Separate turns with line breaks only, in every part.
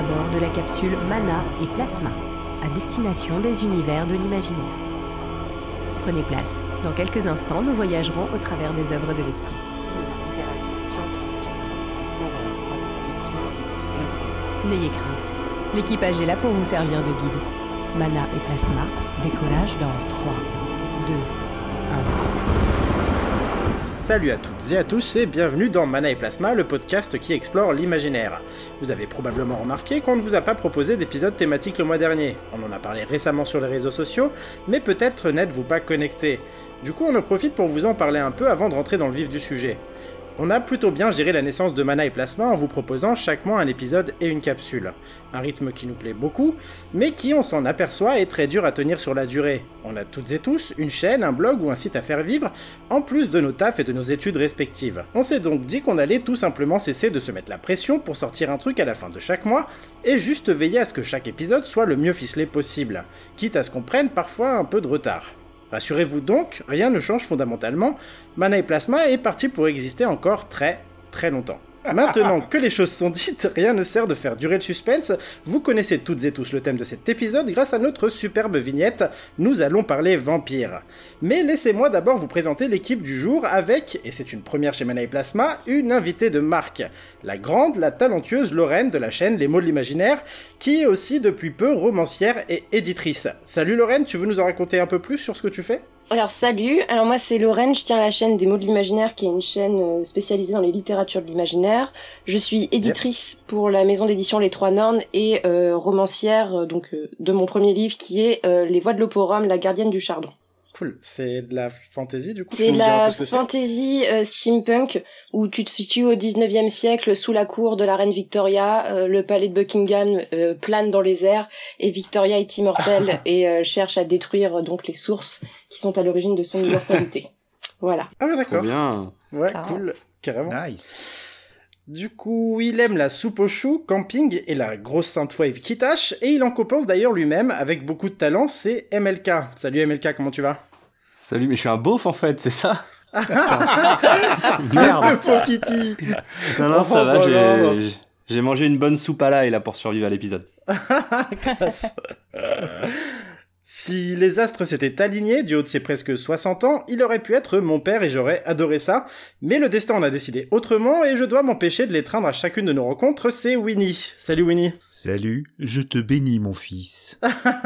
bord de la capsule Mana et Plasma, à destination des univers de l'imaginaire. Prenez place. Dans quelques instants, nous voyagerons au travers des œuvres de l'esprit. Cinéma, littérature, science-fiction, fantasy, horreur, fantastique, musique, jeux vidéo. N'ayez crainte. L'équipage est là pour vous servir de guide. Mana et Plasma, décollage dans 3, 2, 1...
Salut à toutes et à tous et bienvenue dans Mana et Plasma, le podcast qui explore l'imaginaire. Vous avez probablement remarqué qu'on ne vous a pas proposé d'épisode thématique le mois dernier. On en a parlé récemment sur les réseaux sociaux, mais peut-être n'êtes-vous pas connectés. Du coup, on en profite pour vous en parler un peu avant de rentrer dans le vif du sujet. On a plutôt bien géré la naissance de Mana et Plasma en vous proposant chaque mois un épisode et une capsule. Un rythme qui nous plaît beaucoup, mais qui, on s'en aperçoit, est très dur à tenir sur la durée. On a toutes et tous une chaîne, un blog ou un site à faire vivre, en plus de nos tafs et de nos études respectives. On s'est donc dit qu'on allait tout simplement cesser de se mettre la pression pour sortir un truc à la fin de chaque mois, et juste veiller à ce que chaque épisode soit le mieux ficelé possible, quitte à ce qu'on prenne parfois un peu de retard. Rassurez-vous donc, rien ne change fondamentalement, Mana et Plasma est parti pour exister encore très longtemps. Maintenant que les choses sont dites, rien ne sert de faire durer le suspense, vous connaissez toutes et tous le thème de cet épisode grâce à notre superbe vignette, nous allons parler vampires. Mais laissez-moi d'abord vous présenter l'équipe du jour avec, et c'est une première chez Mana et Plasma, une invitée de marque, la grande, la talentueuse Lorraine de la chaîne Les Mots de l'Imaginaire, qui est aussi depuis peu romancière et éditrice. Salut Lorraine, tu veux nous en raconter un peu plus sur ce que tu fais ?
Alors salut, alors moi c'est Lorraine, je tiens la chaîne des mots de l'imaginaire qui est une chaîne spécialisée dans les littératures de l'imaginaire. Je suis éditrice pour la maison d'édition Les Trois Nornes et romancière de mon premier livre qui est Les Voix de l'Oporum, la gardienne du chardon.
Cool, c'est de la fantasy du coup,
c'est
tu peux nous dire un peu ce que
c'est de la fantasy steampunk où tu te situes au 19e siècle sous la cour de la reine Victoria, le palais de Buckingham plane dans les airs et Victoria est immortelle et cherche à détruire donc les sources qui sont à l'origine de son immortalité. Voilà.
Ah bah d'accord.
Trop bien.
Ouais,
Classe.
cool, carrément.
Nice.
Du coup, il aime la soupe aux choux, camping et la grosse synthwave qui tâche, et il en compose d'ailleurs lui-même avec beaucoup de talent, c'est MLK. Salut MLK, comment tu vas ?
Salut, mais je suis un beauf en fait, c'est ça ?
Le pauvre Titi.
Non,
Oh,
ça va,
bah,
j'ai mangé une bonne soupe à l'ail là pour survivre à l'épisode.
Classe. Si les astres s'étaient alignés du haut de ses presque 60 ans, il aurait pu être mon père et j'aurais adoré ça, mais le destin en a décidé autrement et je dois m'empêcher de l'étreindre à chacune de nos rencontres, c'est Winnie. Salut Winnie.
Salut, je te bénis mon fils.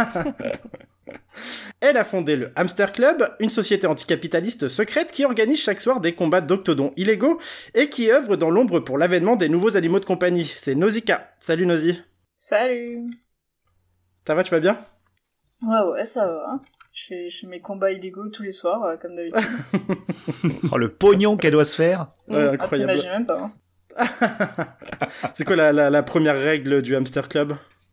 Elle a fondé le Hamster Club, une société anticapitaliste secrète qui organise chaque soir des combats d'octodons illégaux et qui œuvre dans l'ombre pour l'avènement des nouveaux animaux de compagnie. C'est Nausicaa. Salut Nosy.
Salut.
Ça va, tu vas bien ?
Ouais, ça va. Je fais mes combats illégaux tous les soirs, comme d'habitude.
Oh, le pognon qu'elle doit se faire.
Ouais,
Ah,
incroyable.
t'imagines même pas.
C'est quoi la première règle du Hamster Club ?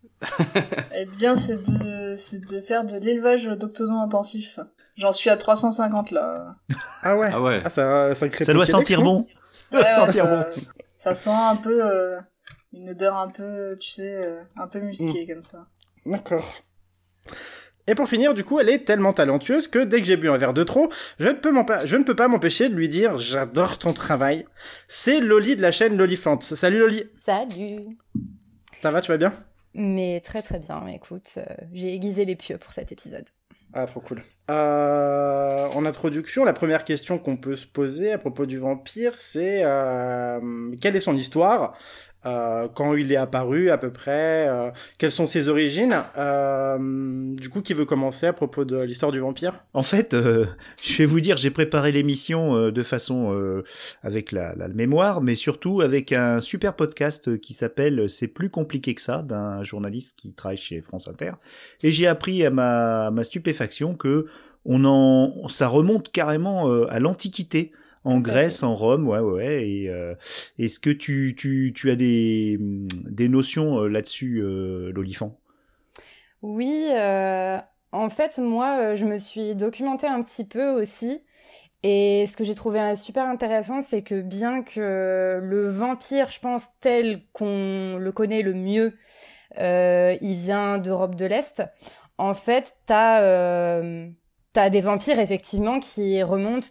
Eh bien, c'est de faire de l'élevage d'octodons intensif. J'en suis à 350 là.
Ah ouais.
Ah ouais.
Ah, c'est un sacré
Ça doit
Pokédex,
sentir
non
bon. Ça doit sentir bon.
ça sent un peu une odeur un peu, tu sais, un peu musquée comme ça.
D'accord. Et pour finir, du coup, elle est tellement talentueuse que dès que j'ai bu un verre de trop, je ne peux pas m'empêcher de lui dire « J'adore ton travail ». C'est Loli de la chaîne Lolifant. Salut Loli.
Salut.
Ça va, tu vas bien ?
Mais très bien, écoute, j'ai aiguisé les pieux pour cet épisode.
Ah, trop cool. En introduction, la première question qu'on peut se poser à propos du vampire, c'est quelle est son histoire ? Quand il est apparu à peu près, quelles sont ses origines, du coup qui veut commencer à propos de l'histoire du vampire ?
En fait, je vais vous dire, j'ai préparé l'émission de façon avec la mémoire, mais surtout avec un super podcast qui s'appelle C'est plus compliqué que ça, d'un journaliste qui travaille chez France Inter. Et j'ai appris à ma stupéfaction que ça remonte carrément à l'Antiquité. En Grèce, en Rome, ouais. Et est-ce que tu as des notions là-dessus, l'olifant ?
Oui, en fait, moi, je me suis documentée un petit peu aussi. Et ce que j'ai trouvé super intéressant, c'est que bien que le vampire, je pense, tel qu'on le connaît le mieux, il vient d'Europe de l'Est, en fait, t'as des vampires, effectivement, qui remontent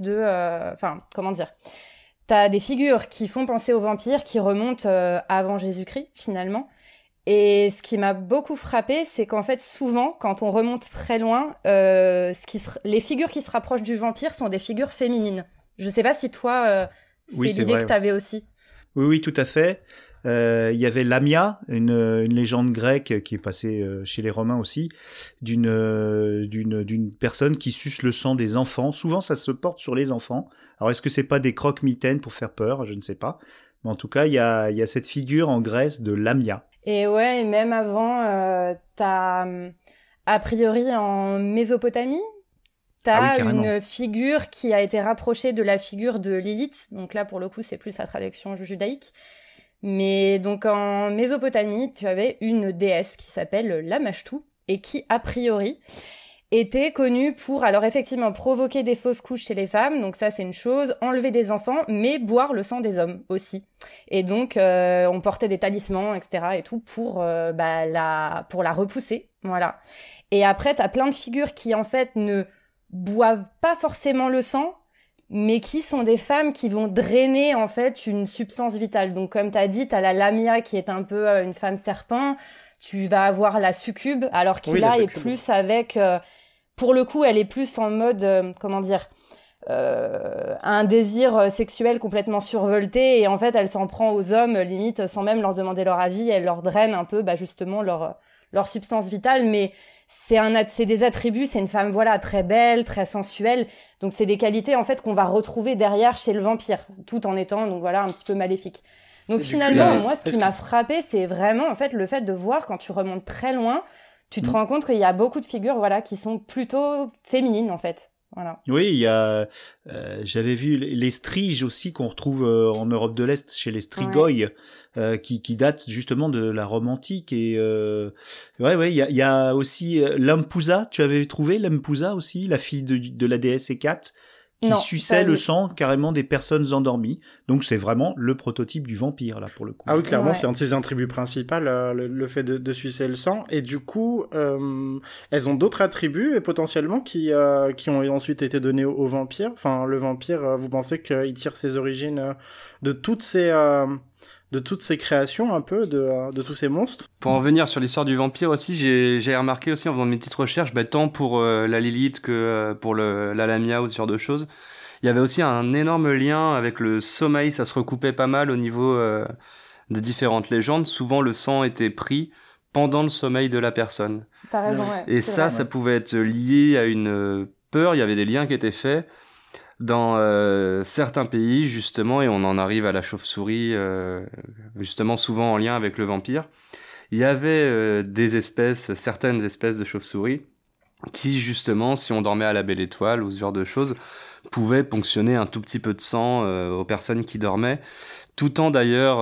t'as des figures qui font penser aux vampires qui remontent avant Jésus-Christ, finalement. Et ce qui m'a beaucoup frappé, c'est qu'en fait, souvent, quand on remonte très loin, les figures qui se rapprochent du vampire sont des figures féminines. Je sais pas si toi, c'est l'idée
vrai,
que t'avais aussi.
Oui, tout à fait. Il y avait Lamia, une légende grecque qui est passée chez les Romains aussi, d'une personne qui suce le sang des enfants. Souvent, ça se porte sur les enfants. Alors, est-ce que c'est pas des croque-mitaines pour faire peur ? Je ne sais pas. Mais en tout cas, il y a cette figure en Grèce de Lamia.
Et ouais, et même avant, t'as, a priori, en Mésopotamie, t'as une figure qui a été rapprochée de la figure de Lilith. Donc là, pour le coup, c'est plus la traduction judaïque. Mais donc en Mésopotamie, tu avais une déesse qui s'appelle Lamashtou et qui, a priori, était connue pour, alors effectivement, provoquer des fausses couches chez les femmes, donc ça c'est une chose, enlever des enfants, mais boire le sang des hommes aussi. Et donc on portait des talismans, etc. et tout pour la repousser, voilà. Et après t'as plein de figures qui en fait ne boivent pas forcément le sang, mais qui sont des femmes qui vont drainer en fait une substance vitale. Donc comme t'as dit, t'as la Lamia qui est un peu une femme serpent, tu vas avoir la succube, alors qui là est plus avec... pour le coup, elle est plus en mode, un désir sexuel complètement survolté, et en fait, elle s'en prend aux hommes, limite, sans même leur demander leur avis, elle leur draine un peu, justement, leur substance vitale, mais c'est des attributs, c'est une femme, voilà, très belle, très sensuelle, donc c'est des qualités, en fait, qu'on va retrouver derrière chez le vampire, tout en étant, donc voilà, un petit peu maléfique. Donc finalement, moi, ce qui m'a frappé, c'est vraiment, en fait, le fait de voir, quand tu remontes très loin, tu te rends compte qu'il y a beaucoup de figures, voilà, qui sont plutôt féminines, en fait. Voilà.
Oui, il y a, j'avais vu les striges aussi qu'on retrouve en Europe de l'Est chez les strigoi, qui datent justement de la Rome antique, et il y a aussi Lampusa. Tu avais trouvé Lampusa aussi, la fille de la déesse Hécate, qui suçait le sang carrément des personnes endormies. Donc c'est vraiment le prototype du vampire là pour le coup.
Ah oui, clairement, c'est un de ses attributs principaux, le fait de sucer le sang. Et du coup, elles ont d'autres attributs et potentiellement qui ont ensuite été donnés aux vampires. Enfin, le vampire, vous pensez qu'il tire ses origines de toutes ces créations, un peu, de tous ces monstres.
Pour en venir sur l'histoire du vampire aussi, j'ai remarqué aussi en faisant mes petites recherches, tant pour la Lilith que pour la Lamia ou ce genre de choses, il y avait aussi un énorme lien avec le sommeil, ça se recoupait pas mal au niveau de différentes légendes. Souvent, le sang était pris pendant le sommeil de la personne.
T'as raison, ouais.
Et ça pouvait être lié à une peur, il y avait des liens qui étaient faits dans certains pays, justement, et on en arrive à la chauve-souris, justement souvent en lien avec le vampire. Il y avait certaines espèces de chauves-souris qui, justement, si on dormait à la belle étoile ou ce genre de choses, pouvaient ponctionner un tout petit peu de sang aux personnes qui dormaient, tout en d'ailleurs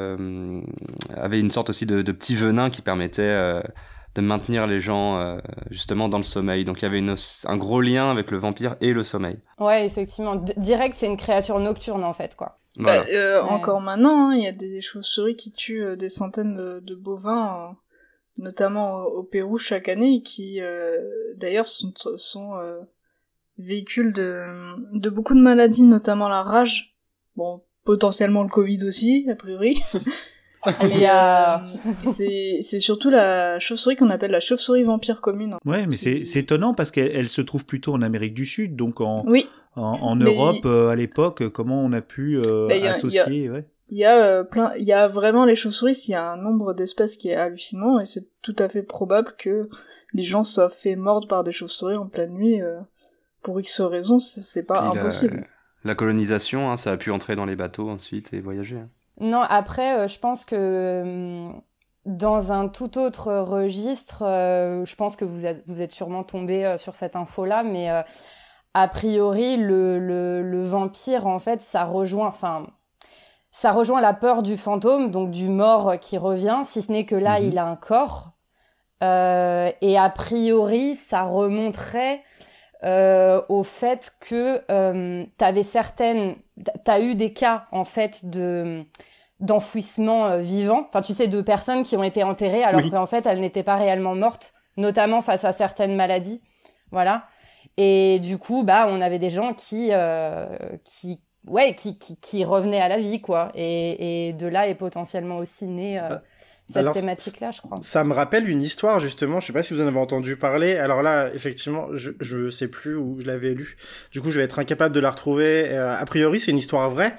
avait une sorte aussi de petit venin qui permettait de maintenir les gens justement dans le sommeil. Donc il y avait un gros lien avec le vampire et le sommeil.
Ouais, effectivement. Direct, c'est une créature nocturne en fait, quoi.
Voilà.
Encore maintenant, il y a des chauves-souris qui tuent des centaines de bovins, notamment au Pérou chaque année, et qui d'ailleurs sont véhicules de beaucoup de maladies, notamment la rage. Bon, potentiellement le Covid aussi, a priori. Mais c'est surtout la chauve-souris qu'on appelle la chauve-souris vampire commune.
Ouais, mais c'est étonnant parce qu'elle se trouve plutôt en Amérique du Sud, donc en
mais
Europe à l'époque, comment on a pu associer
Il y a vraiment les chauves-souris, il y a un nombre d'espèces qui est hallucinant, et c'est tout à fait probable que des gens soient fait mordre par des chauves-souris en pleine nuit, pour X raisons, c'est pas impossible.
La colonisation, ça a pu entrer dans les bateaux ensuite et voyager.
Non, après, je pense que dans un tout autre registre, je pense que vous êtes sûrement tombé sur cette info-là, mais a priori, le vampire, en fait, ça rejoint la peur du fantôme, donc du mort qui revient, si ce n'est que là, il a un corps. Et a priori, ça remonterait au fait que t'as eu des cas en fait d'enfouissement vivant, enfin tu sais, de personnes qui ont été enterrées alors qu'en fait elles n'étaient pas réellement mortes, notamment face à certaines maladies, voilà. Et du coup on avait des gens qui revenaient à la vie, quoi, et de là est potentiellement aussi né cette thématique-là, je crois.
Ça me rappelle une histoire, justement, je sais pas si vous en avez entendu parler. Alors là, effectivement, je sais plus où je l'avais lu. Du coup, je vais être incapable de la retrouver. A priori, c'est une histoire vraie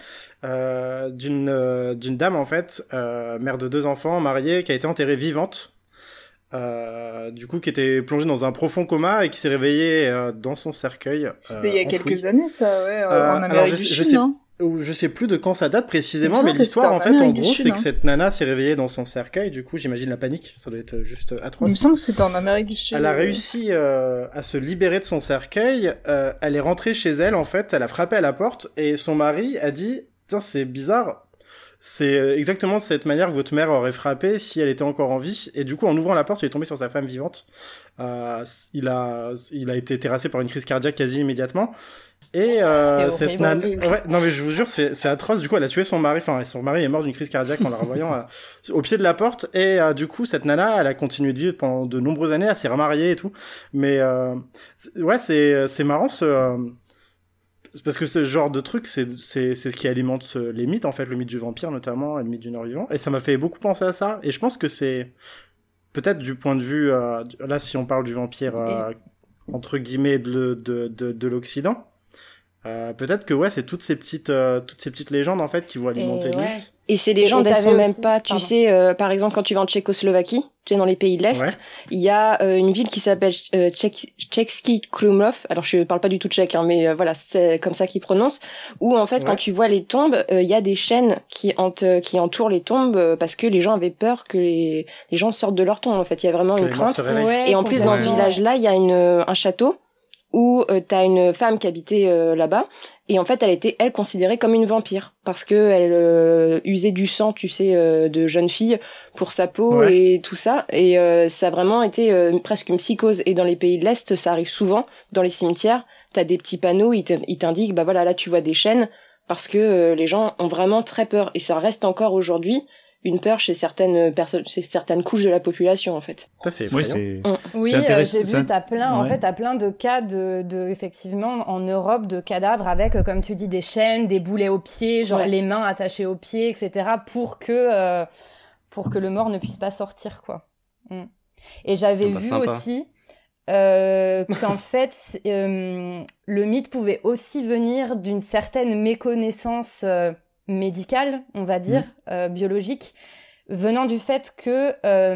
d'une dame, en fait, mère de 2 enfants, mariée, qui a été enterrée vivante. Du coup, qui était plongée dans un profond coma et qui s'est réveillée dans son cercueil.
C'était il y a quelques années, ça, ouais, en Amérique du Sud, non ?
Je sais plus de quand ça date précisément, mais l'histoire, en fait, en gros, c'est que cette nana s'est réveillée dans son cercueil. Du coup, j'imagine la panique. Ça doit être juste atroce.
Il me semble que c'était en Amérique du Sud.
Elle a réussi à se libérer de son cercueil. Elle est rentrée chez elle, en fait. Elle a frappé à la porte et son mari a dit « Tiens, c'est bizarre. C'est exactement de cette manière que votre mère aurait frappé si elle était encore en vie. » Et du coup, en ouvrant la porte, il est tombé sur sa femme vivante. Il a été terrassé par une crise cardiaque quasi immédiatement. Et cette nana, ouais, non mais je vous jure, c'est atroce. Du coup, elle a tué son mari. Enfin, son mari est mort d'une crise cardiaque en la revoyant au pied de la porte. Et du coup, cette nana, elle a continué de vivre pendant de nombreuses années. Elle s'est remariée et tout. Mais ouais, c'est marrant parce que ce genre de truc, c'est ce qui alimente les mythes, en fait, le mythe du vampire notamment, et le mythe du Nord-Vivant. Et ça m'a fait beaucoup penser à ça. Et je pense que c'est peut-être du point de vue là, si on parle du vampire entre guillemets de l'Occident. Peut-être que ouais, c'est toutes ces petites légendes en fait qui vont alimenter le mythe.
Et ces légendes, elles sont même pas, tu sais, par exemple quand tu vas en Tchécoslovaquie, tu es dans les pays de l'Est, il y a une ville qui s'appelle Český Krumlov. Alors je parle pas du tout tchèque, hein, mais voilà, c'est comme ça qu'ils prononcent. Où en fait, quand tu vois les tombes, il y a des chaînes qui entourent les tombes parce que les gens avaient peur que les gens sortent de leur tombe. En fait, il y a vraiment une crainte. Et en plus, dans ce village-là, il y a un château où t'as une femme qui habitait là-bas, et en fait elle était considérée comme une vampire parce que elle usait du sang, tu sais, de jeune fille pour sa peau et tout ça, et ça a vraiment été presque une psychose. Et dans les pays de l'Est, ça arrive souvent. Dans les cimetières, t'as des petits panneaux, ils t'indiquent, bah voilà, là tu vois des chaînes, parce que les gens ont vraiment très peur, et ça reste encore aujourd'hui une peur chez certaines personnes, chez certaines couches de la population, en fait.
Ça, c'est effrayant.
Oui, j'ai vu, t'as plein de cas de effectivement, en Europe, de cadavres avec, comme tu dis, des chaînes, des boulets aux pieds, genre les mains attachées aux pieds, etc., pour que le mort ne puisse pas sortir, quoi. Et j'avais vu aussi qu'en fait, le mythe pouvait aussi venir d'une certaine méconnaissance médicale, on va dire, biologique, venant du fait que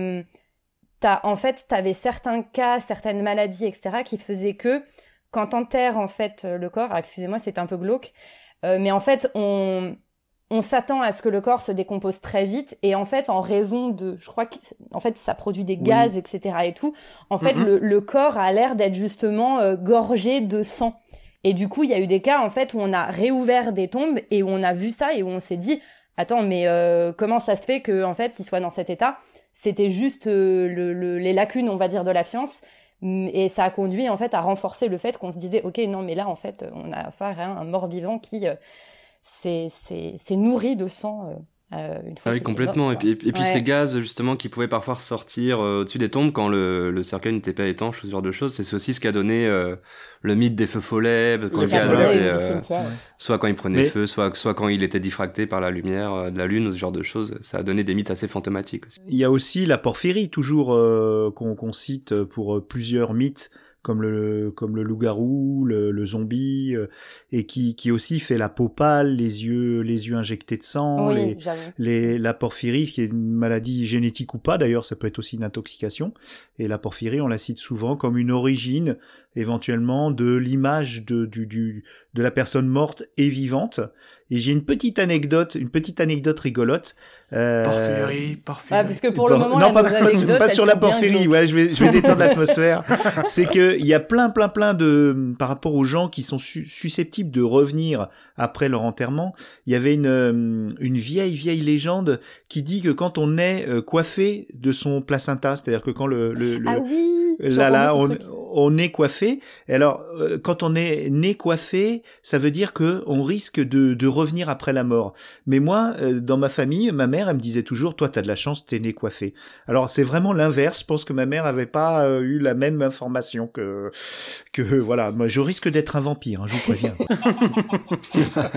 t'avais certains cas, certaines maladies, etc., qui faisaient que quand t'enterres en fait le corps, alors, excusez-moi, c'est un peu glauque, mais en fait on s'attend à ce que le corps se décompose très vite, et en fait en raison de, je crois que en fait ça produit des gaz, etc. et tout, en fait le corps a l'air d'être justement gorgé de sang. Et du coup, il y a eu des cas, en fait, où on a réouvert des tombes et où on a vu ça et où on s'est dit, attends, mais comment ça se fait que, en fait, il soit dans cet état ? C'était juste les lacunes, on va dire, de la science. Et ça a conduit, en fait, à renforcer le fait qu'on se disait, ok, non, mais là, en fait, on a affaire à un mort-vivant qui s'est nourri de sang. Une fois
complètement. Mort, et puis ces gaz justement qui pouvaient parfois ressortir au-dessus des tombes quand le cercueil n'était pas étanche, ce genre de choses, c'est aussi ce qui a donné le mythe des feux follets, quand le gaz était soit quand il prenait feu, soit quand il était diffracté par la lumière de la lune, ce genre de choses. Ça a donné des mythes assez fantomatiques aussi.
Il y a aussi la porphyrie toujours qu'on cite pour plusieurs mythes, comme le loup-garou, le zombie, et qui aussi fait la peau pâle, les yeux injectés de sang, la porphyrie, qui est une maladie génétique ou pas, d'ailleurs, ça peut être aussi une intoxication, et la porphyrie, on la cite souvent comme une origine, éventuellement, de l'image de la personne morte et vivante. Et j'ai une petite anecdote rigolote.
Porphyrie.
Ah, parce que pour le moment, non,
pas sur la porphyrie. Ouais, je vais détendre l'atmosphère. C'est que il y a plein de, par rapport aux gens qui sont susceptibles de revenir après leur enterrement. Il y avait une vieille légende qui dit que quand on est coiffé de son placenta, c'est-à-dire que quand on est coiffé. Et alors, quand on est né coiffé, ça veut dire que on risque de revenir après la mort. Mais moi, dans ma famille, ma mère, elle me disait toujours, toi, t'as de la chance, t'es né coiffé. Alors, c'est vraiment l'inverse. Je pense que ma mère avait pas eu la même information que voilà. Moi, je risque d'être un vampire, hein, je vous préviens.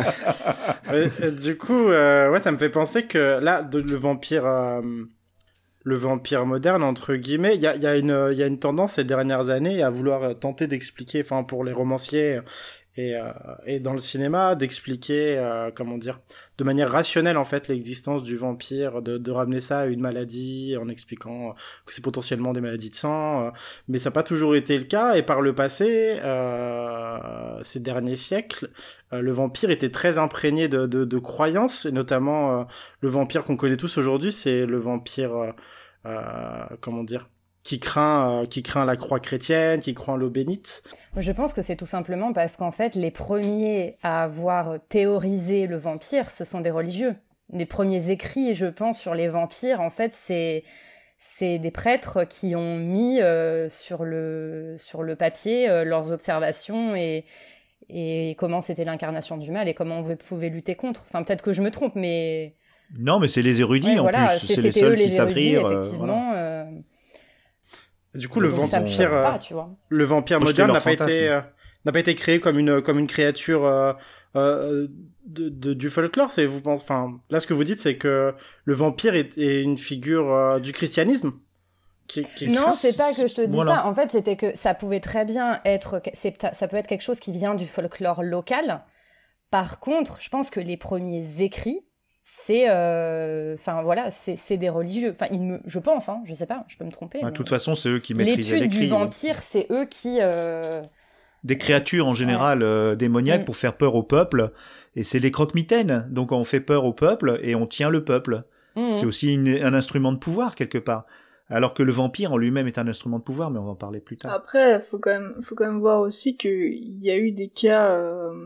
Du coup, ça me fait penser que là, le vampire le vampire moderne, entre guillemets. Il y a une tendance ces dernières années à vouloir tenter d'expliquer, enfin pour les romanciers et dans le cinéma, d'expliquer, comment dire, de manière rationnelle en fait l'existence du vampire, de ramener ça à une maladie en expliquant que c'est potentiellement des maladies de sang, mais ça n'a pas toujours été le cas, et par le passé, ces derniers siècles, le vampire était très imprégné de croyances, et notamment le vampire qu'on connaît tous aujourd'hui, c'est le vampire, comment dire, qui craint la croix chrétienne, qui craint l'eau bénite.
Je pense que c'est tout simplement parce qu'en fait, les premiers à avoir théorisé le vampire, ce sont des religieux. Les premiers écrits, je pense, sur les vampires, en fait, c'est des prêtres qui ont mis sur le papier leurs observations et comment c'était l'incarnation du mal et comment on pouvait lutter contre. Enfin, peut-être que je me trompe, mais...
Non, mais c'est les érudits, en plus. C'est les seuls qui savent rire.
Effectivement.
Voilà.
Du coup, le vampire moderne n'a pas été créé comme une créature du folklore. Enfin, là, ce que vous dites, c'est que le vampire est une figure du christianisme.
Non, c'est pas que je te dis ça. En fait, c'était que ça pouvait très bien être, ça peut être quelque chose qui vient du folklore local. Par contre, je pense que les premiers écrits, c'est des religieux. Enfin, je pense, hein, je sais pas, je peux me tromper.
De toute façon, c'est eux qui maîtrisaient l'écrit.
L'étude du vampire, c'est eux qui...
Des créatures en général démoniaques pour faire peur au peuple, et c'est les croque-mitaines. Donc on fait peur au peuple et on tient le peuple. C'est aussi un instrument de pouvoir quelque part. Alors que le vampire en lui-même est un instrument de pouvoir, mais on va en parler plus tard.
Après, faut quand même voir aussi qu'il y a eu des cas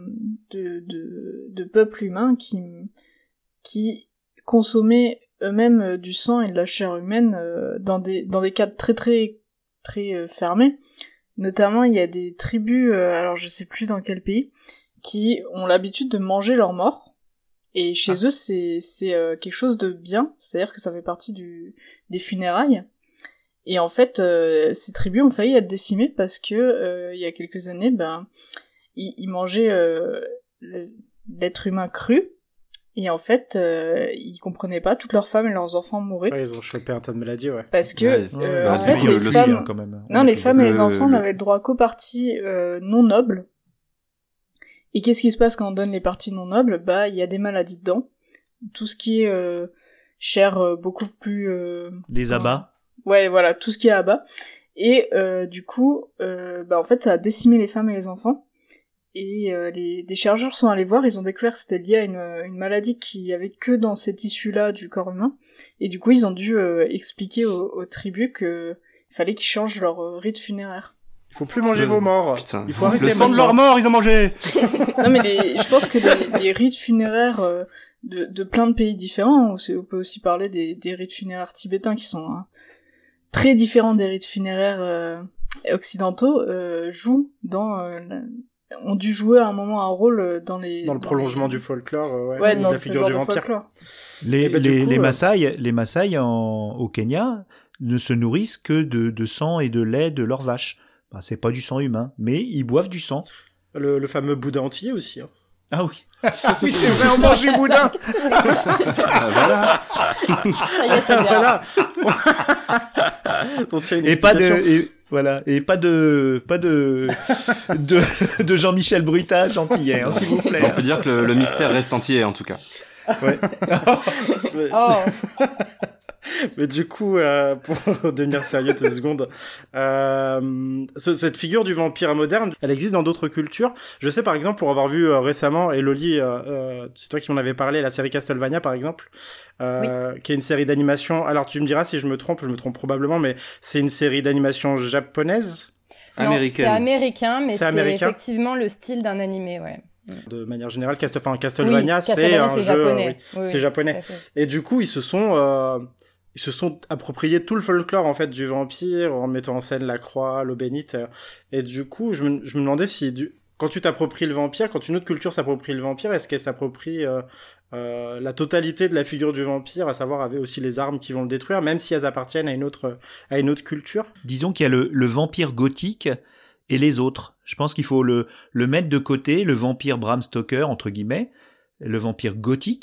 de peuples humains qui consommaient eux-mêmes du sang et de la chair humaine dans des cadres très très très fermés. Notamment, il y a des tribus, alors je sais plus dans quel pays, qui ont l'habitude de manger leurs morts. Et chez eux, c'est quelque chose de bien, c'est-à-dire que ça fait partie des funérailles. Et en fait, ces tribus ont failli être décimées parce que il y a quelques années, ils mangeaient l'être humain cru. Et en fait, ils comprenaient pas, toutes leurs femmes et leurs enfants mouraient.
Ouais, ils ont chopé un tas de maladies, ouais.
Parce que, en fait, les femmes,
quand même.
les femmes et les enfants n'avaient le droit qu'aux parties non nobles. Et qu'est-ce qui se passe quand on donne les parties non nobles? Il y a des maladies dedans. Tout ce qui est chair beaucoup plus...
Les abats.
Ouais, voilà, tout ce qui est abat. Et du coup, en fait, ça a décimé les femmes et les enfants. Et des chercheurs sont allés voir, ils ont découvert que c'était lié à une maladie qu'il y avait que dans ces tissus-là du corps humain. Et du coup, ils ont dû expliquer aux tribus qu'il fallait qu'ils changent leur rite funéraire.
Il faut plus manger vos morts.
Putain.
Il faut arrêter
le sang de leurs morts, ils ont mangé.
Non, mais je pense que les rites funéraires de plein de pays différents, on peut aussi parler des rites funéraires tibétains qui sont très différents des rites funéraires occidentaux, ont dû jouer à un moment un rôle dans le
prolongement du folklore,
dans
la
ce
figure
genre
du
de
vampire.
folklore.
Les Maasai au Kenya ne se nourrissent que de sang et de lait de leurs vaches. C'est pas du sang humain, mais ils boivent du sang.
Le fameux boudin antillais aussi. Hein.
Ah oui.
Oui, c'est vrai, on mange du boudin.
Voilà.
Voilà.
Et pas de Jean-Michel Brutage antillais, hein, s'il vous plaît.
On peut dire que le mystère reste entier, en tout cas.
Ouais.
Mais du coup, pour devenir sérieux 2 secondes, cette figure du vampire moderne, elle existe dans d'autres cultures. Je sais par exemple, pour avoir vu récemment, et Loli, c'est toi qui m'en avais parlé, la série Castlevania par exemple, qui est une série d'animation. Alors tu me diras si je me trompe probablement, mais c'est une série d'animation japonaise.
Américaine.
C'est américain, mais c'est effectivement le style d'un animé, ouais.
De manière générale, Castlevania, c'est un jeu japonais. C'est japonais. Et du coup, ils se sont appropriés tout le folklore en fait du vampire en mettant en scène la croix, l'eau bénite. Et du coup, je me demandais si quand tu t'appropries le vampire, quand une autre culture s'approprie le vampire, est-ce qu'elle s'approprie la totalité de la figure du vampire, à savoir avec aussi les armes qui vont le détruire, même si elles appartiennent à une autre culture.
Disons qu'il y a le vampire gothique et les autres. Je pense qu'il faut le mettre de côté, le vampire Bram Stoker, entre guillemets, le vampire gothique,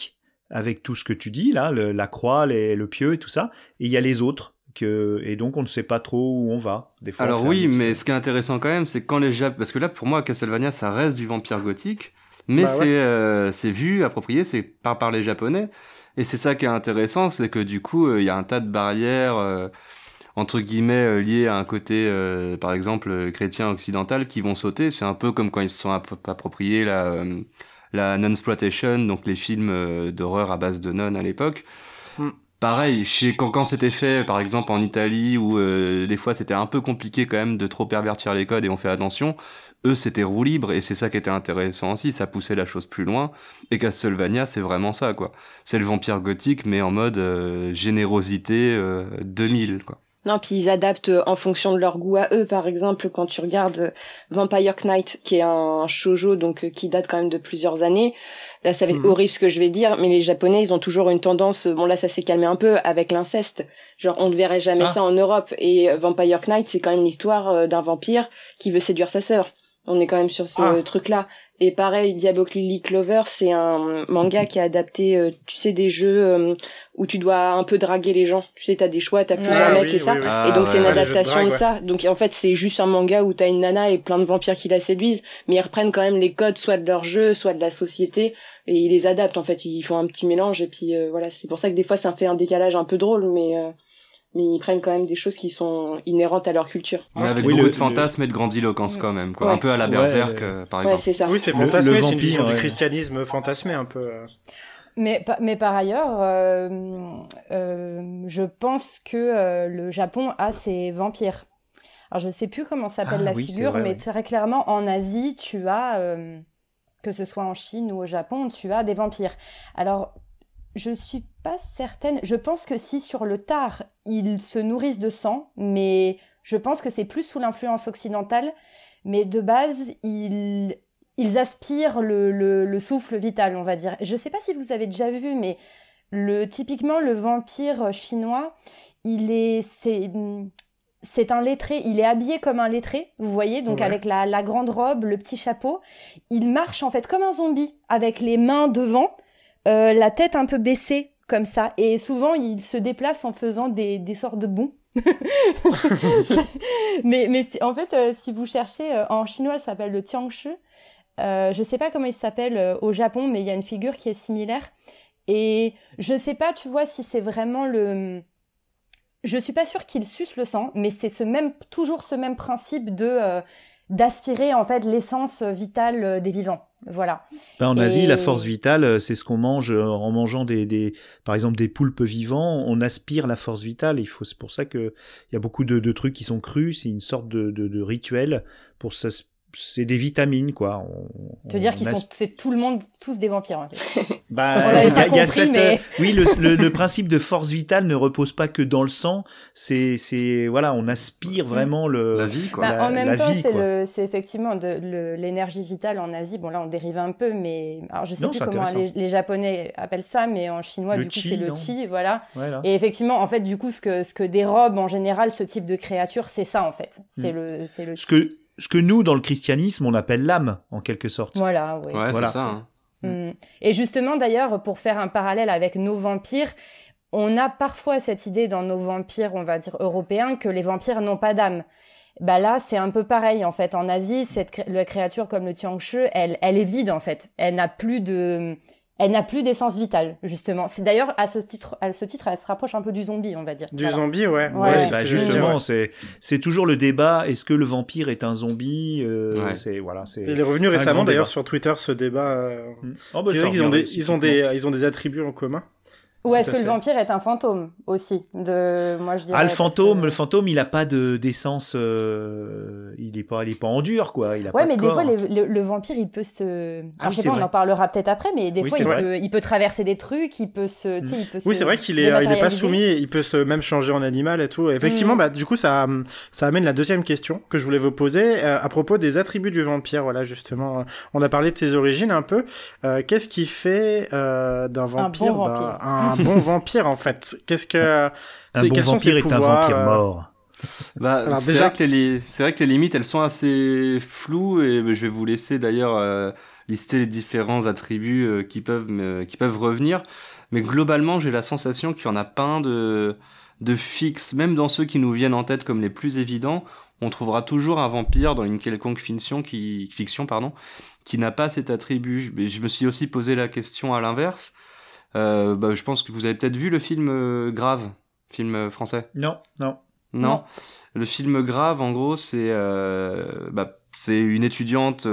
avec tout ce que tu dis, là, la croix, le pieu et tout ça, et il y a les autres. Et donc on ne sait pas trop où on va. Des fois,
alors oui, mais ce qui est intéressant quand même, c'est quand les parce que là pour moi Castlevania ça reste du vampire gothique, mais c'est vu, approprié, c'est par les Japonais, et c'est ça qui est intéressant, c'est que du coup il y a un tas de barrières entre guillemets liées à un côté par exemple chrétien occidental qui vont sauter. C'est un peu comme quand ils se sont appropriés la nunsploitation, donc les films d'horreur à base de nonnes à l'époque. Pareil, quand c'était fait, par exemple en Italie, où des fois c'était un peu compliqué quand même de trop pervertir les codes et on fait attention, eux c'était roue libre et c'est ça qui était intéressant aussi, ça poussait la chose plus loin. Et Castlevania c'est vraiment ça quoi. C'est le vampire gothique mais en mode générosité 2000 quoi.
Non, puis ils adaptent en fonction de leur goût à eux. Par exemple, quand tu regardes Vampire Knight, qui est un shoujo donc qui date quand même de plusieurs années. Là, ça va être horrible ce que je vais dire, mais les Japonais, ils ont toujours une tendance. Bon, là, ça s'est calmé un peu avec l'inceste. Genre, on ne verrait jamais ça en Europe. Et Vampire Knight, c'est quand même l'histoire d'un vampire qui veut séduire sa sœur. On est quand même sur ce truc-là. Et pareil, Diablo Lily Clover, c'est un manga qui a adapté, tu sais, des jeux où tu dois un peu draguer les gens. Tu sais, t'as des choix, t'as plusieurs mecs et ça. Et donc, c'est une adaptation de ça. Donc, en fait, c'est juste un manga où t'as une nana et plein de vampires qui la séduisent, mais ils reprennent quand même les codes, soit de leur jeu, soit de la société, et ils les adaptent. En fait, ils font un petit mélange, et puis voilà. C'est pour ça que des fois, ça fait un décalage un peu drôle, mais ils prennent quand même des choses qui sont inhérentes à leur culture.
Mais avec beaucoup de fantasmes et de grandiloquence quand même, quoi. Un peu à la Berserk, par exemple.
C'est ça.
Oui, c'est fantasmé, c'est une vision du christianisme fantasmé un peu.
Mais par ailleurs, je pense que le Japon a ses vampires. Alors, je sais plus comment s'appelle la figure, vrai, mais très clairement, en Asie, tu as, que ce soit en Chine ou au Japon, tu as des vampires. Alors, je suis pas certaine. Je pense que si sur le tard, ils se nourrissent de sang, mais je pense que c'est plus sous l'influence occidentale. Mais de base, ils aspirent le souffle vital, on va dire. Je sais pas si vous avez déjà vu, mais typiquement, le vampire chinois, c'est un lettré. Il est habillé comme un lettré, vous voyez, donc avec la grande robe, le petit chapeau. Il marche en fait comme un zombie, avec les mains devant, la tête un peu baissée, comme ça. Et souvent, il se déplace en faisant des sortes de bonds. mais en fait, si vous cherchez, en chinois, ça s'appelle le tiangshu. Je sais pas comment il s'appelle au Japon, mais il y a une figure qui est similaire. Et je sais pas, tu vois, si c'est vraiment je suis pas sûre qu'il suce le sang, mais c'est toujours ce même principe d'aspirer en fait l'essence vitale des vivants. Voilà.
En Asie, la force vitale, c'est ce qu'on mange en mangeant par exemple des poulpes vivants. On aspire la force vitale. C'est pour ça que il y a beaucoup de trucs qui sont crus. C'est une sorte de rituel pour ça. C'est des vitamines, quoi.
Tu veux dire c'est tout le monde, tous des vampires, en fait.
Bah, il y a cette, mais... oui, le principe de force vitale ne repose pas que dans le sang. Voilà, on aspire vraiment
la vie, quoi.
En même temps, c'est effectivement l'énergie vitale en Asie. Bon, là, on dérive un peu, mais alors je sais plus comment les Japonais appellent ça, mais en chinois, du coup, c'est le chi, voilà. Et effectivement, en fait, du coup, ce que dérobe en général ce type de créature, c'est ça, en fait. C'est le chi.
Ce que nous, dans le christianisme, on appelle l'âme, en quelque sorte.
Voilà, oui.
Ouais, voilà. C'est ça.
Et justement, d'ailleurs, pour faire un parallèle avec nos vampires, on a parfois cette idée dans nos vampires, on va dire européens, que les vampires n'ont pas d'âme. Bah là, c'est un peu pareil, en fait. En Asie, la créature comme le tiangshu, elle est vide, en fait. Elle n'a plus d'essence vitale, justement. C'est d'ailleurs, à ce titre, elle se rapproche un peu du zombie, on va dire.
Du zombie, ouais.
Justement, c'est toujours le débat. Est-ce que le vampire est un zombie? Il est
revenu récemment, d'ailleurs, sur Twitter, ce débat. C'est vrai qu'ils ont des attributs en commun.
Ou est-ce que le vampire est un fantôme aussi moi je dirais.
Le fantôme, il a pas d'essence, il est pas en dur, quoi. Il a pas
mais
de
des
corps.
fois le vampire il peut se. Alors, je sais pas, on en parlera peut-être après, mais des fois il peut traverser des trucs, il peut se.
Oui, c'est vrai qu'il est pas soumis, il peut se même changer en animal et tout. Effectivement, du coup ça amène la deuxième question que je voulais vous poser à propos des attributs du vampire. Voilà, justement, on a parlé de ses origines un peu. Qu'est-ce qui fait d'un vampire un bon vampire, en fait? Quels sont ses pouvoirs?
Un bon vampire est un vampire mort.
Alors,
c'est
déjà-
vrai que les limites, elles sont assez floues et je vais vous laisser d'ailleurs lister les différents attributs qui peuvent revenir. Mais globalement, j'ai la sensation qu'il y en a pas un de fixe. Même dans ceux qui nous viennent en tête comme les plus évidents, on trouvera toujours un vampire dans une quelconque fiction qui n'a pas cet attribut. Mais je me suis aussi posé la question à l'inverse. Je pense que vous avez peut-être vu le film Grave, film français.
Non.
Non. Le film Grave, en gros, c'est une étudiante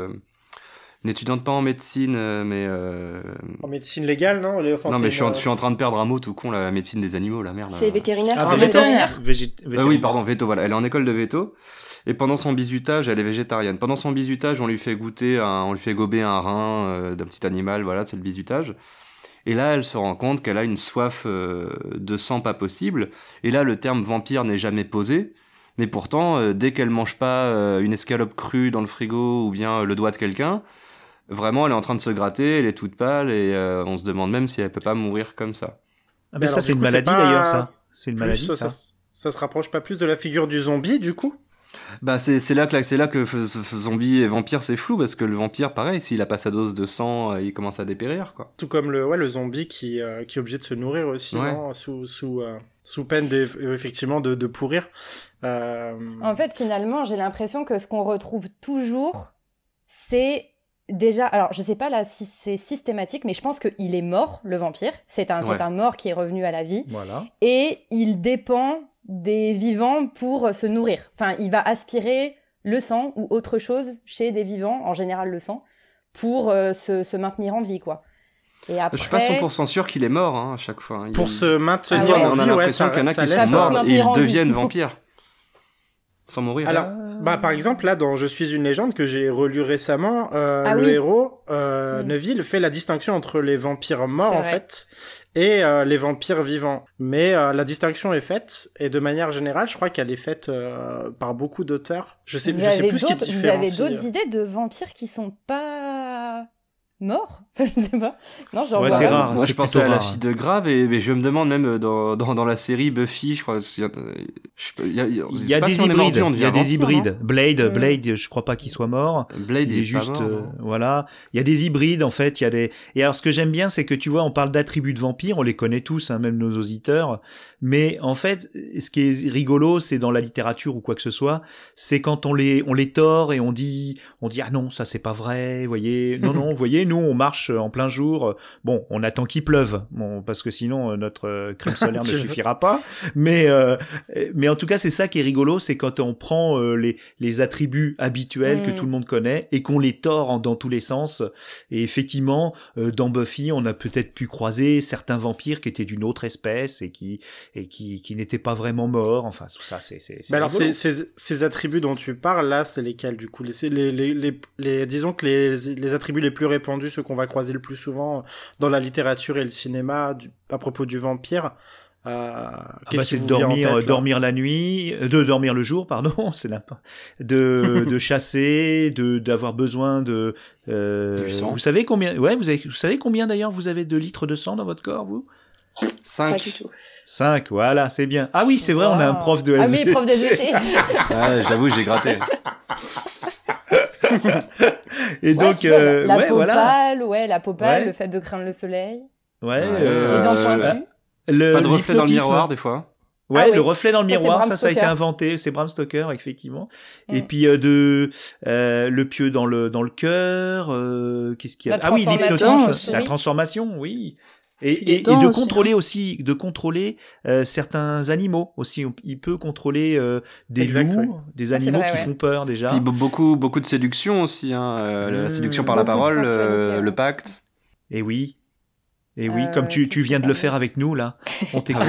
pas en médecine, mais
En médecine légale, non?
non, mais je suis en train de perdre un mot tout con, la médecine des animaux, la merde.
C'est vétérinaire.
vétérinaire.
Oui, pardon, veto, voilà. Elle est en école de veto. Et pendant son bizutage, elle est végétarienne. Pendant son bizutage, on lui fait gober un rein d'un petit animal, voilà, c'est le bizutage. Et là, elle se rend compte qu'elle a une soif de sang pas possible. Et là, le terme vampire n'est jamais posé. Mais pourtant, dès qu'elle mange pas une escalope crue dans le frigo ou bien le doigt de quelqu'un, vraiment, elle est en train de se gratter, elle est toute pâle et on se demande même si elle peut pas mourir comme ça.
Ah, mais
alors,
ça,
du
c'est une
coup, c'est
maladie
pas
d'ailleurs, ça. C'est une
Plus,
maladie, ça.
ça se rapproche pas plus de la figure du zombie, du coup?
C'est là que zombie et vampire c'est flou parce que le vampire pareil s'il a pas sa dose de sang il commence à dépérir quoi.
Tout comme le zombie qui est obligé de se nourrir aussi,
Ouais.
non, sous peine effectivement de pourrir.
En fait, finalement, j'ai l'impression que ce qu'on retrouve toujours, c'est déjà... Alors, je sais pas là si c'est systématique, mais je pense qu'il est mort, le vampire. C'est un mort qui est revenu à la vie.
Voilà.
Et il dépend des vivants pour se nourrir. Enfin, il va aspirer le sang ou autre chose chez des vivants, en général le sang, pour se maintenir en vie, quoi. Et après...
Je suis pas 100% sûr qu'il est mort à chaque fois.
Pour se maintenir
Ah ouais.
en
On a
vie,
l'impression qu'il y en a
ça
qui
laisse
sont morts
un-
et ils
en vie.
deviennent vampires. Sans mourir.
Alors, par exemple, là, dans Je suis une légende, que j'ai relu récemment, le
oui.
héros, Neville, fait la distinction entre les vampires morts,
C'est
en
vrai.
fait, et les vampires vivants. Mais la distinction est faite, et de manière générale, je crois qu'elle est faite par beaucoup d'auteurs. Je sais plus ce qui
Vous avez
différencie.
d'autres idées de vampires qui sont pas morts? Je sais pas. Non, j'en
Ouais,
vois
c'est
pas.
rare.
Moi,
c'est
je pensais
plutôt
à la
rare.
fille de Grave et je me demande même dans la série Buffy, je crois. Il y a
Il y a des hybrides. Il y a des hybrides. Blade, je crois pas qu'il soit mort.
Blade
Il est
est
juste,
pas mort, non.
voilà. Il y a des hybrides, en fait. Il y a des. Et alors, ce que j'aime bien, c'est que tu vois, on parle d'attributs de vampires, on les connaît tous, hein, même nos auditeurs. Mais en fait, ce qui est rigolo, c'est dans la littérature ou quoi que ce soit, c'est quand on les tord et on dit ah non, ça c'est pas vrai, vous voyez. Non, vous voyez, nous on marche en plein jour. Bon, on attend qu'il pleuve, bon, parce que sinon notre crème solaire ne suffira pas. Mais en tout cas, c'est ça qui est rigolo, c'est quand on prend les attributs habituels que tout le monde connaît et qu'on les tord dans tous les sens. Et effectivement, dans Buffy, on a peut-être pu croiser certains vampires qui étaient d'une autre espèce et qui n'étaient pas vraiment morts. Enfin, tout ça, c'est
Alors,
rigolo.
ces attributs dont tu parles, là, c'est lesquels, du coup? Disons que les attributs les plus répandus, ceux qu'on va croiser le plus souvent dans la littérature et le cinéma, à propos du vampire, qu'est-ce qui
C'est
vous
de
vient en tête, là
dormir la nuit, de dormir le jour, pardon, c'est n'importe, de chasser, d'avoir besoin de,
Du sang.
vous savez combien, vous savez combien d'ailleurs vous avez de litres de sang dans votre corps, vous?
5.
Pas du tout.
5, voilà, c'est bien. Ah oui, c'est vrai, on a un prof de
Ah
SVT.
oui, prof de SVT.
Ouais, j'avoue, j'ai gratté.
Et donc,
super, la peau
voilà.
pâle, la peau pâle,
Ouais.
le fait de craindre le soleil.
Ouais,
Les dents pointues.
Pas de reflet dans le
l'hypnotisme.
miroir des fois.
Ouais,
Ah oui.
le reflet dans le
Ça, c'est
miroir,
Bram
ça a été
Stoker.
inventé, c'est Bram Stoker, effectivement.
Mm.
Et puis le pieu dans le cœur, qu'est-ce qu'il y a?
La
Ah oui,
transformation
l'hypnotisme,
aussi.
la transformation, oui. Et
Les dents
de
aussi,
contrôler aussi, de contrôler certains animaux aussi. Il peut contrôler des
Exact,
loups,
oui.
des
Ça, c'est
animaux
vrai,
qui
ouais.
font peur déjà.
Puis beaucoup de séduction aussi, hein. La séduction par la
Beaucoup de
parole,
sensualité, ouais.
le pacte.
Et oui, comme tu
qu'est-ce
viens de
que
le
ça
faire avec nous là, on t'écoute.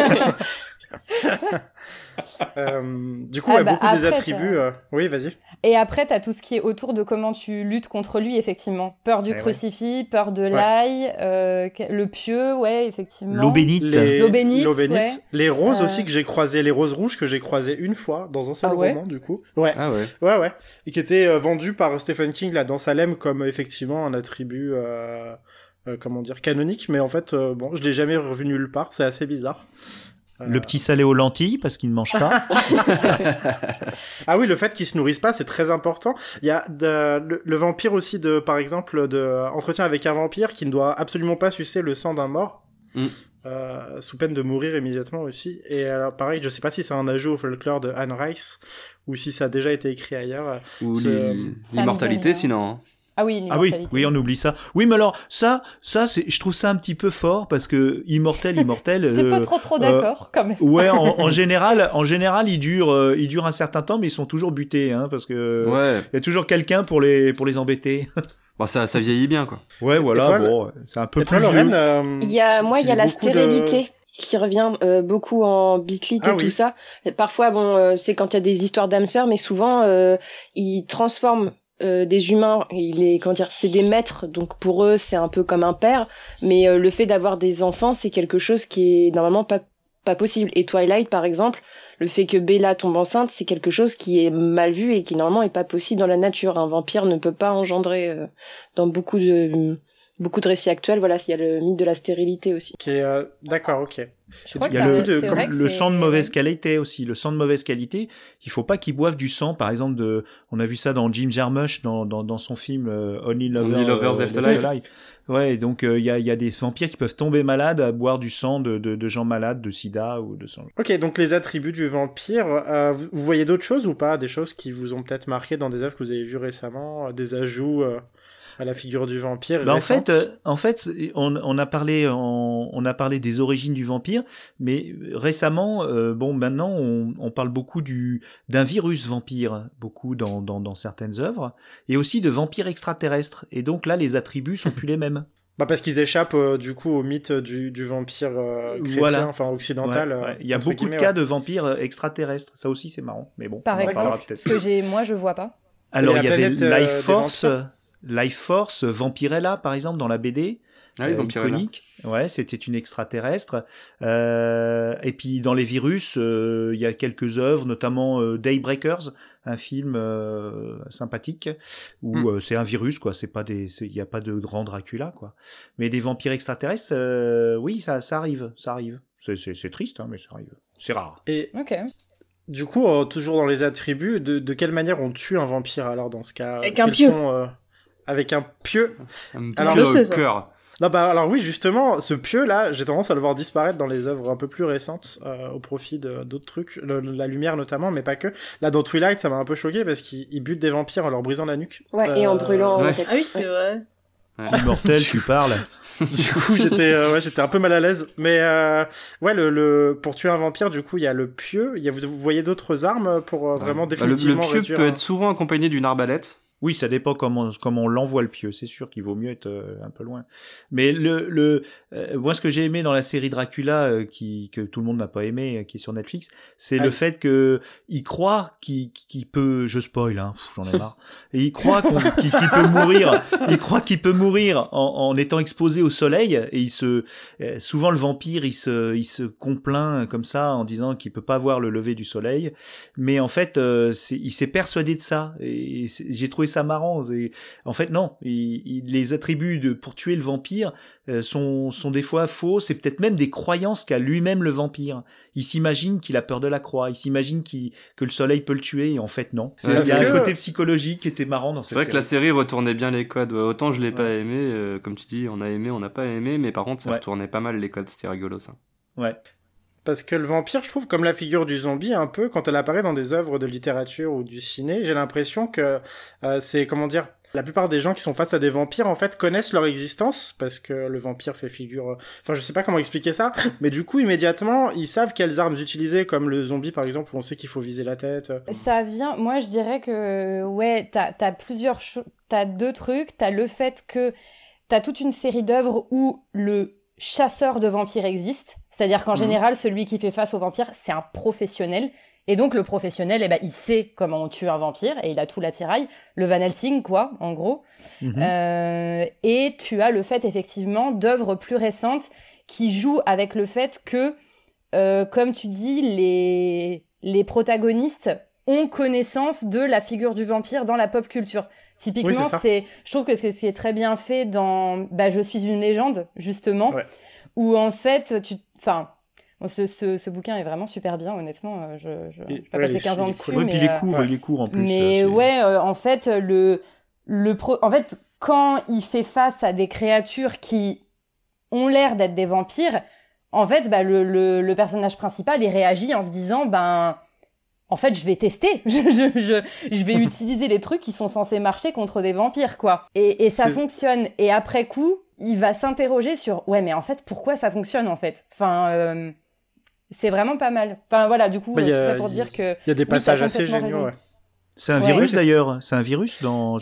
Du coup,
Ah bah,
beaucoup des
après,
attributs. Oui, vas-y.
Et après, t'as tout ce qui est autour de comment tu luttes contre lui, effectivement. Peur du
Eh ouais.
crucifix, peur de l'ail, le pieu, ouais, effectivement.
L'eau bénite.
L'eau bénite, ouais.
Les roses aussi que j'ai croisées, les roses rouges que j'ai croisées une fois dans un seul
Ah ouais
roman, du coup. Ouais.
Ah ouais.
Ouais. Et qui était vendu par Stephen King là dans Salem comme effectivement un attribut, comment dire, canonique. Mais en fait, bon, je l'ai jamais revu nulle part. C'est assez bizarre.
Le petit salé aux lentilles, parce qu'il ne mange pas.
Ah oui, le fait qu'ils se nourrissent pas, c'est très important. Il y a le vampire aussi, par exemple, entretien avec un vampire qui ne doit absolument pas sucer le sang d'un mort, sous peine de mourir immédiatement aussi. Et alors, pareil, je sais pas si c'est un ajout au folklore de Anne Rice, ou si ça a déjà été écrit ailleurs.
Ou l'immortalité, sinon. Hein.
Ah oui,
oui, on oublie ça. Oui, mais alors ça, je trouve ça un petit peu fort parce que immortel.
T'es pas trop d'accord, quand même.
Ouais, en général, ils durent un certain temps, mais ils sont toujours butés, hein, parce que y a toujours quelqu'un pour les embêter.
Bon, ça vieillit bien, quoi.
Ouais, voilà.
Toi,
c'est un peu
plus.
Toi,
Lorraine,
il y a la stérilité. Qui revient beaucoup en bitlit et tout ça. Parfois, c'est quand il y a des histoires d'âmes sœurs, mais souvent, ils transforment des humains, c'est des maîtres, donc pour eux c'est un peu comme un père, mais le fait d'avoir des enfants c'est quelque chose qui est normalement pas possible. Et Twilight par exemple, le fait que Bella tombe enceinte c'est quelque chose qui est mal vu et qui normalement est pas possible dans la nature. Un vampire ne peut pas engendrer dans beaucoup de récits actuels. Voilà, il y a le mythe de la stérilité aussi.
D'accord, ok.
Il y a le sang de mauvaise qualité aussi. Le sang de mauvaise qualité, il faut pas qu'ils boivent du sang, par exemple, on a vu ça dans Jim Jarmusch, dans son film Only Lovers Left Alive. Ouais, donc il y a des vampires qui peuvent tomber malades à boire du sang de gens malades, de sida ou de sang.
Ok, donc les attributs du vampire, vous voyez d'autres choses ou pas? Des choses qui vous ont peut-être marqué dans des œuvres que vous avez vues récemment, des ajouts à la figure du vampire.
En fait, on a parlé des origines du vampire, mais récemment, maintenant, on parle beaucoup d'un virus vampire, beaucoup dans certaines œuvres, et aussi de vampires extraterrestres. Et donc là, les attributs sont plus les mêmes.
Parce qu'ils échappent du coup au mythe du vampire chrétien, enfin occidental.
Ouais. Il y a beaucoup de cas de vampires extraterrestres. Ça aussi, c'est marrant. Mais bon,
par exemple, parce que moi, je vois pas.
Alors, il y avait Life Force, Vampirella, par exemple, dans la BD.
Ah oui, Vampirella.
Iconique. Ouais, c'était une extraterrestre. Et puis, dans les virus, il y a quelques œuvres, notamment Daybreakers, un film sympathique, où c'est un virus, quoi. Il y a pas de grand Dracula, quoi. Mais des vampires extraterrestres, oui, ça arrive. C'est triste, hein, mais ça arrive. C'est rare.
Et...
Ok.
Du coup, toujours dans les attributs, de quelle manière on tue un vampire, alors, dans ce cas?
Avec un pieu.
Avec un pieu.
Alors, le cœur.
Non, alors oui, justement, ce pieu-là, j'ai tendance à le voir disparaître dans les œuvres un peu plus récentes, au profit d'autres trucs, la lumière notamment, mais pas que. Là, dans Twilight, ça m'a un peu choqué parce qu'ils butent des vampires en leur brisant la nuque.
Ouais, et en brûlant.
Ah oui, c'est vrai.
Immortel, tu parles.
Du coup, j'étais un peu mal à l'aise. Mais pour tuer un vampire, du coup, il y a le pieu. Vous voyez d'autres armes pour vraiment définitivement
le pieu peut être souvent accompagné d'une arbalète.
Oui, ça dépend comment on l'envoie le pieu. C'est sûr qu'il vaut mieux être un peu loin. Mais moi, ce que j'ai aimé dans la série Dracula, que tout le monde n'a pas aimé, qui est sur Netflix, c'est le fait que il croit qu'il peut, je spoil, hein, j'en ai marre. Et il croit qu'il peut mourir. Il croit qu'il peut mourir en étant exposé au soleil. Et souvent le vampire, il se complaint comme ça en disant qu'il peut pas voir le lever du soleil. Mais en fait, il s'est persuadé de ça. Et j'ai trouvé ça marrant. En fait, non. Les attributs pour tuer le vampire sont des fois faux. C'est peut-être même des croyances qu'a lui-même le vampire. Il s'imagine qu'il a peur de la croix. Il s'imagine que le soleil peut le tuer. Et en fait, non. Il y a un côté psychologique qui était marrant dans cette série.
C'est vrai que la série retournait bien les codes. Autant je l'ai pas aimé. Comme tu dis, on a aimé, on n'a pas aimé. Mais par contre, ça retournait pas mal les codes. C'était rigolo, ça.
Ouais.
Parce que le vampire, je trouve, comme la figure du zombie, un peu, quand elle apparaît dans des œuvres de littérature ou du ciné, j'ai l'impression que c'est, comment dire, la plupart des gens qui sont face à des vampires, en fait, connaissent leur existence, parce que le vampire fait figure... Enfin, je sais pas comment expliquer ça, mais du coup, immédiatement, ils savent quelles armes utiliser, comme le zombie, par exemple, où on sait qu'il faut viser la tête.
Ça vient... Moi, je dirais que, t'as plusieurs choses... T'as deux trucs. T'as le fait que t'as toute une série d'œuvres où le chasseur de vampires existe. C'est-à-dire qu'en général, celui qui fait face aux vampires, c'est un professionnel. Et donc, le professionnel, il sait comment on tue un vampire et il a tout l'attirail. Le Van Helsing, quoi, en gros. Et tu as le fait, effectivement, d'œuvres plus récentes qui jouent avec le fait que, comme tu dis, les protagonistes ont connaissance de la figure du vampire dans la pop culture. Typiquement, je trouve que c'est ce qui est très bien fait dans Je suis une légende, justement. Ouais. Où en fait, Bon, ce bouquin est vraiment super bien, honnêtement. Je vais pas passer 15 ans dessus.
Oui, puis il est court en plus.
Mais en fait, en fait, quand il fait face à des créatures qui ont l'air d'être des vampires, en fait, le personnage principal, il réagit en se disant, en fait, je vais tester. Je vais utiliser les trucs qui sont censés marcher contre des vampires, quoi. Et ça fonctionne. Et après coup, il va s'interroger sur, ouais, mais en fait, pourquoi ça fonctionne, en fait? Enfin, c'est vraiment pas mal. Enfin, voilà, du coup, tout ça pour dire que...
Il y a des passages assez géniaux, ouais.
C'est un virus d'ailleurs. C'est un virus dans.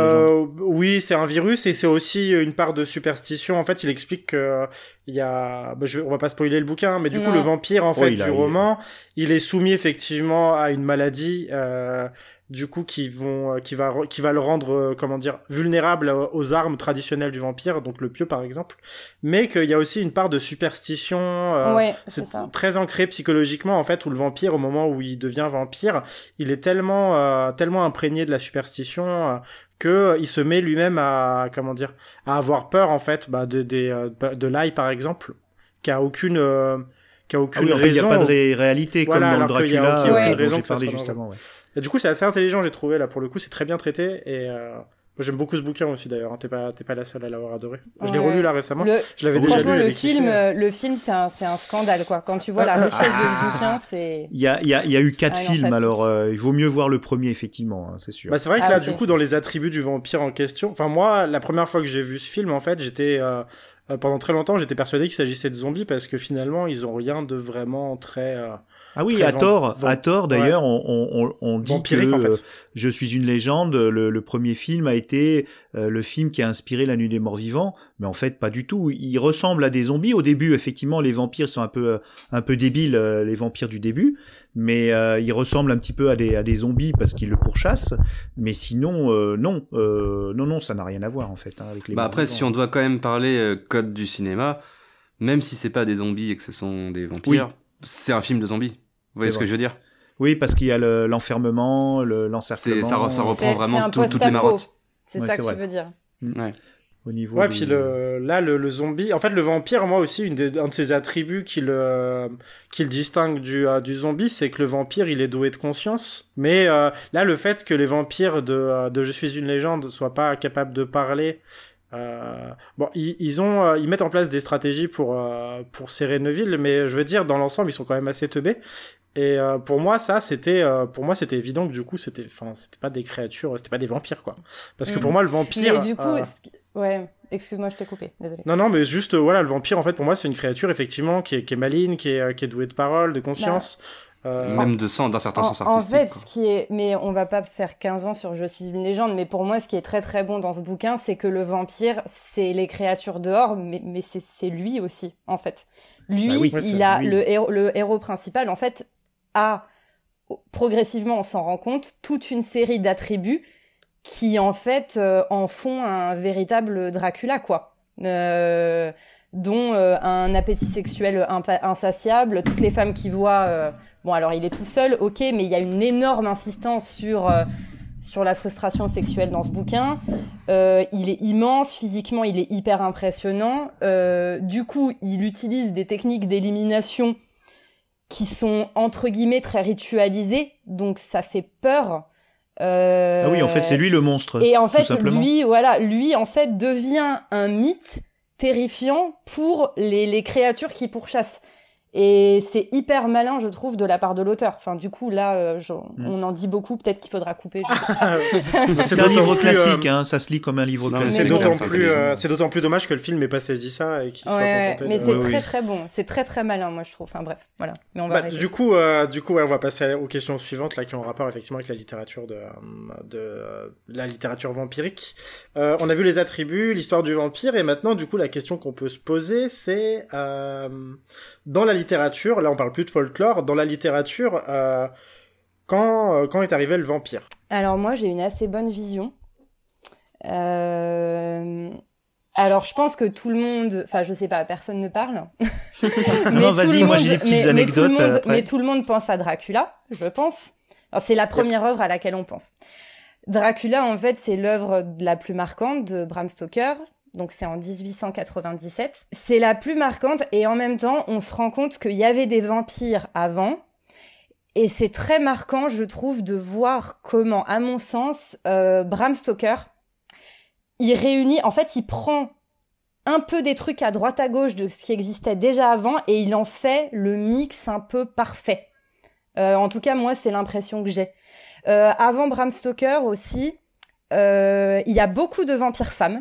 Oui, c'est un virus et c'est aussi une part de superstition. En fait, il explique que il y a. On va pas spoiler le bouquin, mais du coup, le vampire en fait du roman, il est soumis effectivement à une maladie. Du coup, qui va le rendre, vulnérable aux armes traditionnelles du vampire, donc le pieu par exemple, mais qu'il y a aussi une part de superstition, c'est très ancré psychologiquement en fait, où le vampire, au moment où il devient vampire, il est tellement imprégné de la superstition que il se met lui-même à avoir peur en fait, de l'ail par exemple, qui a aucune raison.
Il n'y a pas de réalité comme dans le Dracula.
Il y a aucune raison
j'ai
que ça
parlé
soit
juste avant. Ouais.
Et du coup, c'est assez intelligent, j'ai trouvé, là, pour le coup, c'est très bien traité, et moi, j'aime beaucoup ce bouquin aussi, d'ailleurs, hein. T'es pas la seule à l'avoir adoré. Je l'ai relu, là, récemment. Je l'avais déjà lu,
le film, c'est un scandale, quoi. Quand tu vois la richesse de ce bouquin, c'est...
Il y a eu 4 films, alors, il vaut mieux voir le premier, effectivement, hein, c'est sûr.
C'est vrai que là, du coup, dans les attributs du vampire en question, enfin, moi, la première fois que j'ai vu ce film, en fait, j'étais, pendant très longtemps, j'étais persuadé qu'il s'agissait de zombies parce que finalement, ils ont rien de vraiment très.
Ah oui, à tort d'ailleurs, on dit
vampirique,
que
en fait.
Je suis une légende. Le premier film a été le film qui a inspiré La Nuit des Morts Vivants, mais en fait pas du tout. Il ressemble à des zombies. Au début, effectivement, les vampires sont un peu débiles, les vampires du début, mais ils ressemblent un petit peu à des zombies parce qu'ils le pourchassent. Mais sinon, non, ça n'a rien à voir en fait avec les.
Après, si on doit quand même parler code du cinéma, même si c'est pas des zombies et que ce sont des vampires, c'est un film de zombies. Vous voyez ce que je veux dire?
Oui, parce qu'il y a l'enfermement, l'encerclement.
Ça reprend vraiment toutes les marottes.
C'est ça que tu veux dire.
Ouais.
Au niveau
puis le zombie, en fait, le vampire, moi aussi, un de ses attributs qui le distingue du zombie, c'est que le vampire, il est doué de conscience. Mais là, le fait que les vampires de Je suis une légende soient pas capables de parler, ils mettent en place des stratégies pour serrer Neville, mais je veux dire, dans l'ensemble, ils sont quand même assez teubés. Et pour moi, c'était évident que du coup, c'était pas des créatures, c'était pas des vampires, quoi. Parce que pour moi, le vampire.
Mais du coup, ouais, excuse-moi, je t'ai coupé, désolé.
Non, mais juste, le vampire, en fait, pour moi, c'est une créature, effectivement, qui est maligne, qui est douée de parole, de conscience.
Même de sens, d'un certain sens artistique.
En fait, mais on va pas faire 15 ans sur Je suis une légende, mais pour moi, ce qui est très très bon dans ce bouquin, c'est que le vampire, c'est les créatures dehors, mais c'est lui aussi, en fait. Lui, le héros principal, en fait, a progressivement, on s'en rend compte, toute une série d'attributs qui, en fait, en font un véritable Dracula, quoi. Dont un appétit sexuel insatiable, toutes les femmes qui voient... Bon, alors, il est tout seul, ok, mais il y a une énorme insistance sur la frustration sexuelle dans ce bouquin. Il est immense, physiquement, il est hyper impressionnant. Du coup, il utilise des techniques d'élimination qui sont, entre guillemets, très ritualisées, donc ça fait peur.
Ah oui, en fait, c'est lui le monstre.
Et en fait, lui, en fait, devient un mythe terrifiant pour les créatures qui pourchassent. Et c'est hyper malin, je trouve, de la part de l'auteur. Enfin, du coup, là, on en dit beaucoup. Peut-être qu'il faudra couper.
C'est un livre classique, hein. Ça se lit comme un livre classique.
C'est d'autant plus dommage que le film n'ait pas saisi ça et qu'il soit contenté.
Mais c'est très très bon. C'est très très malin, moi, je trouve. Enfin bref, voilà. Mais on va
du coup, on va passer aux questions suivantes là, qui ont rapport effectivement avec la littérature la littérature vampirique. On a vu les attributs, l'histoire du vampire, et maintenant, du coup, la question qu'on peut se poser, c'est dans la littérature, là on parle plus de folklore, dans la littérature, quand est arrivé le vampire?
Alors moi j'ai une assez bonne vision. Alors je pense que tout le monde, enfin je sais pas, personne ne parle.
Non, vas-y, moi j'ai des petites anecdotes.
Mais tout le monde pense à Dracula, je pense. Alors, c'est la première œuvre à laquelle on pense. Dracula en fait c'est l'œuvre la plus marquante de Bram Stoker. donc c'est en 1897. C'est la plus marquante et en même temps, on se rend compte qu'il y avait des vampires avant. Et c'est très marquant, je trouve, de voir comment, à mon sens, Bram Stoker, il réunit, en fait, il prend un peu des trucs à droite à gauche de ce qui existait déjà avant et il en fait le mix un peu parfait. En tout cas, moi, c'est l'impression que j'ai. Avant Bram Stoker aussi, il y a beaucoup de vampires femmes.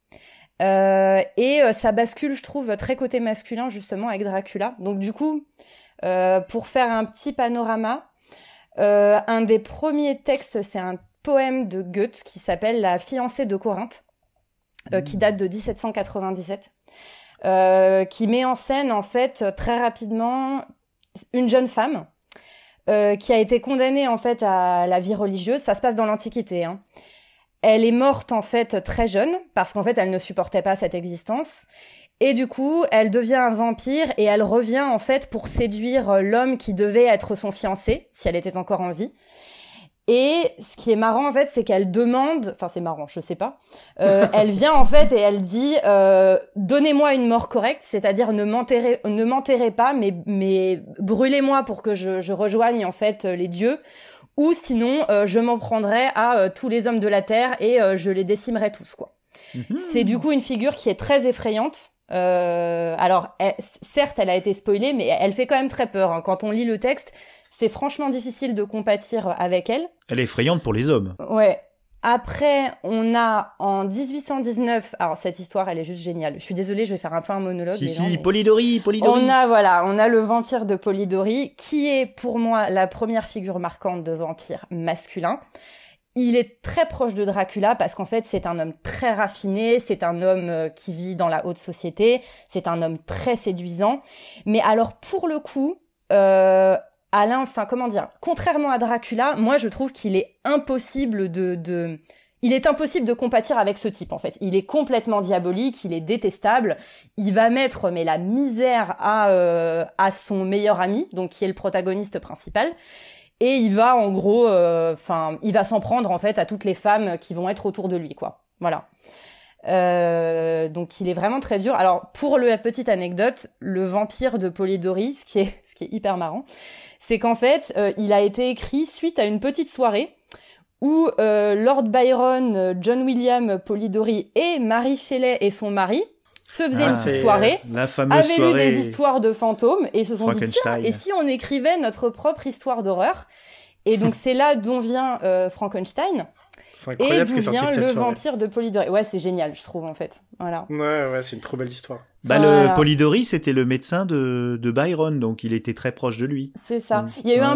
Et ça bascule, je trouve, très côté masculin, justement, avec Dracula. Donc du coup, pour faire un petit panorama, un des premiers textes, c'est un poème de Goethe qui s'appelle La fiancée de Corinthe, qui date de 1797, qui met en scène, en fait, très rapidement, une jeune femme qui a été condamnée, en fait, à la vie religieuse. Ça se passe dans l'Antiquité, hein. Elle est morte, en fait, très jeune, parce qu'en fait, elle ne supportait pas cette existence. Et du coup, elle devient un vampire et elle revient, en fait, pour séduire l'homme qui devait être son fiancé, si elle était encore en vie. Et ce qui est marrant, en fait, c'est qu'elle demande... Enfin, c'est marrant, je sais pas. Elle vient, en fait, et elle dit « Donnez-moi une mort correcte, c'est-à-dire ne m'enterrez pas, mais brûlez-moi pour que je rejoigne, en fait, les dieux. Ou sinon, je m'en prendrai à tous les hommes de la terre et je les décimerai tous, quoi. » C'est du coup une figure qui est très effrayante. Alors, certes, elle a été spoilée, mais elle fait quand même très peur, hein. Quand on lit le texte, c'est franchement difficile de compatir avec elle.
Elle est effrayante pour les hommes.
Ouais. Après, on a en 1819... Alors, cette histoire, elle est juste géniale. Je suis désolée, je vais faire un peu un monologue.
Si, Polidori.
On a le vampire de Polidori, qui est pour moi la première figure marquante de vampire masculin. Il est très proche de Dracula parce qu'en fait, c'est un homme très raffiné, c'est un homme qui vit dans la haute société, c'est un homme très séduisant. Mais alors, pour le coup... contrairement à Dracula, moi je trouve qu'il est impossible il est impossible de compatir avec ce type, en fait. Il est complètement diabolique, il est détestable, il va mettre la misère à son meilleur ami, donc qui est le protagoniste principal, et il va en gros, il va s'en prendre en fait à toutes les femmes qui vont être autour de lui, quoi. Voilà. Donc il est vraiment très dur. Alors pour la petite anecdote, le vampire de Polidori, ce qui est hyper marrant, c'est qu'en fait il a été écrit suite à une petite soirée où Lord Byron, John William Polidori et Mary Shelley et son mari se faisaient une petite soirée, avaient lu des histoires de fantômes et se sont dit tiens, et si on écrivait notre propre histoire d'horreur. Et donc c'est là dont vient Frankenstein.
C'est incroyable,
et d'où vient le vampire de Polidori. Ouais, c'est génial, je trouve, en fait. Voilà.
Ouais, c'est une trop belle histoire.
Le Polidori, c'était le médecin de Byron, donc il était très proche de lui.
C'est ça. Il y a eu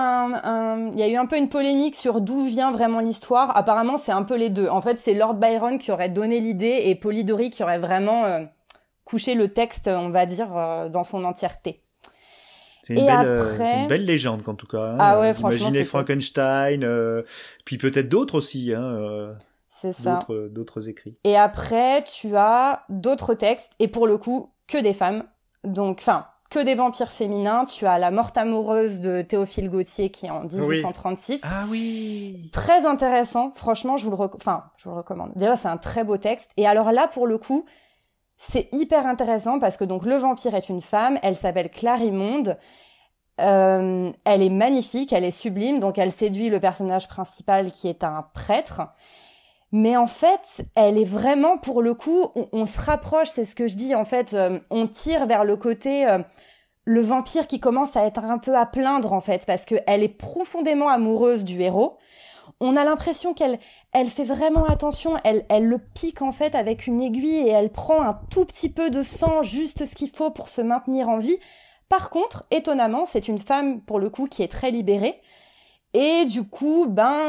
il y a eu un peu une polémique sur d'où vient vraiment l'histoire. Apparemment, c'est un peu les deux. En fait, c'est Lord Byron qui aurait donné l'idée et Polidori qui aurait vraiment couché le texte, on va dire, dans son entièreté.
C'est une belle légende, en tout cas. Hein.
Ah ouais, franchement,
imaginez Frankenstein, puis peut-être d'autres aussi.
C'est ça.
D'autres écrits.
Et après, tu as d'autres textes, et pour le coup, que des femmes. Donc, que des vampires féminins. Tu as La Morte amoureuse de Théophile Gautier, qui est en 1836.
Ah oui.
Très intéressant. Franchement, je vous le recommande. Déjà, c'est un très beau texte. Et alors là, pour le coup, c'est hyper intéressant parce que donc le vampire est une femme, elle s'appelle Clarimonde, elle est magnifique, elle est sublime, donc elle séduit le personnage principal qui est un prêtre. Mais en fait, elle est vraiment, pour le coup, on se rapproche, c'est ce que je dis, en fait, on tire vers le côté, le vampire qui commence à être un peu à plaindre, en fait, parce qu'elle est profondément amoureuse du héros. On a l'impression qu'elle fait vraiment attention, elle le pique en fait avec une aiguille et elle prend un tout petit peu de sang, juste ce qu'il faut pour se maintenir en vie. Par contre, étonnamment, c'est une femme pour le coup qui est très libérée et du coup,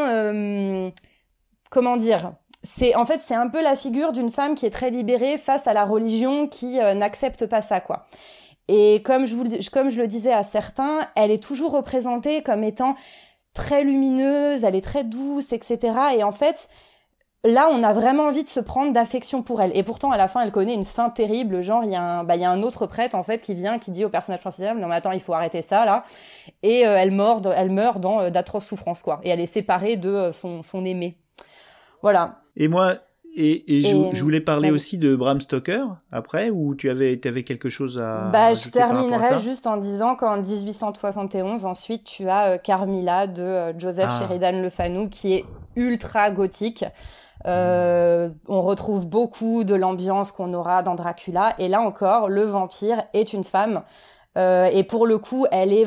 comment dire, c'est un peu la figure d'une femme qui est très libérée face à la religion qui n'accepte pas ça, quoi. Et comme je le disais à certains, elle est toujours représentée comme étant très lumineuse, elle est très douce, etc. Et en fait, là, on a vraiment envie de se prendre d'affection pour elle. Et pourtant, à la fin, elle connaît une fin terrible. Genre, il y a un autre prêtre, en fait, qui vient, qui dit au personnage principal, non, mais attends, il faut arrêter ça, là. Et elle meurt dans d'atroces souffrances, quoi. Et elle est séparée de son aimé. Voilà.
Et moi, je voulais parler aussi de Bram Stoker après, ou tu avais quelque chose à
je terminerai juste en disant qu'en 1871, ensuite, tu as Carmilla de Joseph Sheridan Le Fanu, qui est ultra gothique. On retrouve beaucoup de l'ambiance qu'on aura dans Dracula, et là encore, le vampire est une femme, et pour le coup, elle est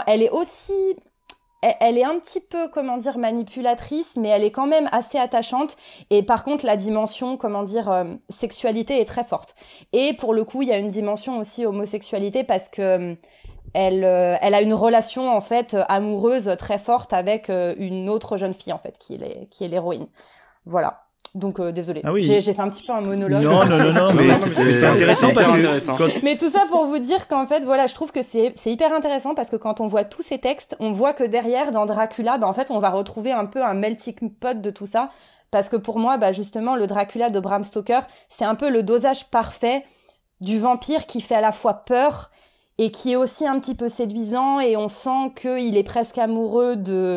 un petit peu, manipulatrice, mais elle est quand même assez attachante. Et par contre, la dimension, sexualité est très forte. Et pour le coup, il y a une dimension aussi homosexualité parce que elle a une relation en fait amoureuse très forte avec une autre jeune fille en fait qui est l'héroïne. Voilà. Donc désolé, j'ai fait un petit peu un monologue.
Non, mais c'est intéressant parce que
mais tout ça pour vous dire qu'en fait voilà, je trouve que c'est hyper intéressant parce que quand on voit tous ces textes, on voit que derrière dans Dracula, en fait, on va retrouver un peu un melting pot de tout ça parce que pour moi, justement le Dracula de Bram Stoker, c'est un peu le dosage parfait du vampire qui fait à la fois peur et qui est aussi un petit peu séduisant et on sent qu'il est presque amoureux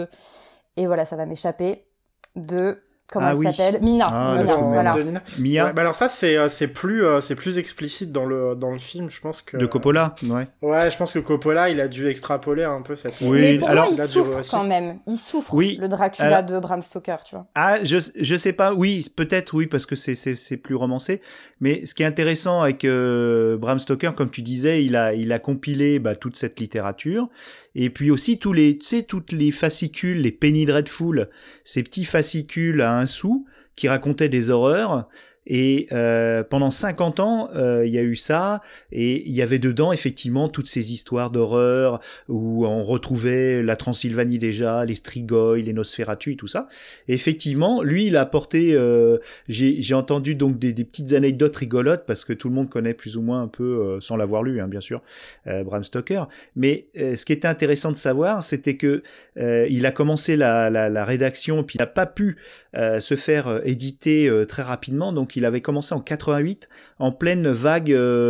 et voilà, ça va m'échapper de comment elle s'appelle, Mina.
Voilà.
Mia.
Ouais, alors ça c'est plus explicite dans le film, je pense que
de Coppola.
Ouais, je pense que Coppola il a dû extrapoler un peu cette.
Oui. Mais pour moi, il souffre quand même. Il souffre le Dracula de Bram Stoker, tu vois.
Je sais pas. Oui, peut-être oui parce que c'est plus romancé. Mais ce qui est intéressant avec Bram Stoker, comme tu disais, il a compilé toute cette littérature. Et puis aussi toutes les fascicules, les Penny Dreadful, ces petits fascicules à 1 sou qui racontaient des horreurs. Et pendant 50 ans, il y a eu ça, et il y avait dedans effectivement toutes ces histoires d'horreur où on retrouvait la Transylvanie déjà, les Strigoi, les Nosferatu et tout ça. Et effectivement, lui, il a apporté, j'ai entendu donc des petites anecdotes rigolotes parce que tout le monde connaît plus ou moins un peu, sans l'avoir lu, bien sûr, Bram Stoker. Mais ce qui était intéressant de savoir, c'était que il a commencé la rédaction, puis il n'a pas pu se faire éditer très rapidement, donc il avait commencé en 88 en pleine vague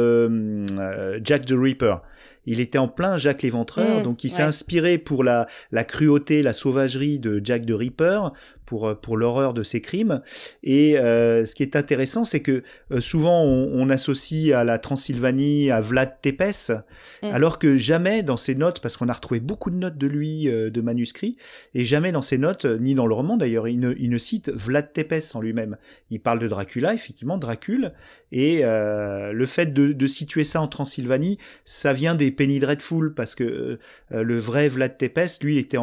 Jack the Ripper. Il était en plein Jack l'Éventreur, donc il s'est inspiré pour la cruauté, la sauvagerie de Jack the Ripper, pour l'horreur de ses crimes. Et ce qui est intéressant, c'est que souvent on associe à la Transylvanie à Vlad Tepes, alors que jamais dans ses notes, parce qu'on a retrouvé beaucoup de notes de lui, de manuscrits, et jamais dans ses notes, ni dans le roman d'ailleurs, il ne cite Vlad Tepes en lui-même. Il parle de Dracula, effectivement, Dracule, et le fait de situer ça en Transylvanie, ça vient des Penny Dreadful, parce que le vrai Vlad Tepes, lui, il était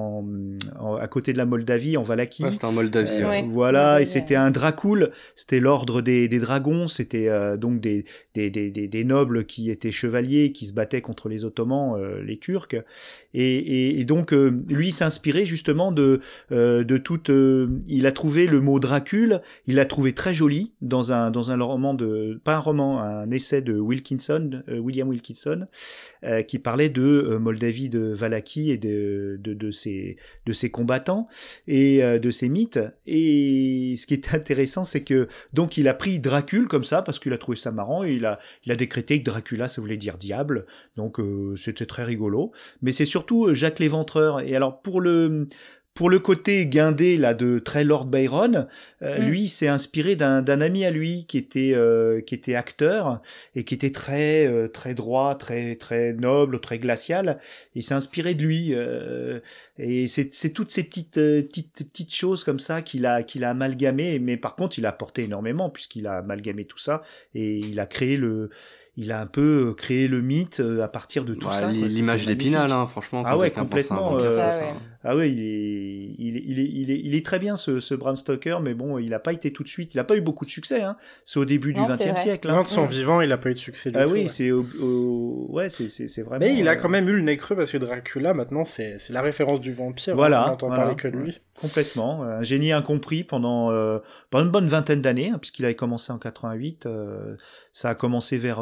à côté de la Moldavie, en Valachie.
C'était en Moldavie.
Voilà, et c'était un Dracul, c'était l'ordre des dragons, c'était donc des nobles qui étaient chevaliers, qui se battaient contre les Ottomans, les Turcs, et donc lui s'inspirait justement de toute. Il a trouvé le mot Dracul, il l'a trouvé très joli dans un roman un essai de William Wilkinson, qui parlait de Moldavie, de Valachie et de ses combattants et de ses mythes. Et ce qui est intéressant, c'est que donc il a pris Dracule comme ça parce qu'il a trouvé ça marrant, et il a décrété que Dracula ça voulait dire diable, donc c'était très rigolo. Mais c'est surtout Jacques l'Éventreur. Et alors pour le côté guindé là de très Lord Byron, lui il s'est inspiré d'un ami à lui qui était acteur et qui était très très droit, très très noble, très glacial. Il s'est inspiré de lui, et c'est toutes ces petites choses comme ça qu'il a amalgamé. Mais par contre, il a apporté énormément puisqu'il a amalgamé tout ça, et il a un peu créé le mythe à partir de tout ça.
L'image d'Épinal, franchement.
Ah ouais, complètement. Ah ouais, il est très bien ce Bram Stoker, mais bon, il n'a pas été tout de suite. Il n'a pas eu beaucoup de succès. C'est au début du XXe siècle.
Non, de son vivant, il n'a pas eu de succès du tout.
Oui, c'est vraiment.
Mais il a quand même eu le nez creux parce que Dracula, maintenant, c'est la référence du vampire.
Voilà.
On n'entend parler que de lui.
Complètement. Un génie incompris pendant une bonne vingtaine d'années, puisqu'il avait commencé en 88. Ça a commencé vers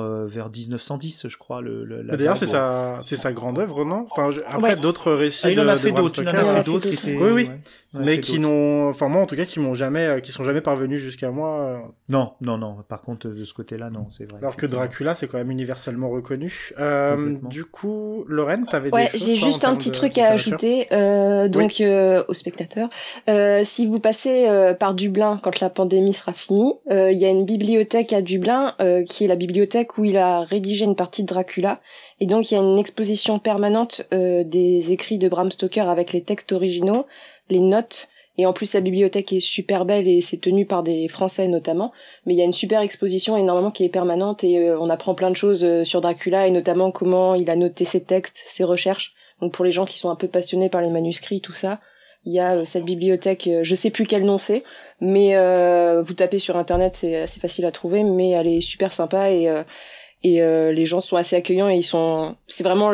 1910, je crois.
D'ailleurs, c'est sa grande œuvre, non? Enfin, après, d'autres récits.
Il en a fait d'autres. en a fait d'autres qui étaient...
Oui. Mais qui n'ont, enfin moi en tout cas, qui sont jamais parvenus jusqu'à moi.
Non. Par contre, de ce côté-là, non, c'est vrai.
Alors que Dracula, c'est quand même universellement reconnu. Du coup, Lorraine, t'avais des choses.
J'ai juste un petit truc à ajouter, aux spectateurs. Si vous passez par Dublin quand la pandémie sera finie, il y a une bibliothèque à Dublin qui est la bibliothèque où il a rédigé une partie de Dracula. Et donc il y a une exposition permanente des écrits de Bram Stoker avec les textes originaux, les notes, et en plus la bibliothèque est super belle et c'est tenu par des Français notamment, mais il y a une super exposition énormément qui est permanente et on apprend plein de choses sur Dracula et notamment comment il a noté ses textes, ses recherches. Donc pour les gens qui sont un peu passionnés par les manuscrits, tout ça, il y a cette bibliothèque, je sais plus quel nom c'est, mais vous tapez sur internet, c'est assez facile à trouver, mais elle est super sympa et les gens sont assez accueillants et c'est vraiment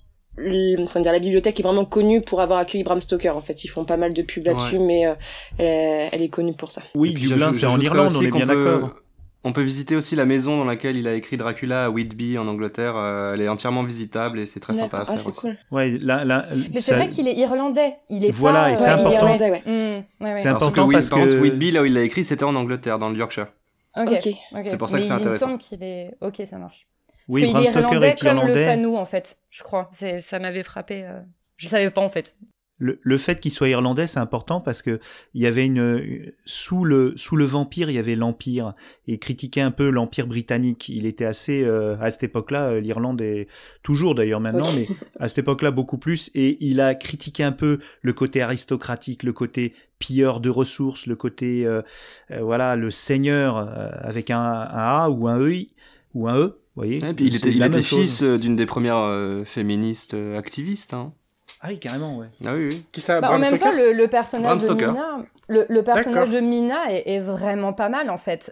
la bibliothèque est vraiment connue pour avoir accueilli Bram Stoker en fait. Ils font pas mal de pubs là-dessus, mais elle est connue pour ça.
Oui, Dublin, c'est en Irlande, on est bien d'accord.
On peut visiter aussi la maison dans laquelle il a écrit Dracula à Whitby en Angleterre. Elle est entièrement visitable et c'est très sympa à faire aussi.
Cool.
Ouais,
mais c'est vrai qu'il est irlandais. Il est
voilà,
pas.
Et c'est important.
C'est
important parce que
Whitby, là où il l'a écrit, c'était en Angleterre, dans le Yorkshire.
Ok.
C'est pour ça que c'est intéressant.
Il me semble qu'il est. Ok, ça marche.
Oui, Bram Stoker est irlandais.
Comme le Fanou, en fait, je crois. Ça m'avait frappé. Je savais pas, en fait.
Le fait qu'il soit irlandais, c'est important parce que il y avait sous le vampire, il y avait l'Empire et critiquer un peu l'Empire britannique. Il était assez à cette époque-là, l'Irlande est toujours d'ailleurs maintenant, mais à cette époque-là beaucoup plus. Et il a critiqué un peu le côté aristocratique, le côté pilleur de ressources, le côté le seigneur avec un A ou un E ou un E. Vous voyez,
et puis il était fils d'une des premières féministes activistes. Hein.
Ah oui, carrément, ouais.
Ah oui.
Qui ça,
en même temps, le personnage de
Stoker.
Mina, le personnage de Mina est vraiment pas mal en fait.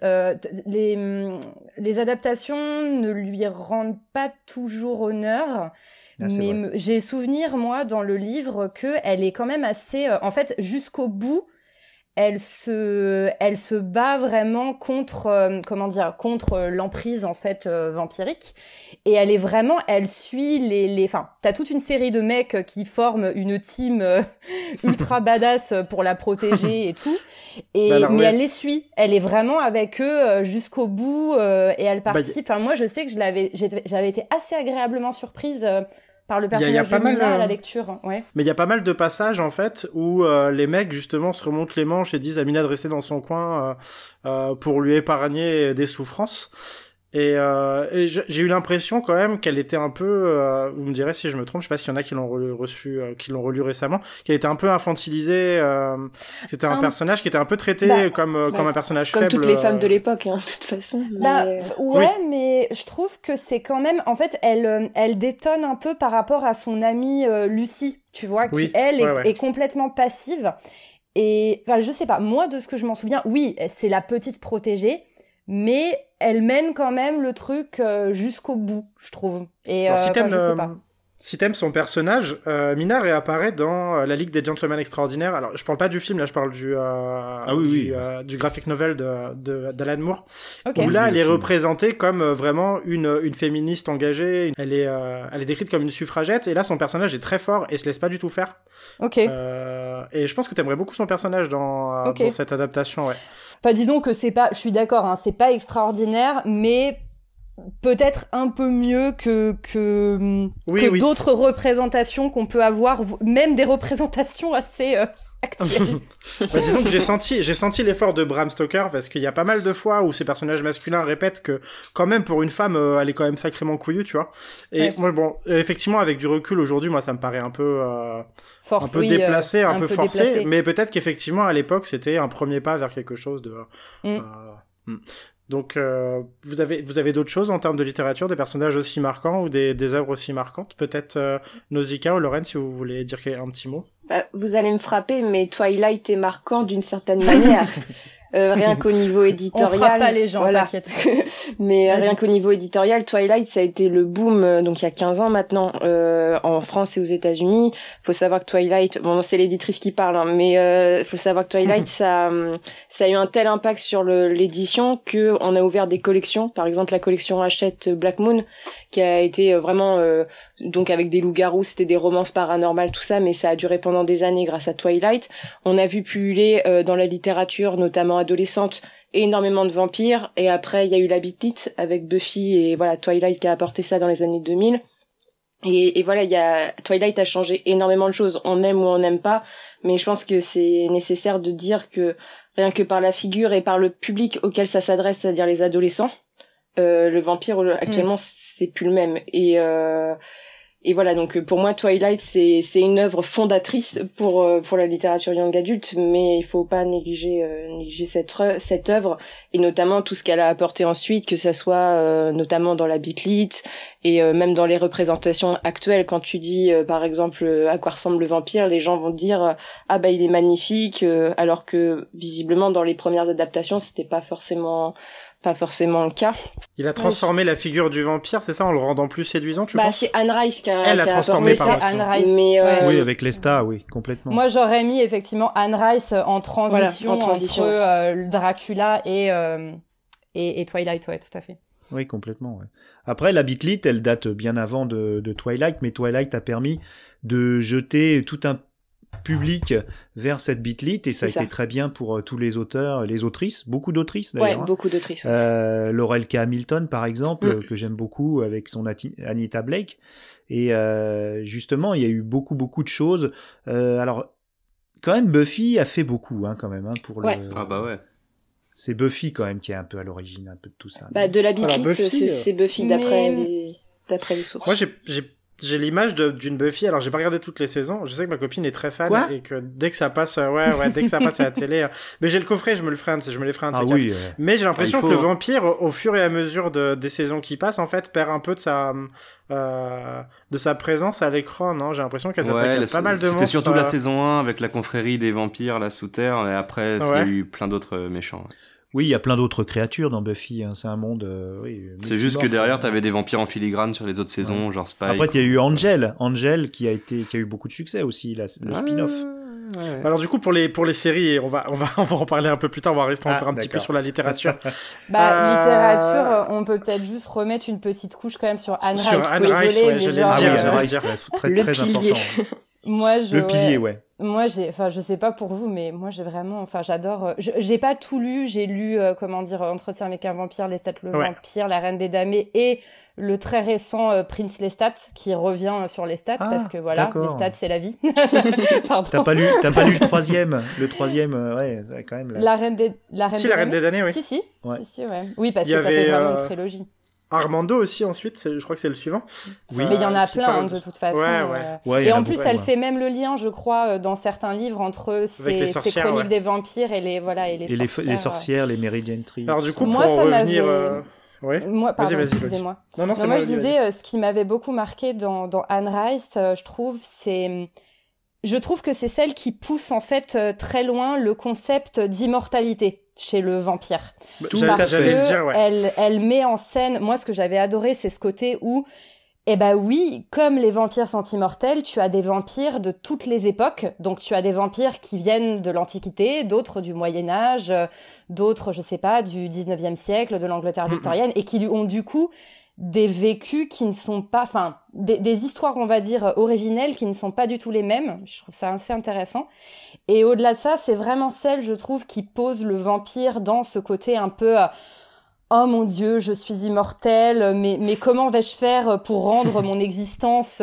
Les adaptations ne lui rendent pas toujours honneur. Mais j'ai souvenir, moi, dans le livre, que elle est quand même assez... en fait, jusqu'au bout, elle se bat vraiment contre contre l'emprise en fait vampirique, et elle suit enfin t'as toute une série de mecs qui forment une team ultra badass pour la protéger et tout, mais elle les suit, elle est vraiment avec eux jusqu'au bout et elle participe. Enfin moi je sais que j'avais été assez agréablement surprise par le personnage de Mina à la lecture. Ouais.
Mais il y a pas mal de passages, en fait, où les mecs, justement, se remontent les manches et disent à Mina de rester dans son coin pour lui épargner des souffrances. Et j'ai eu l'impression, quand même, qu'elle était un peu... vous me direz si je me trompe, je sais pas s'il y en a qui l'ont relu récemment, qu'elle était un peu infantilisée. C'était un personnage qui était un peu traité comme un personnage
comme
faible.
Comme toutes les femmes de l'époque, de toute façon.
Mais je trouve que c'est quand même... En fait, elle détonne un peu par rapport à son amie Lucie, tu vois, qui, elle, est complètement passive. Et, enfin, je sais pas, moi, de ce que je m'en souviens, oui, c'est la petite protégée, mais elle mène quand même le truc jusqu'au bout, je trouve. Et
alors,
je sais pas.
Si t'aimes son personnage, Mina réapparaît dans La Ligue des Gentlemen Extraordinaires. Alors, je parle pas du film, là, je parle du graphic novel d'Alan Moore. Okay. Où là, elle est représentée comme vraiment une féministe engagée. Elle est décrite comme une suffragette. Et là, son personnage est très fort et se laisse pas du tout faire.
Ok.
Et je pense que t'aimerais beaucoup son personnage dans cette adaptation, ouais.
Enfin, disons que je suis d'accord, hein, c'est pas extraordinaire, mais peut-être un peu mieux que d'autres représentations qu'on peut avoir, même des représentations assez actuelles.
Disons que j'ai senti l'effort de Bram Stoker, parce qu'il y a pas mal de fois où ces personnages masculins répètent que quand même pour une femme elle est quand même sacrément couillue, tu vois. Et moi effectivement avec du recul aujourd'hui, moi ça me paraît un peu déplacé, un peu forcé, déplacé. Mais peut-être qu'effectivement à l'époque c'était un premier pas vers quelque chose de Donc, vous avez d'autres choses en termes de littérature, des personnages aussi marquants ou des œuvres aussi marquantes? Peut-être Nausicaa ou Lorraine, si vous voulez dire un petit mot.
Vous allez me frapper, mais Twilight est marquant d'une certaine manière. rien qu'au niveau éditorial.
On frappe pas les gens, t'inquiète.
Mais
Vas-y.
rien qu'au niveau éditorial, Twilight, ça a été le boom, donc il y a 15 ans maintenant, en France et aux États-Unis. Faut savoir que Twilight, bon, c'est l'éditrice qui parle, hein, mais faut savoir que Twilight, ça a eu un tel impact sur l'édition que on a ouvert des collections. Par exemple, la collection Hachette Black Moon, qui a été vraiment, donc avec des loups-garous, c'était des romances paranormales, tout ça, mais ça a duré pendant des années grâce à Twilight. On a vu pulluler dans la littérature, notamment adolescente, énormément de vampires, et après il y a eu la Beat Lit avec Buffy et voilà Twilight qui a apporté ça dans les années 2000. Et voilà, Twilight a changé énormément de choses. On aime ou on n'aime pas, mais je pense que c'est nécessaire de dire que rien que par la figure et par le public auquel ça s'adresse, c'est-à-dire les adolescents, le vampire actuellement c'est plus le même. Et voilà, donc pour moi Twilight c'est une œuvre fondatrice pour la littérature young adulte, mais il faut pas négliger cette œuvre, et notamment tout ce qu'elle a apporté ensuite, que ça soit notamment dans la Beat Lit et même dans les représentations actuelles. Quand tu dis par exemple à quoi ressemble le vampire, les gens vont te dire ah bah il est magnifique, alors que visiblement dans les premières adaptations c'était pas forcément le cas.
Il a transformé la figure du vampire, c'est ça, en le rendant plus séduisant, tu penses?
C'est Anne Rice qui a
Elle a transformé,
apporté ça.
Anne Rice.
Mais
Oui, avec Lestat, oui, complètement.
Moi, j'aurais mis effectivement Anne Rice en transition,
Voilà, en transition.
entre Dracula et Twilight, ouais, tout à fait.
Oui, complètement. Ouais. Après, la Beat Lit, elle date bien avant de Twilight, mais Twilight a permis de jeter tout un public vers cette Beat Lit, et ça a été très bien pour tous les auteurs, les autrices, beaucoup d'autrices d'ailleurs.
Ouais, beaucoup d'autrices.
Laurel K. Hamilton, par exemple, que j'aime beaucoup avec son Anita Blake. Et justement, il y a eu beaucoup de choses. Alors, quand même, Buffy a fait beaucoup, quand même, pour le...
Ah bah ouais.
C'est Buffy quand même qui est un peu à l'origine un peu de tout ça.
De la Beat Lit, c'est Buffy d'après les sources.
Moi, j'ai l'image d'une Buffy. Alors, j'ai pas regardé toutes les saisons. Je sais que ma copine est très fan.
Quoi
et que dès que ça passe, dès que ça passe à la télé. Mais j'ai le coffret, je me les ferai un de ces quatre.
Oui,
Mais j'ai l'impression que le vampire, au fur et à mesure des saisons qui passent, en fait, perd un peu de sa présence à l'écran, non? J'ai l'impression qu'elle s'attaque à pas mal de monstres.
C'était surtout la saison 1 avec la confrérie des vampires, là, sous terre. Et après, il y a eu plein d'autres méchants.
Oui, il y a plein d'autres créatures dans Buffy, c'est un monde...
c'est juste que derrière, t'avais des vampires en filigrane sur les autres saisons, genre Spike.
Après, il y a eu Angel qui a eu beaucoup de succès aussi, le spin-off.
Ouais. Alors du coup pour les séries, on va en parler un peu plus tard, on va rester encore un petit peu sur la littérature.
Littérature, on peut peut-être juste remettre une petite couche quand même sur Anne Rice.
Sur Anne Rice, j'allais le dire.
Très important.
Moi,
le pilier, ouais.
Moi, je sais pas pour vous, mais moi, j'adore. J'ai pas tout lu. J'ai lu, Entretien avec un vampire, Lestat le vampire, La Reine des Damnés et le très récent Prince Lestat qui revient sur Lestat parce que voilà, Lestat c'est la vie. Pardon.
T'as pas lu le troisième. Le troisième, c'est quand même.
La Reine des
Damnés, oui.
Si,
ouais.
Ouais. Oui, parce que ça fait vraiment une trilogie.
Armando aussi ensuite, je crois que c'est le suivant.
Oui. Mais il y en a plein de toute façon.
Ouais,
et en plus, elle fait même le lien, je crois, dans certains livres entre ces chroniques des vampires et les sorcières.
Les sorcières, les Mary Gentry.
Alors du coup, pour en revenir...
Moi, pardon, excusez-moi.
Non,
moi je disais, ce qui m'avait beaucoup marqué dans Anne Rice, je trouve que c'est celle qui pousse en fait très loin le concept d'immortalité chez le vampire. Parce que elle met en scène, moi ce que j'avais adoré, c'est ce côté où, oui, comme les vampires sont immortels, tu as des vampires de toutes les époques. Donc tu as des vampires qui viennent de l'Antiquité, d'autres du Moyen-Âge, d'autres, je sais pas, du 19e siècle, de l'Angleterre victorienne, et qui ont du coup des vécus qui ne sont pas, des histoires, on va dire, originelles qui ne sont pas du tout les mêmes. Je trouve ça assez intéressant. Et au-delà de ça, c'est vraiment celle, je trouve, qui pose le vampire dans ce côté un peu, oh mon Dieu, je suis immortelle, mais comment vais-je faire pour rendre mon existence,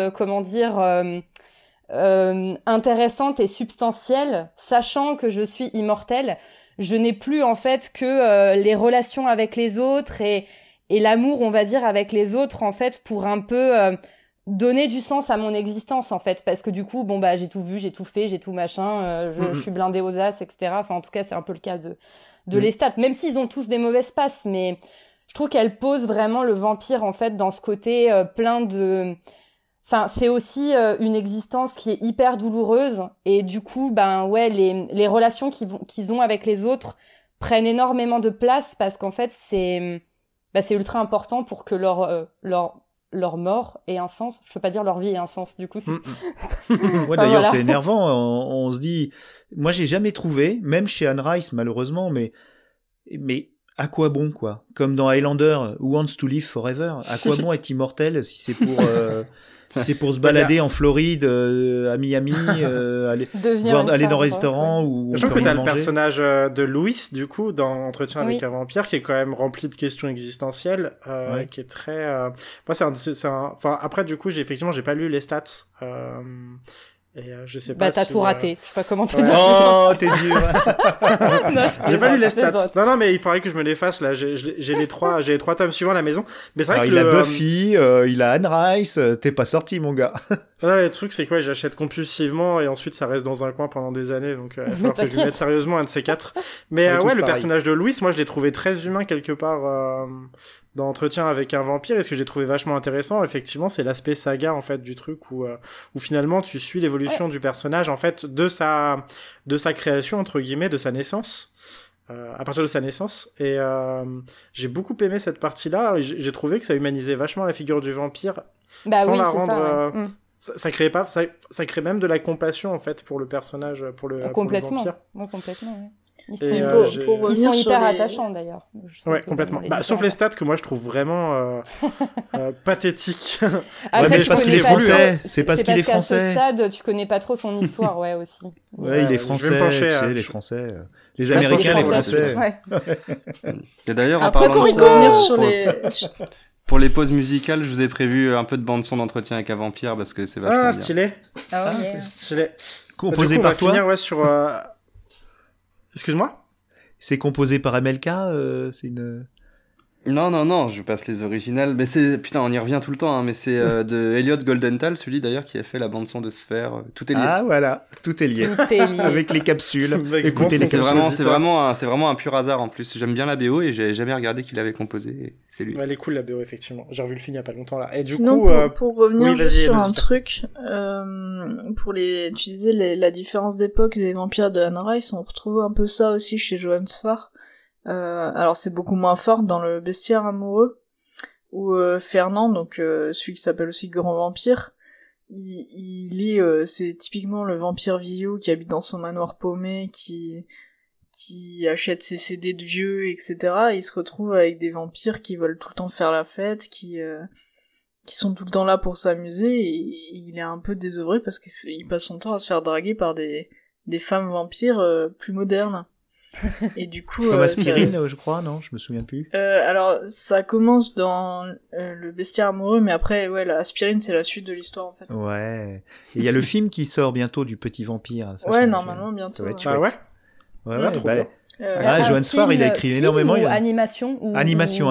intéressante et substantielle, sachant que je suis immortelle. Je n'ai plus, en fait, que les relations avec les autres et l'amour, on va dire, avec les autres, en fait, pour un peu donner du sens à mon existence, en fait. Parce que du coup, j'ai tout vu, j'ai tout fait, j'ai tout machin, je suis blindée aux as, etc. Enfin, en tout cas, c'est un peu le cas de Lestat. Même s'ils ont tous des mauvaises passes, mais je trouve qu'elle pose vraiment le vampire, en fait, dans ce côté plein de... Enfin, c'est aussi une existence qui est hyper douloureuse. Et du coup, les relations qu'ils ont avec les autres prennent énormément de place parce qu'en fait c'est ultra important pour que leur mort ait un sens. Je peux pas dire leur vie ait un sens, du coup.
Ouais, d'ailleurs, voilà. C'est énervant. On se dit, moi, j'ai jamais trouvé, même chez Anne Rice, malheureusement, mais à quoi bon, quoi? Comme dans Highlander, Who Wants to Live Forever? À quoi bon être immortel si c'est pour se balader en Floride, à Miami, aller dans un restaurant ou.
Je trouve que t'as le personnage de Louis, du coup, dans Entretien avec un vampire, qui est quand même rempli de questions existentielles, qui est très. Moi, enfin, après, du coup, j'ai pas lu les stats. Et je sais pas.
T'as tout raté. Je sais pas comment te dire.
Oh, t'es dur.
Non, j'ai pas lu les stats. Non, mais il faudrait que je me les fasse là. J'ai les trois tomes suivants à la maison. Mais c'est vrai que
il a Buffy, il a Anne Rice. T'es pas sorti, mon gars.
Non, le truc c'est que j'achète compulsivement et ensuite ça reste dans un coin pendant des années. Donc il va falloir que je lui mette sérieusement un de ces quatre. Mais le personnage de Louis, moi je l'ai trouvé très humain quelque part. Dans Entretien avec un vampire, et ce que j'ai trouvé vachement intéressant, effectivement, c'est l'aspect saga en fait du truc où finalement tu suis l'évolution du personnage en fait de sa création entre guillemets, de sa naissance, à partir de sa naissance. Et j'ai beaucoup aimé cette partie-là. J'ai trouvé que ça humanisait vachement la figure du vampire sans la rendre. Ça crée pas, ça crée même de la compassion en fait pour le personnage, pour le vampire.
Complètement. Ouais. Ils
sont
hyper attachants d'ailleurs.
Ouais, complètement. Sauf les stats que moi je trouve vraiment pathétiques.
Mais c'est parce qu'il est français. C'est parce qu'il est français.
À ce stade, tu connais pas trop son histoire, ouais aussi.
Ouais, il est français. Je vais me pencher. Les Français, les Américains, les Français.
Et d'ailleurs,
après, pour revenir sur les.
Pour les pauses musicales, je vous ai prévu un peu de bande-son d'Entretien avec un vampire parce que c'est vachement bien.
Stylé.
C'est
stylé.
Composé par toi.
On va finir sur. Excuse-moi.
C'est composé par MLK, c'est une.
Non, je passe les originales. Mais c'est putain, on y revient tout le temps. Hein, mais c'est de Elliot Goldenthal, celui d'ailleurs qui a fait la bande son de Sphère. Tout est lié.
Ah voilà, tout est lié. Avec les capsules.
Écoutez, c'est vraiment un pur hasard en plus. J'aime bien la BO et j'ai jamais regardé qui l'avait composé. C'est lui.
Ouais, elle est cool la BO effectivement. J'ai revu le film il y a pas longtemps là. Et du
sinon,
coup,
pour revenir sur un truc, pour tu disais la différence d'époque des vampires de Anne Rice, on retrouve un peu ça aussi chez Johann Sfar. Alors c'est beaucoup moins fort dans le Bestiaire amoureux où Fernand, donc celui qui s'appelle aussi Grand Vampire, c'est typiquement le vampire vieillot qui habite dans son manoir paumé, qui achète ses CD de vieux, etc. Et il se retrouve avec des vampires qui veulent tout le temps faire la fête, qui sont tout le temps là pour s'amuser, et il est un peu désœuvré parce qu'il passe son temps à se faire draguer par des femmes vampires plus modernes. Et du coup,
comme Aspirine, je crois, non, je me souviens plus.
Alors ça commence dans le Bestiaire amoureux, mais après, la Aspirine, c'est la suite de l'histoire en fait.
Ouais. Et il y a le film qui sort bientôt du Petit Vampire.
Ça normalement bientôt.
Ouais. Johann Sfar, il a écrit énormément.
Animation.
Animation.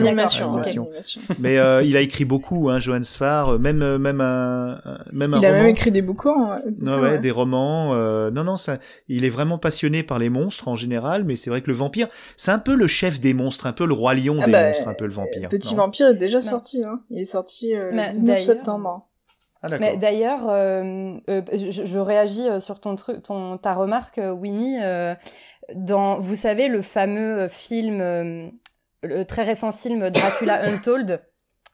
Mais il a écrit beaucoup, Johann Sfar, même un roman.
Il a même écrit des bouquins.
Des romans. Non, il est vraiment passionné par les monstres en général, mais c'est vrai que le vampire, c'est un peu le chef des monstres, un peu le roi lion des monstres, un peu le vampire.
Petit Vampire est déjà sorti, Il est sorti le 19 septembre.
Ah, d'accord.
Mais d'ailleurs, je réagis sur ta remarque, Winnie. Vous savez, le fameux film, le très récent film Dracula Untold.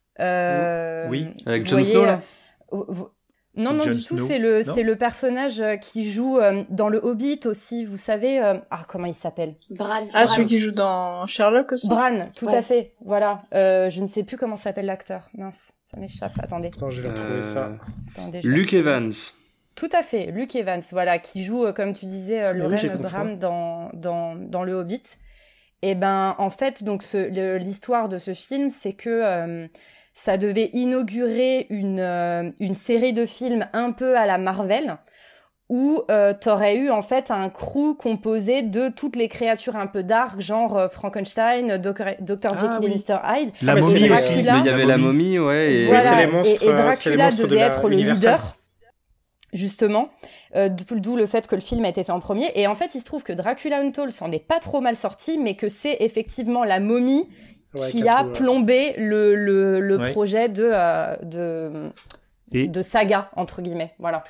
Oui.
Avec Jon Snow, là.
Non, du tout, c'est le personnage qui joue dans le Hobbit aussi, vous savez, comment il s'appelle?
Bran.
Celui qui joue dans Sherlock aussi?
Bran, tout à fait, voilà. Je ne sais plus comment s'appelle l'acteur, mince, ça m'échappe, attendez.
Attends, je vais retrouver ça.
Luke Evans.
Tout à fait, Luke Evans, voilà, qui joue, comme tu disais, Lorraine Bram dans le Hobbit. Et en fait, donc l'histoire de ce film, c'est que ça devait inaugurer une série de films un peu à la Marvel, où t'aurais eu en fait un crew composé de toutes les créatures un peu dark, genre Frankenstein, Dr. Jekyll et Mr. Hyde.
La momie aussi.
Mais il y avait la momie, ouais.
Et voilà, c'est les monstres, et Dracula devait être le leader. Justement, d'où le fait que le film a été fait en premier. Et en fait, il se trouve que Dracula Untold s'en est pas trop mal sorti, mais que c'est effectivement la momie qui a plombé le projet de saga, entre guillemets. Voilà.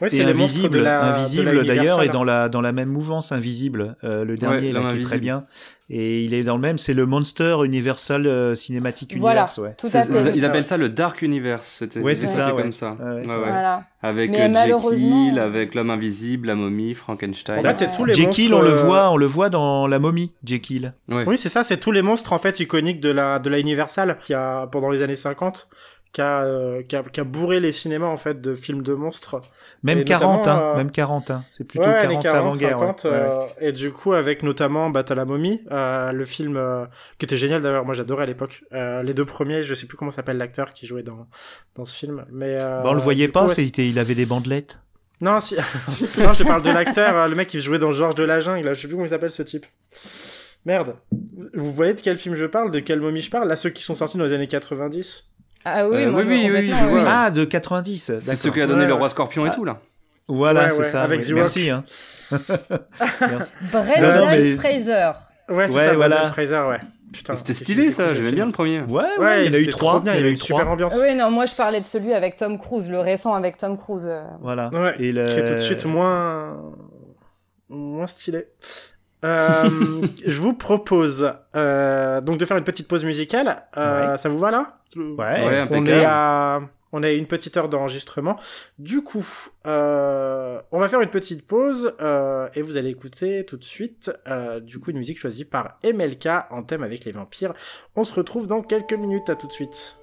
Ouais, c'est
Et
les monstres
Invisible,
de la
Invisible
de la
d'ailleurs est
Universal.
dans la même mouvance, Invisible, le dernier là,
L'homme
qui est très
invisible.
bien. Et il est dans le même, c'est le Monster Universal Cinematic
Voilà,
Universe, ouais.
tout à fait.
Ils appellent ça le Dark Universe. C'était
Ouais, c'est
c'était
ça, ouais.
comme ça.
Ouais.
Ouais, ouais.
Voilà.
Avec
Mais malheureusement-
Jekyll, avec l'homme invisible, la momie, Frankenstein.
En fait, c'est tous les
Jekyll,
monstres.
on le voit dans La Momie, Jekyll.
Ouais.
Oui, c'est ça, c'est tous les monstres en fait iconiques de la Universal qui a pendant les années 50 qui a bourré les cinémas en fait de films de monstres.
Même
Et
40,
notamment,
même 40, hein. C'est plutôt
ouais,
40,
les 40
avant-guerre.
50,
ouais.
et du coup avec notamment t'as la momie, le film qui était génial d'ailleurs, moi j'adorais à l'époque. Les deux premiers, je sais plus comment s'appelle l'acteur qui jouait dans ce film, mais
Bah, on le voyait
du coup,
pas,
ouais,
il avait des bandelettes.
non, si... non, je te parle de l'acteur, le mec qui jouait dans Georges de la Jungle, là, je sais plus comment il s'appelle ce type. Merde. Vous voyez de quel film je parle, de quelle momie je parle? Là, ceux qui sont sortis dans les années 90.
Ah oui, moi
oui,
je vois
oui,
complètement,
je vois.
oui.
Ah, de 90.
C'est
d'accord.
ce qui a donné
Ouais,
le
ouais.
roi Scorpion et tout, là.
Voilà,
Ouais,
c'est
ouais,
ça.
avec
ouais.
The
Merci. Hein.
Brendan
Non, mais-
Fraser.
Ouais, c'est
Ouais,
ça,
voilà.
Brendan Fraser, ouais. Putain.
C'était
qu'est-ce
stylé,
qu'il
ça.
était cool,
J'aimais
ce
bien
film.
le premier.
Ouais, il y en a eu
c'était
3.
trop bien, il y a eu une super
trois.
ambiance.
Oui, non, moi je parlais de celui avec Tom Cruise, le récent avec Tom Cruise.
Voilà.
Ouais,
Et
qui est tout de suite moins stylé. Je vous propose donc de faire une petite pause musicale.
Ouais.
Ça vous va là?
Ouais.
Ouais,
On
impeccable.
on a une petite heure d'enregistrement. Du coup, on va faire une petite pause et vous allez écouter tout de suite du coup une musique choisie par MLK en thème avec les vampires. On se retrouve dans quelques minutes. À tout de suite.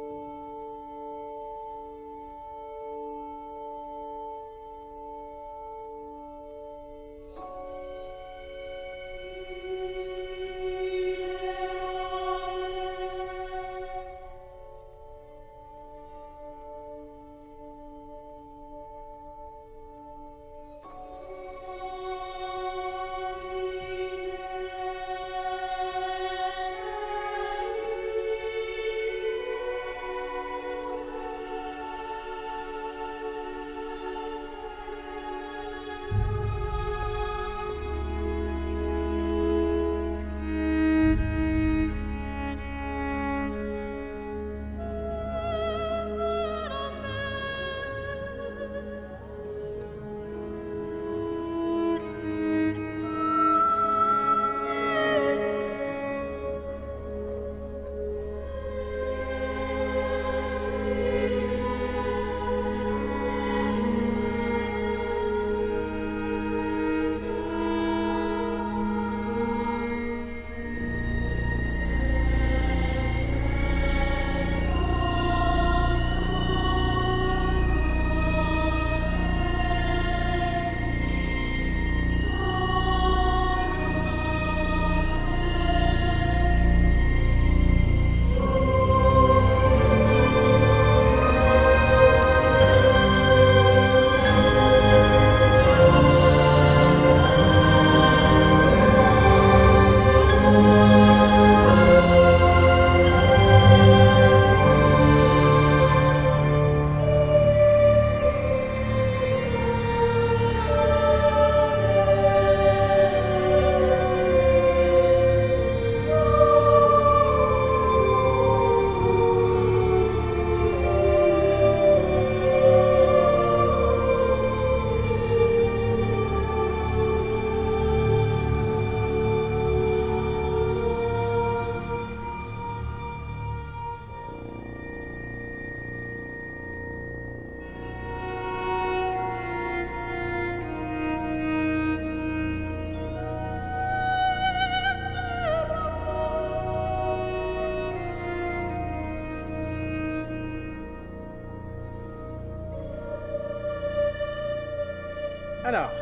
Alors,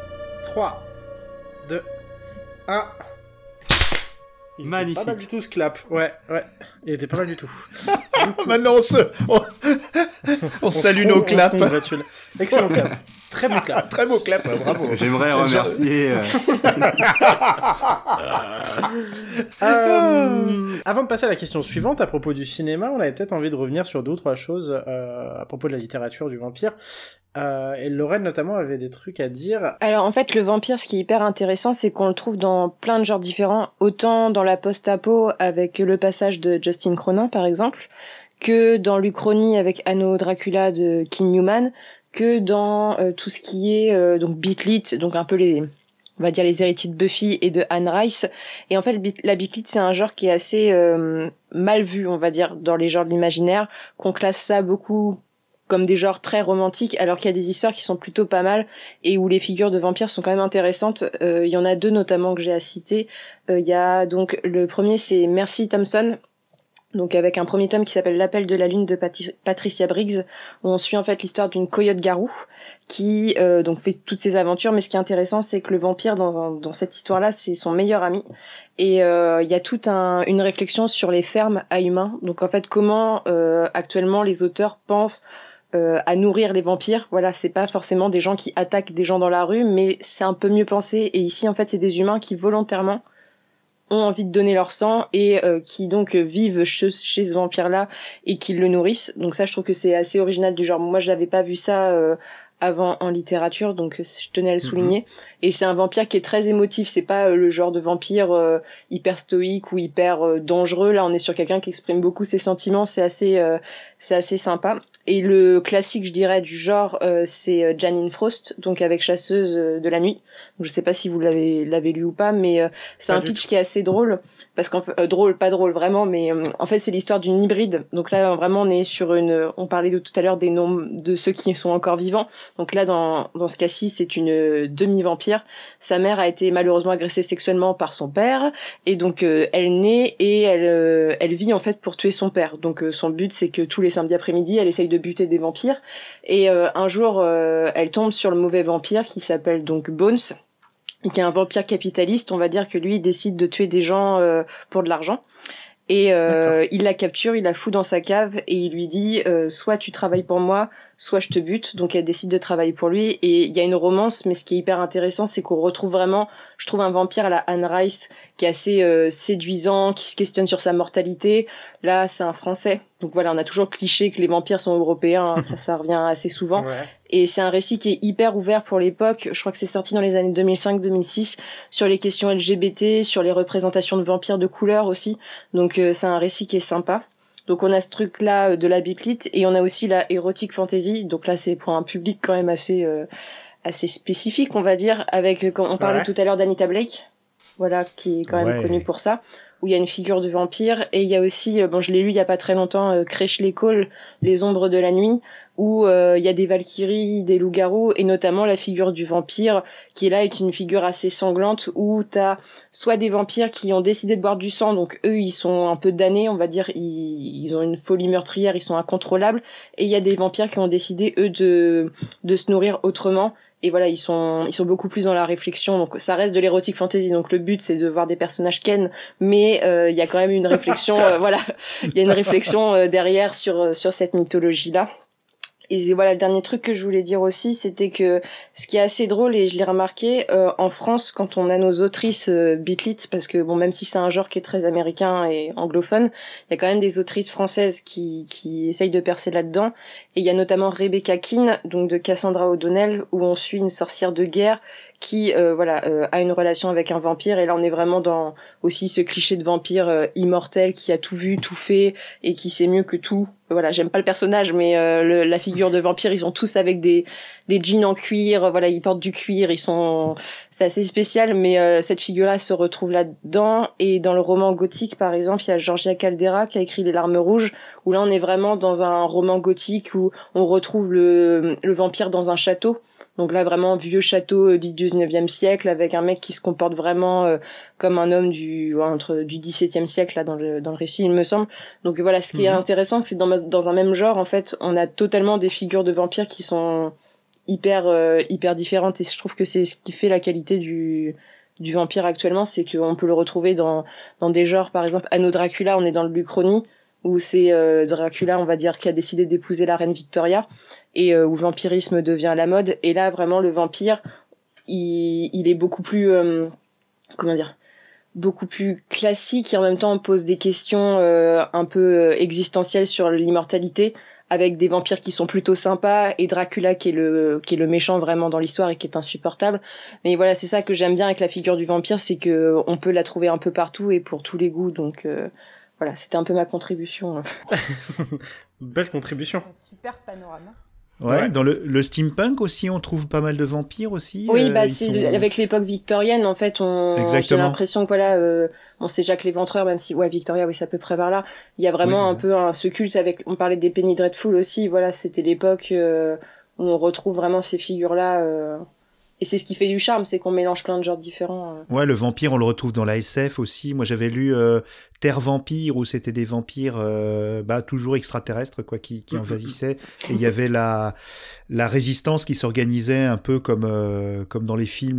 3, 2, 1. Il était
Magnifique.
pas mal du tout ce clap. Ouais. Il était pas mal du tout.
Maintenant, on salue
se
nos
con- on se
claps.
congratule. Excellent clap. Très bon clap.
Très beau clap, bravo.
J'aimerais remercier.
Avant de passer à la question suivante, à propos du cinéma, on avait peut-être envie de revenir sur deux ou trois choses à propos de la littérature du vampire. Et Lorraine notamment avait des trucs à dire.
Alors en fait, le vampire, ce qui est hyper intéressant, c'est qu'on le trouve dans plein de genres différents, autant dans la post-apo avec le passage de Justin Cronin par exemple, que dans l'Uchronie avec Anno Dracula de Kim Newman, que dans tout ce qui est donc Beat Lit, donc un peu on va dire les héritiers de Buffy et de Anne Rice. Et en fait, la Beat Lit, c'est un genre qui est assez mal vu, on va dire, dans les genres de l'imaginaire, qu'on classe ça beaucoup comme des genres très romantiques, alors qu'il y a des histoires qui sont plutôt pas mal et où les figures de vampires sont quand même intéressantes. Il y en a deux notamment que j'ai à citer. Il y a donc le premier, c'est Mercy Thompson, donc avec un premier tome qui s'appelle L'appel de la lune de Patricia Briggs, où on suit en fait l'histoire d'une coyote-garou qui donc fait toutes ses aventures. Mais ce qui est intéressant, c'est que le vampire dans cette histoire-là, c'est son meilleur ami. Et il y a toute une réflexion sur les fermes à humains. Donc en fait, comment actuellement les auteurs pensent à nourrir les vampires. Voilà, c'est pas forcément des gens qui attaquent des gens dans la rue, mais c'est un peu mieux pensé. Et ici, en fait, c'est des humains qui volontairement ont envie de donner leur sang et qui donc vivent chez ce vampire-là et qui le nourrissent. Donc ça, je trouve que c'est assez original du genre. Moi, je l'avais pas vu ça avant en littérature, donc je tenais à le souligner. Et c'est un vampire qui est très émotif. C'est pas le genre de vampire hyper stoïque ou hyper dangereux. Là, on est sur quelqu'un qui exprime beaucoup ses sentiments. C'est assez sympa. Et le classique, je dirais, du genre, c'est Janine Frost, donc avec Chasseuse de la nuit. Donc, je sais pas si vous l'avez lu ou pas, mais c'est un pitch qui est assez drôle, parce qu'en drôle, pas drôle vraiment, mais en fait c'est l'histoire d'une hybride. Donc là vraiment on est sur on parlait de tout à l'heure des noms de ceux qui sont encore vivants. Donc là dans ce cas-ci c'est une demi-vampire. Sa mère a été malheureusement agressée sexuellement par son père, et donc elle naît et elle vit en fait pour tuer son père. Donc son but c'est que tous les samedis après-midi elle essaye de buter des vampires, et un jour elle tombe sur le mauvais vampire qui s'appelle donc Bones, qui est un vampire capitaliste. On va dire que lui il décide de tuer des gens pour de l'argent, et il la capture, il la fout dans sa cave et il lui dit soit tu travailles pour moi, soit je te bute. Donc elle décide de travailler pour lui, et il y a une romance. Mais ce qui est hyper intéressant, c'est qu'on retrouve vraiment, je trouve, un vampire à la Anne Rice qui est assez séduisant, qui se questionne sur sa mortalité. Là c'est un Français, donc voilà, on a toujours le cliché que les vampires sont européens, ça revient assez souvent. Ouais. Et c'est un récit qui est hyper ouvert pour l'époque. Je crois que c'est sorti dans les années 2005-2006, sur les questions LGBT, sur les représentations de vampires de couleur aussi. Donc c'est un récit qui est sympa. Donc on a ce truc-là de la Beat Lit, et on a aussi la Erotic Fantasy. Donc là c'est pour un public quand même assez spécifique, on va dire, avec, quand on parlait tout à l'heure d'Anita Blake, voilà, qui est quand même connue pour ça, où il y a une figure de vampire. Et il y a aussi, je l'ai lu il y a pas très longtemps, Crèche Call, Les ombres de la nuit, où il y a des valkyries, des loups-garous, et notamment la figure du vampire, qui là est une figure assez sanglante, où t'as soit des vampires qui ont décidé de boire du sang, donc eux ils sont un peu damnés, on va dire, ils ont une folie meurtrière, ils sont incontrôlables, et il y a des vampires qui ont décidé eux de se nourrir autrement. Et voilà, ils sont beaucoup plus dans la réflexion. Donc ça reste de l'érotique fantasy. Donc le but c'est de voir des personnages ken, mais il y a quand même une réflexion. Voilà, il y a une réflexion derrière sur cette mythologie là. Et voilà, le dernier truc que je voulais dire aussi, c'était que ce qui est assez drôle, et je l'ai remarqué, en France, quand on a nos autrices Beat Lit, parce que bon, même si c'est un genre qui est très américain et anglophone, il y a quand même des autrices françaises qui essayent de percer là-dedans. Et il y a notamment Rebecca Keane, donc de Cassandra O'Donnell, où on suit une sorcière de guerre qui a une relation avec un vampire. Et là on est vraiment dans aussi ce cliché de vampire immortel qui a tout vu, tout fait, et qui sait mieux que tout. Voilà, j'aime pas le personnage, mais la figure de vampire, ils sont tous avec des jeans en cuir, voilà, ils portent du cuir, c'est assez spécial, mais cette figure-là se retrouve là-dedans. Et dans le roman gothique, par exemple, il y a Georgia Caldera qui a écrit Les Larmes Rouges, où là on est vraiment dans un roman gothique où on retrouve le vampire dans un château. Donc là, vraiment, vieux château du 19e siècle, avec un mec qui se comporte vraiment comme un homme du 17e siècle, là, dans le récit, il me semble. Donc voilà, ce qui est intéressant, c'est que dans un même genre, en fait, on a totalement des figures de vampires qui sont hyper différentes. Et je trouve que c'est ce qui fait la qualité du vampire actuellement, c'est qu'on peut le retrouver dans des genres, par exemple, Anno Dracula, on est dans le Lucronie, où c'est Dracula, on va dire, qui a décidé d'épouser la reine Victoria, et où le vampirisme devient la mode. Et là, vraiment, le vampire, il est beaucoup plus, beaucoup plus classique, et en même temps, on pose des questions un peu existentielles sur l'immortalité, avec des vampires qui sont plutôt sympas, et Dracula qui est le méchant vraiment dans l'histoire et qui est insupportable. Mais voilà, c'est ça que j'aime bien avec la figure du vampire, c'est que on peut la trouver un peu partout et pour tous les goûts. Donc voilà, c'était un peu ma contribution.
Belle contribution.
Un super panorama.
Ouais, dans le steampunk aussi, on trouve pas mal de vampires aussi.
Oui, avec l'époque victorienne, en fait, j'ai l'impression que voilà, c'est Jacques l'Éventreur, même si Victoria, oui, c'est à peu près par là. Il y a vraiment un peu ce culte avec. On parlait des Penny Dreadful aussi. Voilà, c'était l'époque où on retrouve vraiment ces figures-là. Et c'est ce qui fait du charme, c'est qu'on mélange plein de genres différents.
Ouais, le vampire, on le retrouve dans la SF aussi. Moi, j'avais lu Terre Vampire, où c'était des vampires toujours extraterrestres, quoi, qui envahissaient. Et il y avait la résistance qui s'organisait un peu comme dans les films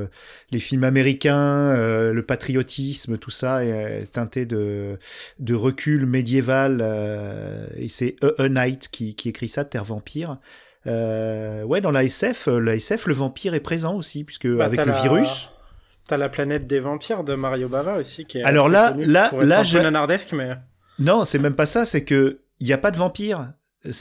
américains, le patriotisme, tout ça, teinté de recul médiéval. Et c'est E. Knight qui écrit ça, Terre Vampire. Dans la SF, le vampire est présent aussi, puisque avec le virus.
T'as la planète des vampires de Mario Bava aussi, qui est.
Alors là,
un peu nanardesque, mais.
Non, c'est même pas ça. C'est que il y a pas de vampires.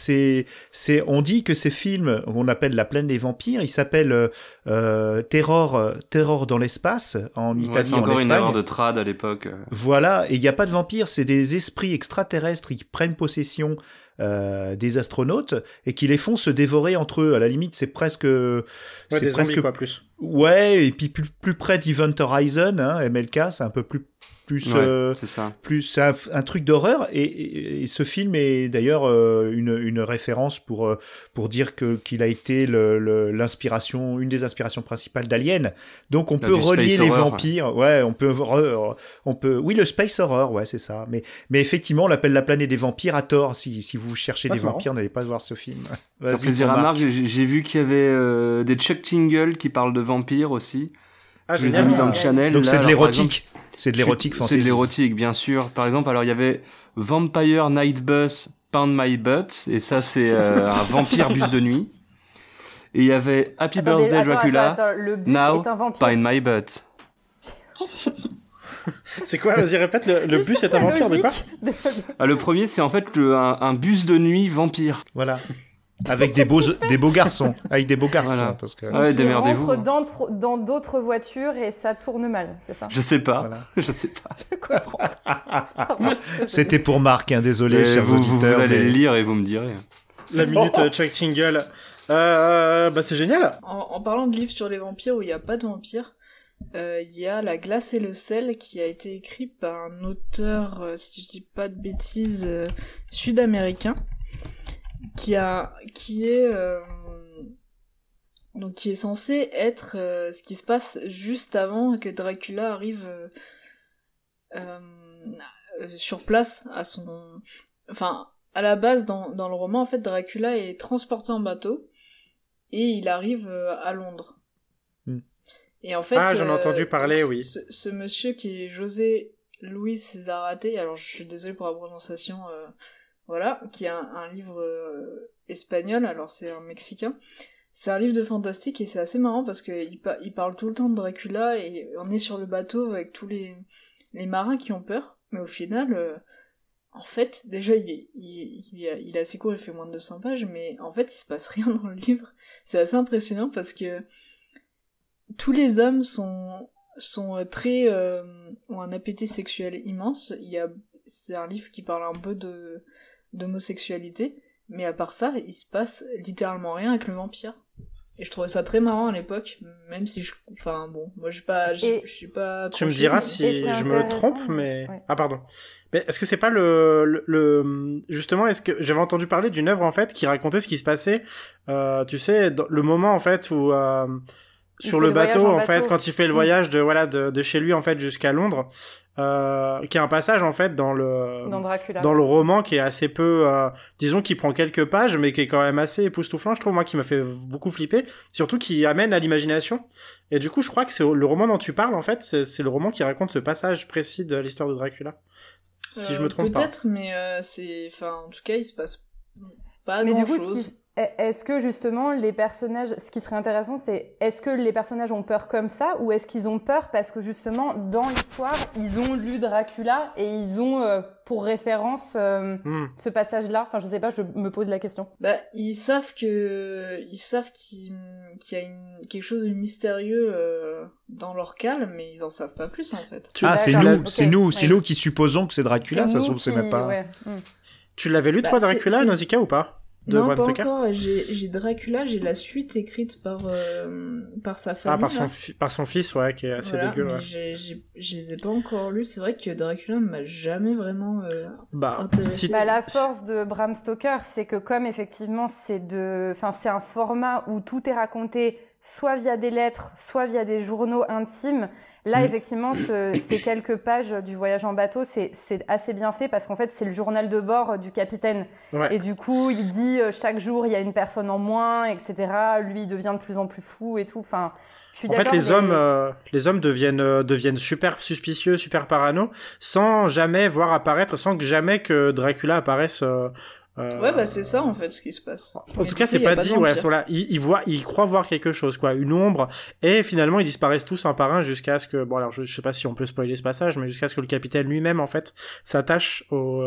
On dit que ces films, on appelle la planète des vampires, ils s'appellent Terror dans l'espace en Italie,
c'est encore une erreur de trad à l'époque.
Voilà, et il y a pas de vampires, c'est des esprits extraterrestres qui prennent possession des astronautes et qui les font se dévorer entre eux. À la limite, c'est presque
des zombies, quoi, plus.
Ouais, et puis plus près d'Event Horizon, MLK, c'est un peu plus
c'est ça.
C'est un truc d'horreur, et ce film est d'ailleurs une référence pour dire qu'il a été l'inspiration, une des inspirations principales d'Alien. Donc on peut relier les vampires. Ouais, on peut oui, le space horror, ouais, c'est ça. Mais effectivement, on l'appelle la planète des vampires à tort. Si vous cherchez des vampires, n'allez pas voir ce film.
Vas-y, plaisir à Marc. J'ai vu qu'il y avait des Chuck Tingle qui parlent de vampires aussi. Je les ai mis dans le channel.
Donc c'est de l'érotique. C'est de l'érotique fantasy.
C'est de l'érotique, bien sûr. Par exemple, alors il y avait Vampire Night Bus Pound My Butt, et ça c'est un vampire bus de nuit. Et il y avait Happy Birthday Dracula, Now Pound My Butt.
C'est quoi? Vas-y, répète, le bus est un vampire de quoi?
Le premier, c'est en fait un bus de nuit vampire.
Voilà. Avec des beaux garçons. Avec des beaux garçons. Voilà. Parce que...
Ouais, démerdez-vous.
Rentre dans d'autres voitures et ça tourne mal, c'est ça?
Je sais pas. Voilà. Je sais pas.
Je comprends.
C'était pour Marc, désolé, chers auditeurs.
Vous allez le lire et vous me direz.
La minute Chuck Tingle. C'est génial.
En parlant de livres sur les vampires où il n'y a pas de vampires, il y a La glace et le sel qui a été écrit par un auteur, si je dis pas de bêtises, sud-américain. Qui est censé être ce qui se passe juste avant que Dracula arrive sur place à la base dans le roman, en fait, Dracula est transporté en bateau et il arrive à Londres. Et en fait,
j'en ai entendu parler, oui.
Ce monsieur qui est José Luis Zarate, alors je suis désolé pour la prononciation, voilà, qui a un livre espagnol, alors c'est un mexicain. C'est un livre de fantastique et c'est assez marrant parce qu'il parle tout le temps de Dracula et on est sur le bateau avec tous les marins qui ont peur, mais au final, en fait, déjà il est assez court, il fait moins de 200 pages, mais en fait il se passe rien dans le livre. C'est assez impressionnant parce que tous les hommes sont très ont un appétit sexuel immense. C'est un livre qui parle un peu d'homosexualité, mais à part ça, il se passe littéralement rien avec le vampire. Et je trouvais ça très marrant à l'époque, même si moi je suis pas
tu me diras si je me trompe, mais ouais. Ah pardon. Mais est-ce que c'est pas le justement, est-ce que j'avais entendu parler d'une œuvre en fait qui racontait ce qui se passait tu sais, dans le moment en fait où sur le bateau en fait, quand il fait le voyage de chez lui en fait jusqu'à Londres, qui est un passage en fait dans
Dracula,
dans le roman qui est assez peu disons qui prend quelques pages mais qui est quand même assez époustouflant, je trouve, moi, qui m'a fait beaucoup flipper, surtout qui amène à l'imagination. Et du coup je crois que c'est le roman dont tu parles en fait, c'est le roman qui raconte ce passage précis de l'histoire de Dracula, si je me trompe pas.
Peut-être, mais en tout cas il se passe pas grand chose.
Est-ce que justement les personnages, ce qui serait intéressant, c'est est-ce que les personnages ont peur comme ça, ou est-ce qu'ils ont peur parce que justement dans l'histoire ils ont lu Dracula et ils ont pour référence ce passage-là. Enfin, je sais pas, je me pose la question.
Ils savent qu'il y a quelque chose de mystérieux dans leur cale, mais ils en savent pas plus en fait.
C'est nous qui supposons que c'est Dracula, ça se trouve c'est même pas.
Ouais.
Tu l'avais lu toi Dracula, Nausicaa, ou pas? de
Non,
Bram
pas
Stoker?
encore. J'ai Dracula, j'ai la suite écrite par sa famille.
Par son fils, ouais, qui est assez
Voilà,
dégueu.
mais
Ouais.
je les ai pas encore lus. C'est vrai que Dracula m'a jamais vraiment intéressé.
si-
Bah, la force de Bram Stoker, c'est que comme effectivement c'est un format où tout est raconté soit via des lettres, soit via des journaux intimes. Là, effectivement, ces quelques pages du voyage en bateau, c'est assez bien fait parce qu'en fait, c'est le journal de bord du capitaine.
Ouais.
Et du coup, il dit chaque jour, il y a une personne en moins, etc. Lui, il devient de plus en plus fou et tout. Enfin, je suis
En fait,
d'accord.
les hommes deviennent super suspicieux, super parano, sans que jamais que Dracula apparaisse.
Ouais, bah c'est ça en fait ce qui se passe.
En tout cas, c'est pas dit. Ouais, voilà, ils croient voir quelque chose, quoi, une ombre, et finalement ils disparaissent tous un par un jusqu'à ce que, bon, alors je sais pas si on peut spoiler ce passage, mais jusqu'à ce que le capitaine lui-même en fait s'attache au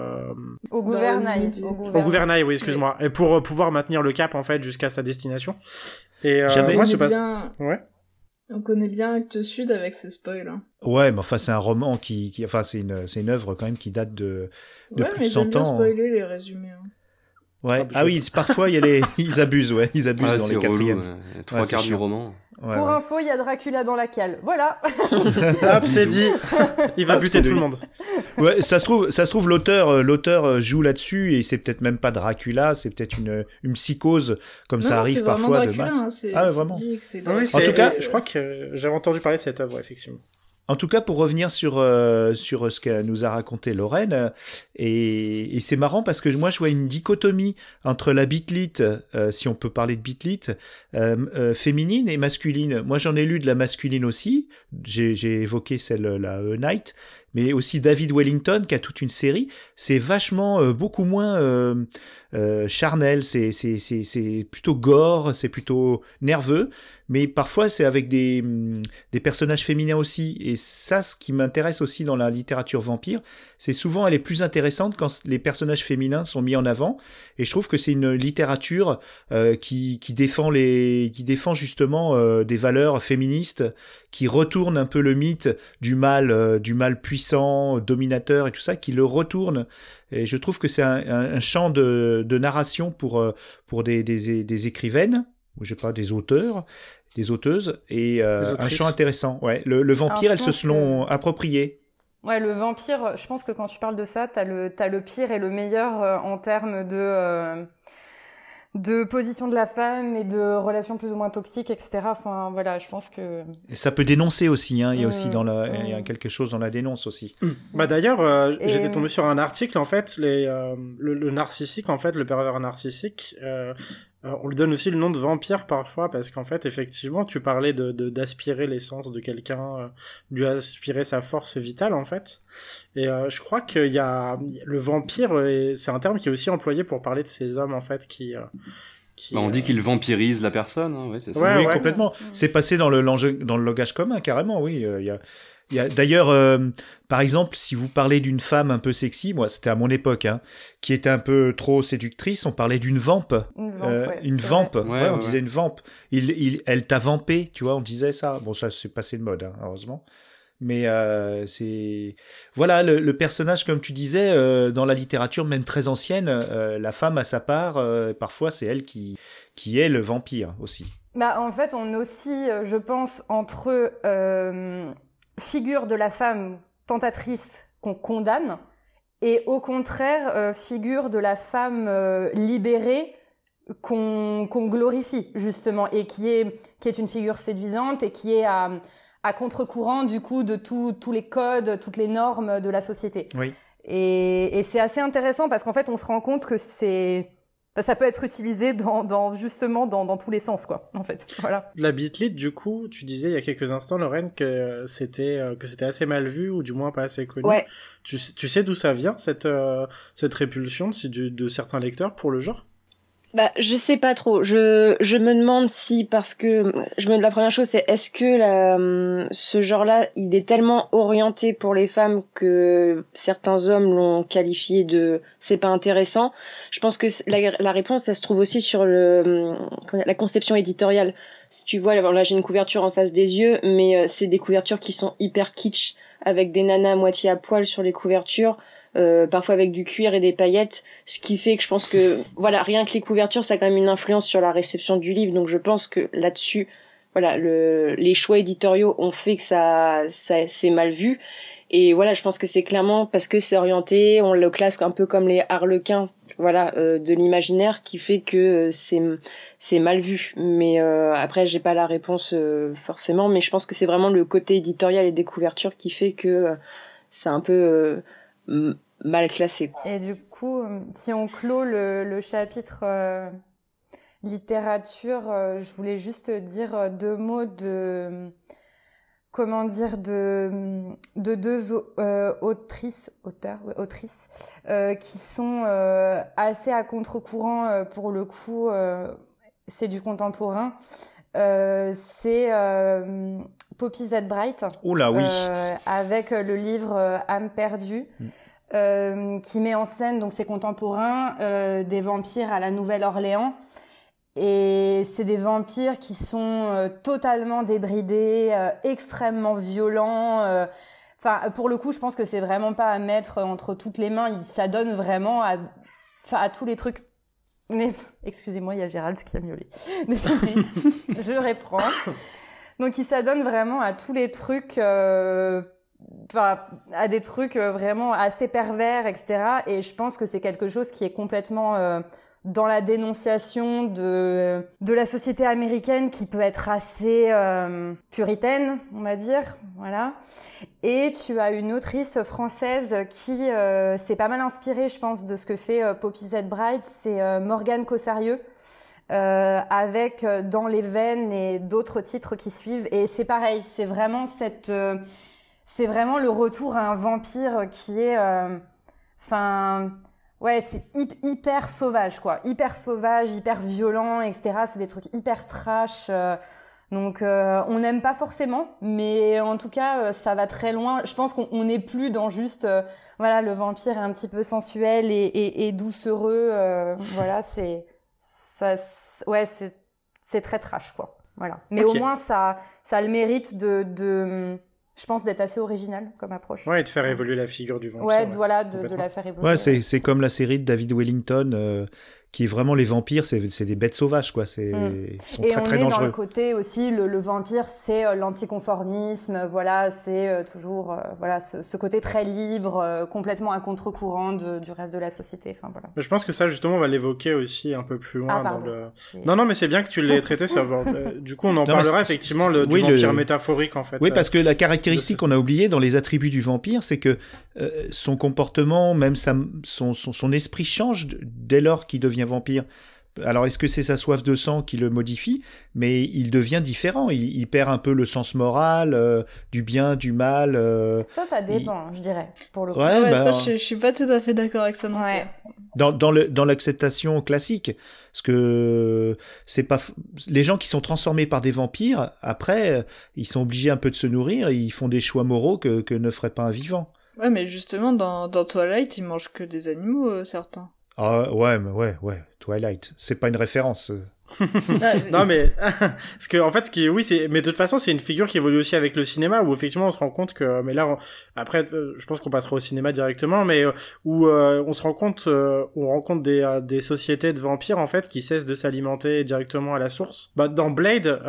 Gouvernail.
au gouvernail, oui, excuse-moi, et pour pouvoir maintenir le cap en fait jusqu'à sa destination. Et ouais.
On connaît bien Actes Sud avec ses spoils. Hein.
Ouais, mais enfin, c'est un roman enfin, c'est une œuvre quand même qui date de plus de 100 ans.
Ouais, mais j'aime bien spoiler les résumés. Hein.
Ouais. Oui, parfois, ils abusent, dans les quatrièmes.
Trois quarts du roman.
Ouais,
Pour info, il y a Dracula dans la cale. Voilà.
Hop, c'est dit. Il va buter tout le monde.
Ouais, ça se trouve, l'auteur joue là-dessus et c'est peut-être même pas Dracula, c'est peut-être une psychose, comme ça arrive parfois de masse.
Hein,
vraiment.
Dit que c'est
oui, en tout cas, je crois que j'avais entendu parler de cette œuvre, effectivement.
En tout cas, pour revenir sur ce que nous a raconté Lorraine, et c'est marrant parce que moi je vois une dichotomie entre la bitlite, si on peut parler de bitlite, féminine et masculine. Moi j'en ai lu de la masculine aussi, j'ai évoqué celle-là, Night, mais aussi David Wellington qui a toute une série. C'est vachement beaucoup moins charnel, c'est plutôt gore, c'est plutôt nerveux, mais parfois c'est avec des personnages féminins aussi. Et ça, ce qui m'intéresse aussi dans la littérature vampire, c'est souvent elle est plus intéressante quand les personnages féminins sont mis en avant. Et je trouve que c'est une littérature qui défend justement des valeurs féministes, qui retourne un peu le mythe du mal puissant, dominateur et tout ça, qui le retourne. Et je trouve que c'est un champ de narration pour des écrivaines, ou je sais pas, des auteurs, des auteuses, et un champ intéressant. Ouais, le vampire, elles se sont appropriées.
Ouais, le vampire, je pense que quand tu parles de ça, t'as le pire et le meilleur en termes de position de la femme et de relations plus ou moins toxiques, etc. Enfin, voilà, je pense que...
Et ça peut dénoncer aussi, hein. Il y a aussi il y a quelque chose dans la dénonce aussi.
Bah d'ailleurs, j'étais tombé sur un article, en fait, le narcissique, en fait, le pervers narcissique, on lui donne aussi le nom de vampire parfois, parce qu'en fait, effectivement, tu parlais d'aspirer l'essence de quelqu'un, lui aspirer sa force vitale, en fait. Et je crois qu'il y a le vampire, c'est un terme qui est aussi employé pour parler de ces hommes, en fait, qui
on dit qu'il vampirise la personne, hein, ouais, c'est ça.
Oui, complètement. C'est passé dans le langage commun, carrément, oui. Il y a d'ailleurs, par exemple, si vous parlez d'une femme un peu sexy, moi c'était à mon époque, hein, qui était un peu trop séductrice, on parlait d'une vampe. Une vampe, on disait une vampe. Elle t'a vampé, tu vois, on disait ça. Bon, ça c'est passé de mode, hein, heureusement. Mais c'est... Voilà, le personnage, comme tu disais, dans la littérature, même très ancienne, la femme a sa part, parfois c'est elle qui est le vampire aussi.
Bah, en fait, on oscille, je pense, entre... figure de la femme tentatrice qu'on condamne et au contraire figure de la femme libérée qu'on glorifie justement et qui est une figure séduisante et qui est à contre-courant du coup de tous les codes, toutes les normes de la société.
Oui.
Et c'est assez intéressant parce qu'en fait on se rend compte que ça peut être utilisé justement dans tous les sens, quoi, en fait. Voilà.
La bitlite, du coup, tu disais il y a quelques instants, Lorraine, que c'était assez mal vu, ou du moins pas assez connu.
Ouais.
Tu sais d'où ça vient, cette répulsion de certains lecteurs pour le genre?
Bah, je sais pas trop. Je me demande si, parce que la première chose c'est est-ce que ce genre-là, il est tellement orienté pour les femmes que certains hommes l'ont qualifié de c'est pas intéressant. Je pense que la réponse, ça se trouve aussi sur la conception éditoriale. Si tu vois, là j'ai une couverture en face des yeux, mais c'est des couvertures qui sont hyper kitsch, avec des nanas à moitié à poil sur les couvertures. parfois avec du cuir et des paillettes, ce qui fait que je pense que voilà, rien que les couvertures, ça a quand même une influence sur la réception du livre, donc je pense que là-dessus, voilà, les choix éditoriaux ont fait que ça c'est mal vu. Et voilà, je pense que c'est clairement parce que c'est orienté, on le classe un peu comme les harlequins, voilà, de l'imaginaire, qui fait que c'est mal vu. Mais après, j'ai pas la réponse forcément, mais je pense que c'est vraiment le côté éditorial et des couvertures qui fait que c'est un peu mal classé.
Et du coup, si on clôt le chapitre littérature, je voulais juste dire 2 mots de deux autrices qui sont assez à contre-courant pour le coup. C'est du contemporain. C'est Poppy Z. Brite.
Oula, oui.
Avec le livre Âme perdue. Qui met en scène donc ses contemporains, des vampires à la Nouvelle-Orléans. Et c'est des vampires qui sont totalement débridés, extrêmement violents. Enfin, pour le coup, je pense que c'est vraiment pas à mettre entre toutes les mains. Ça donne vraiment à tous les trucs. Mais excusez-moi, il y a Gérald qui a miaulé. Désolée, je reprends. Donc, il s'adonne vraiment à tous les trucs. À des trucs vraiment assez pervers, etc. Et je pense que c'est quelque chose qui est complètement dans la dénonciation de la société américaine, qui peut être assez puritaine, on va dire, voilà. Et tu as une autrice française qui s'est pas mal inspirée, je pense, de ce que fait Poppy Z. Brite, c'est Morgane Cossarieux, avec Dans les veines et d'autres titres qui suivent. Et c'est pareil, c'est vraiment c'est vraiment le retour à un vampire qui est, ouais, c'est hyper sauvage, quoi. Hyper sauvage, hyper violent, etc. C'est des trucs hyper trash. Donc, on n'aime pas forcément, mais en tout cas, ça va très loin. Je pense qu'on n'est plus dans juste, voilà, le vampire est un petit peu sensuel et doucereux. Voilà, c'est très trash, quoi. Voilà. Mais
Okay.
au moins, ça a le mérite je pense, d'être assez original comme approche.
Ouais, et de faire évoluer la figure du vampire.
Ouais, voilà, de la faire évoluer.
Ouais, c'est comme la série de David Wellington, qui est vraiment les vampires, c'est des bêtes sauvages, quoi. Ils sont
et
très, très
on est
dangereux.
dans le côté aussi, le vampire, c'est l'anticonformisme, voilà, c'est toujours voilà, ce côté très libre, complètement à contre-courant du reste de la société. Enfin, voilà.
Mais je pense que ça, justement, on va l'évoquer aussi un peu plus loin.
Pardon.
Non, mais c'est bien que tu l'aies traité. Ça va... Du coup, on en parlera effectivement du vampire métaphorique, en fait.
Oui, parce que la caractéristique qu'on a oubliée dans les attributs du vampire, c'est que son comportement, même son esprit change dès lors qu'il devient vampire. Alors, est-ce que c'est sa soif de sang qui le modifie? Mais il devient différent. Il perd un peu le sens moral, du bien, du mal.
Ça dépend, je dirais, pour le coup.
Ouais, ça, je suis pas tout à fait d'accord avec ça non plus.
Dans l'acceptation classique, parce que c'est pas les gens qui sont transformés par des vampires, après, ils sont obligés un peu de se nourrir, et ils font des choix moraux que ne ferait pas un vivant.
Ouais, mais justement, dans Twilight, ils mangent que des animaux, certains.
Ah ouais, Twilight, c'est pas une référence.
Non mais parce que en fait mais de toute façon c'est une figure qui évolue aussi avec le cinéma, où effectivement on se rend compte que après je pense qu'on passera au cinéma directement, mais où on se rend compte on rencontre des sociétés de vampires en fait qui cessent de s'alimenter directement à la source. Dans Blade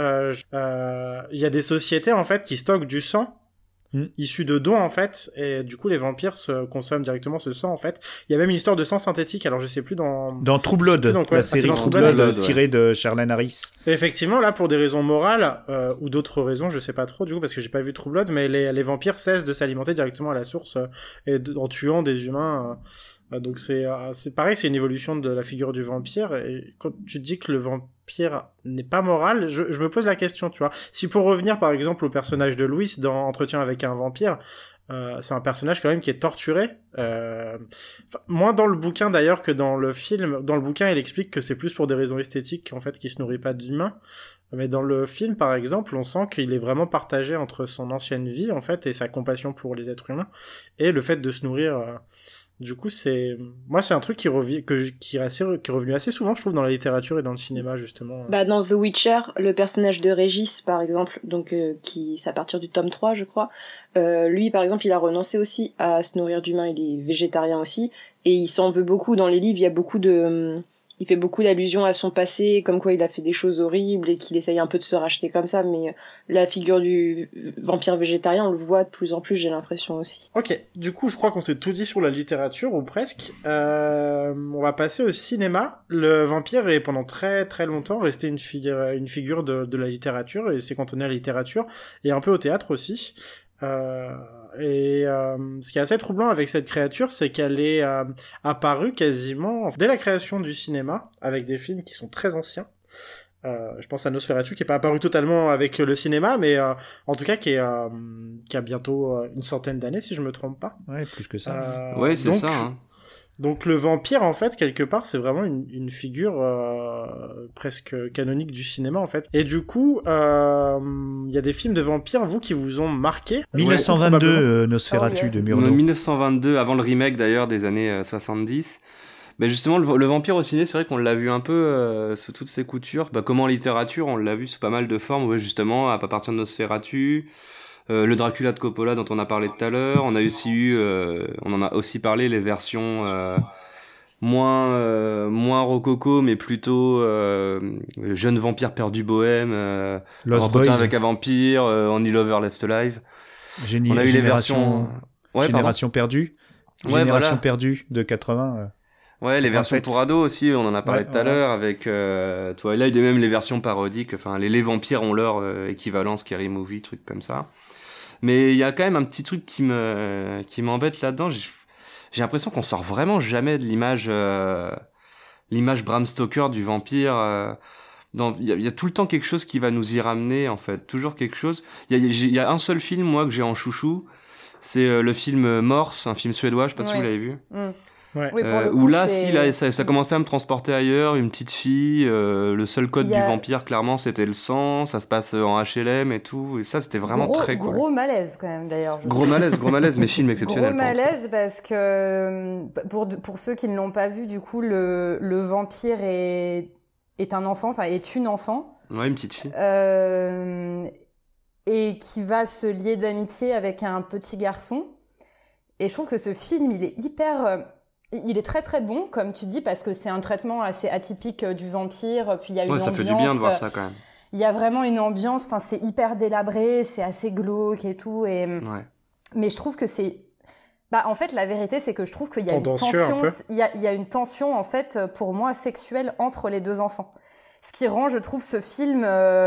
il y a des sociétés en fait qui stockent du sang issu de dons en fait, et du coup les vampires consomment directement ce sang en fait. Il y a même une histoire de sang synthétique, alors je sais plus dans
True Blood, la série True Blood tirée de Charlene Harris.
Et effectivement là pour des raisons morales ou d'autres raisons, je sais pas trop du coup parce que j'ai pas vu True Blood, mais les vampires cessent de s'alimenter directement à la source en tuant des humains. Donc c'est pareil, c'est une évolution de la figure du vampire. Et quand tu dis que le vampire n'est pas moral, je me pose la question, tu vois. Si pour revenir par exemple au personnage de Louis dans Entretien avec un vampire, c'est un personnage quand même qui est torturé. Moins dans le bouquin d'ailleurs que dans le film. Dans le bouquin, il explique que c'est plus pour des raisons esthétiques en fait qu'il se nourrit pas d'humains. Mais dans le film, par exemple, on sent qu'il est vraiment partagé entre son ancienne vie en fait et sa compassion pour les êtres humains et le fait de se nourrir Du coup, c'est un truc qui est revenu assez souvent, je trouve, dans la littérature et dans le cinéma, justement.
Bah, dans The Witcher, le personnage de Régis, par exemple, donc c'est à partir du tome 3, je crois, lui, par exemple, il a renoncé aussi à se nourrir d'humains, il est végétarien aussi, et il s'en veut beaucoup. Dans les livres, il y a il fait beaucoup d'allusions à son passé, comme quoi il a fait des choses horribles et qu'il essaye un peu de se racheter comme ça, mais la figure du vampire végétarien, on le voit de plus en plus, j'ai l'impression aussi.
Ok, du coup, je crois qu'on s'est tout dit sur la littérature, ou presque. On va passer au cinéma. Le vampire est pendant très très longtemps resté une figure de la littérature, et s'est cantonné à la littérature, et un peu au théâtre aussi. Ce qui est assez troublant avec cette créature, c'est qu'elle est apparue quasiment dès la création du cinéma, avec des films qui sont très anciens. Je pense à Nosferatu, qui est pas apparu totalement avec le cinéma, mais en tout cas qui a bientôt une centaine d'années, si je me trompe pas.
Ouais, plus que ça.
Ouais, c'est ça. Hein.
Donc le vampire, en fait, quelque part, c'est vraiment une figure presque canonique du cinéma, en fait. Et du coup, il y a des films de vampires, vous, qui vous ont marqué.
1922, Nosferatu de Murnau.
1922, avant le remake d'ailleurs des années 70. Mais justement, le vampire au ciné, c'est vrai qu'on l'a vu un peu sous toutes ses coutures. Comme en littérature, on l'a vu sous pas mal de formes, ouais, justement, à partir de Nosferatu. Le Dracula de Coppola dont on a parlé tout à l'heure, on en a aussi parlé, les versions moins rococo, mais plutôt jeune vampire perdu bohème, entretien avec un vampire, Only Lover Left Alive.
On a eu les versions Génération perdue, Génération perdue de 80.
Ouais, les versions pour ados aussi, on en a parlé tout à l'heure, avec Twilight, et même les versions parodiques, enfin les vampires ont leur équivalent, Scary Movie, trucs comme ça. Mais il y a quand même un petit truc qui m'embête là-dedans. J'ai l'impression qu'on sort vraiment jamais de l'image Bram Stoker du vampire. Il y a tout le temps quelque chose qui va nous y ramener, en fait. Toujours quelque chose. Il y a un seul film, moi, que j'ai en chouchou. C'est le film Morse, un film suédois. Je sais pas si vous l'avez vu.
Ouais.
Oui,
où là, ça commençait à me transporter ailleurs, une petite fille, le seul code du vampire, clairement, c'était le sang, ça se passe en HLM et tout, et ça, c'était vraiment très cool.
Gros malaise, quand même, d'ailleurs.
Gros malaise, mais film exceptionnel.
Gros malaise, parce que, pour ceux qui ne l'ont pas vu, du coup, le vampire est un enfant, enfin, est une enfant.
Ouais, une petite fille.
Et qui va se lier d'amitié avec un petit garçon. Et je trouve que ce film, il est il est très très bon, comme tu dis, parce que c'est un traitement assez atypique du vampire. Puis il y a une ambiance.
Ça fait du bien de voir ça quand même.
Il y a vraiment une ambiance. Enfin, c'est hyper délabré, c'est assez glauque et tout. Mais je trouve que c'est. En fait, la vérité, c'est que je trouve qu'il y a une tension. Il y a une tension, en fait, pour moi, sexuelle entre les deux enfants. Ce qui rend, je trouve, ce film,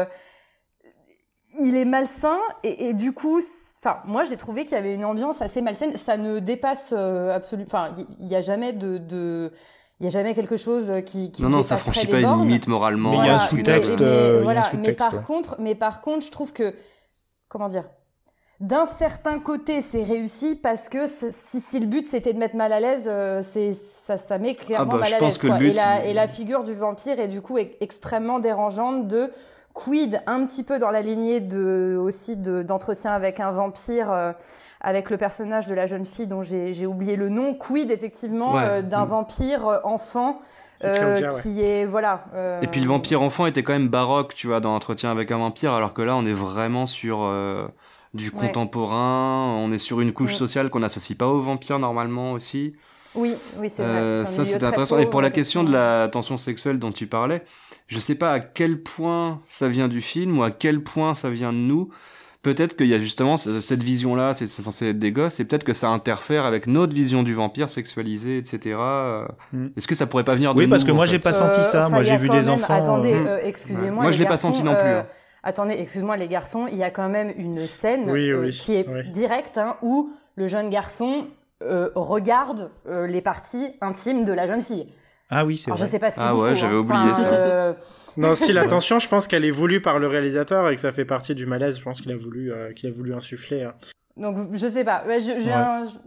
il est malsain et du coup. Enfin, moi, j'ai trouvé qu'il y avait une ambiance assez malsaine. Ça ne dépasse absolument. Enfin, il y a jamais il y a jamais quelque chose qui
non, ça franchit pas une limite moralement.
Mais il y a un sous-texte.
Mais par contre, je trouve que, comment dire, d'un certain côté, c'est réussi parce que si le but c'était de mettre mal à l'aise, ça met clairement mal à l'aise. Quoi. Et la figure du vampire est du coup extrêmement dérangeante de. Quid, un petit peu dans la lignée d'entretien avec un vampire, avec le personnage de la jeune fille dont j'ai oublié le nom. Quid, effectivement, d'un vampire enfant qui est voilà.
Et puis le vampire enfant était quand même baroque, tu vois, dans Entretien avec un vampire, alors que là on est vraiment sur du contemporain. On est sur une couche sociale qu'on n'associe pas aux vampires normalement aussi.
Oui, c'est vrai.
Ça, c'est intéressant. Et pour la question de la tension sexuelle dont tu parlais, je sais pas à quel point ça vient du film ou à quel point ça vient de nous. Peut-être qu'il y a justement cette vision-là, c'est censé être des gosses, et peut-être que ça interfère avec notre vision du vampire sexualisé, etc. Est-ce que ça pourrait pas venir de nous?
Oui, parce que moi, j'ai pas senti ça. Moi, j'ai vu des enfants.
Attendez, excusez-moi.
Moi, je l'ai pas senti non plus.
Attendez, excuse-moi, les garçons, il y a quand même une scène qui est directe, où le jeune garçon regarde les parties intimes de la jeune fille.
Ah oui, c'est vrai.
Je sais pas ce qu'il
vous faut. J'avais oublié ça.
Non, si la tension, je pense qu'elle est voulue par le réalisateur et que ça fait partie du malaise. Je pense qu'il a voulu insuffler.
Donc, je sais pas.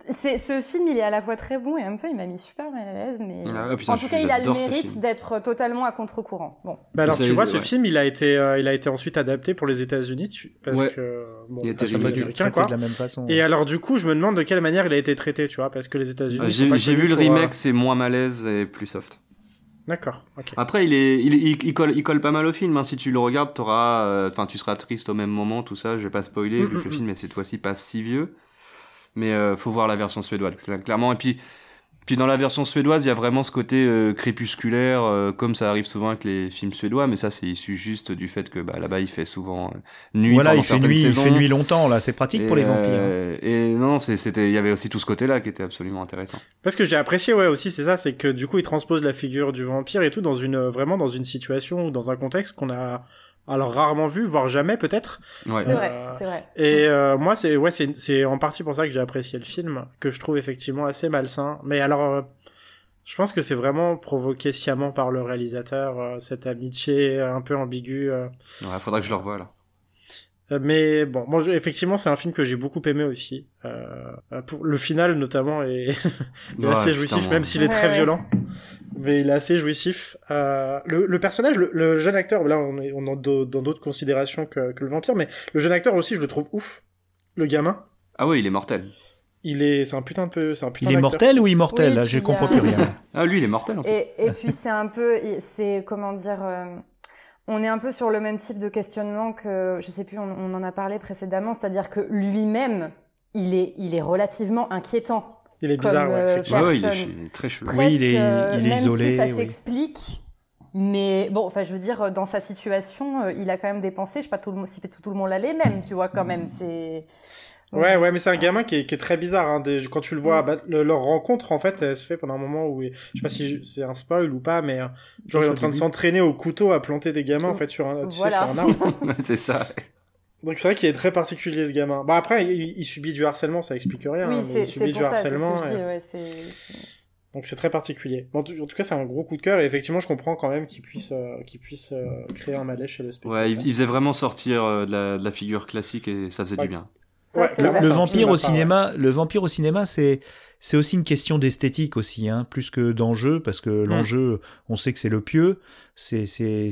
ce film, il est à la fois très bon et en même temps, il m'a mis super mal à l'aise. Mais
putain,
en tout cas, il a le mérite d'être totalement à contre-courant. Bon.
Bah alors, tu vois, ce film, il a été ensuite adapté pour les États-Unis, parce que
il a été
américain, quoi.
De la même façon.
Et alors, du coup, je me demande de quelle manière il a été traité, tu vois, parce que les États-Unis.
J'ai vu le remake, c'est moins malaise et plus soft.
D'accord. Ok.
Après, il colle pas mal au film. Hein. Si tu le regardes, tu seras triste au même moment, tout ça. Je vais pas spoiler, vu que le film est cette fois-ci pas si vieux. Mais faut voir la version suédoise, clairement. Et puis dans la version suédoise, il y a vraiment ce côté crépusculaire, comme ça arrive souvent avec les films suédois. Mais ça, c'est issu juste du fait que là-bas, il fait souvent nuit pendant certaines saisons.
Il fait nuit longtemps, là. C'est pratique pour les vampires.
Et non, il y avait aussi tout ce côté-là qui était absolument intéressant.
Parce que j'ai apprécié, aussi, c'est ça, c'est que du coup, il transpose la figure du vampire et tout vraiment dans une situation ou dans un contexte qu'on a alors rarement vu, voire jamais peut-être.
Ouais. C'est vrai.
Et moi, c'est en partie pour ça que j'ai apprécié le film, que je trouve effectivement assez malsain. Mais alors, je pense que c'est vraiment provoqué sciemment par le réalisateur, cette amitié un peu ambiguë.
Ouais, faudra que je le revoie là.
Mais bon, effectivement, c'est un film que j'ai beaucoup aimé aussi. Pour le final, notamment, est assez jouissif, même s'il est très violent. Mais il est assez jouissif. Le personnage, le jeune acteur, là, on est dans d'autres considérations que le vampire, mais le jeune acteur aussi, je le trouve ouf. Le gamin.
Ah oui, il est mortel.
C'est un putain
il est mortel ou immortel? Là, je comprends plus rien.
Ah, lui, il est mortel, en fait.
Et puis, comment dire, on est un peu sur le même type de questionnement que, je sais plus, on en a parlé précédemment, c'est-à-dire que lui-même, il est relativement inquiétant.
Il est bizarre, effectivement.
Il est très chelou.
Oui, il est isolé.
Même si ça s'explique, mais bon, je veux dire, dans sa situation, il a quand même des pensées, je sais pas si tout le monde l'a les mêmes, tu vois, quand même, c'est...
Ouais, mais c'est un gamin qui est très bizarre, hein. Quand tu le vois, leur rencontre, en fait, elle se fait pendant un moment où, je sais pas si c'est un spoil ou pas, mais genre, il est en train de s'entraîner au couteau à planter des gamins, en fait, sur un arbre.
C'est ça.
Donc c'est vrai qu'il est très particulier, ce gamin. Bah après, il subit du harcèlement, ça explique rien.
Oui,
mais il subit du harcèlement. Donc c'est très particulier. En tout cas, c'est un gros coup de cœur, et effectivement, je comprends quand même qu'il puisse créer un malaise chez le spectateur.
Ouais, il faisait vraiment sortir de la figure classique, et ça faisait du bien.
Ouais,
le vampire au cinéma, c'est aussi une question d'esthétique aussi, hein, plus que d'enjeu, parce que l'enjeu, on sait que c'est le pieu, c'est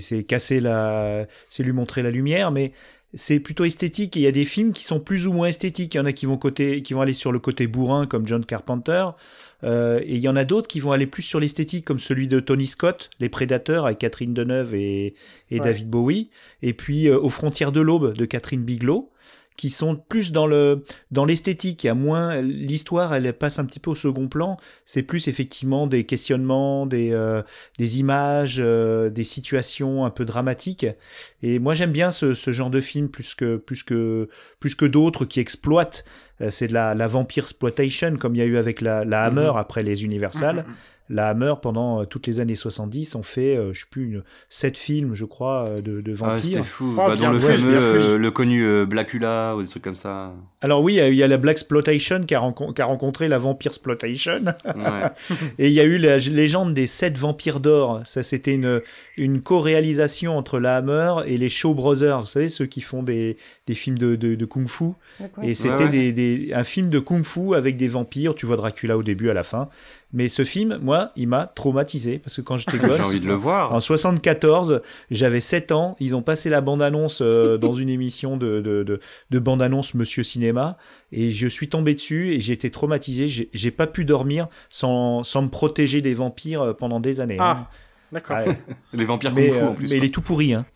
lui montrer la lumière, mais c'est plutôt esthétique, et il y a des films qui sont plus ou moins esthétiques. Il y en a qui vont aller sur le côté bourrin, comme John Carpenter, et il y en a d'autres qui vont aller plus sur l'esthétique, comme celui de Tony Scott, Les Prédateurs, avec Catherine Deneuve et David Bowie, et puis Aux frontières de l'aube, de Catherine Bigelow, qui sont plus dans l'esthétique. Il y a moins, l'histoire, elle passe un petit peu au second plan. C'est plus effectivement des questionnements, des images, des situations un peu dramatiques. Et moi, j'aime bien ce genre de film plus que d'autres qui exploitent. C'est de la vampire exploitation, comme il y a eu avec la Hammer après les Universal. La Hammer, pendant toutes les années 70, ont fait, 7 films, je crois, de vampires.
Ah, c'était fou. Dans le fameux, le connu Blackula, ou des trucs comme ça.
Alors oui, il y a la Blaxploitation qui a rencontré la Vampire Exploitation. Ouais. Et il y a eu la légende des 7 vampires d'or. Ça, c'était une co-réalisation entre la Hammer et les Shaw Brothers. Vous savez, ceux qui font des films de kung-fu. Et c'était un film de kung-fu avec des vampires. Tu vois Dracula au début, à la fin. Mais ce film, moi, il m'a traumatisé, parce que quand j'étais gosse,
j'ai envie de le voir.
En 74, j'avais 7 ans, ils ont passé la bande-annonce dans une émission de bande-annonce Monsieur Cinéma, et je suis tombé dessus et j'ai été traumatisé. J'ai pas pu dormir sans me protéger des vampires pendant des années.
Ah. D'accord.
Ouais.
Les vampires kung fu en plus.
Mais il est tout pourri, hein.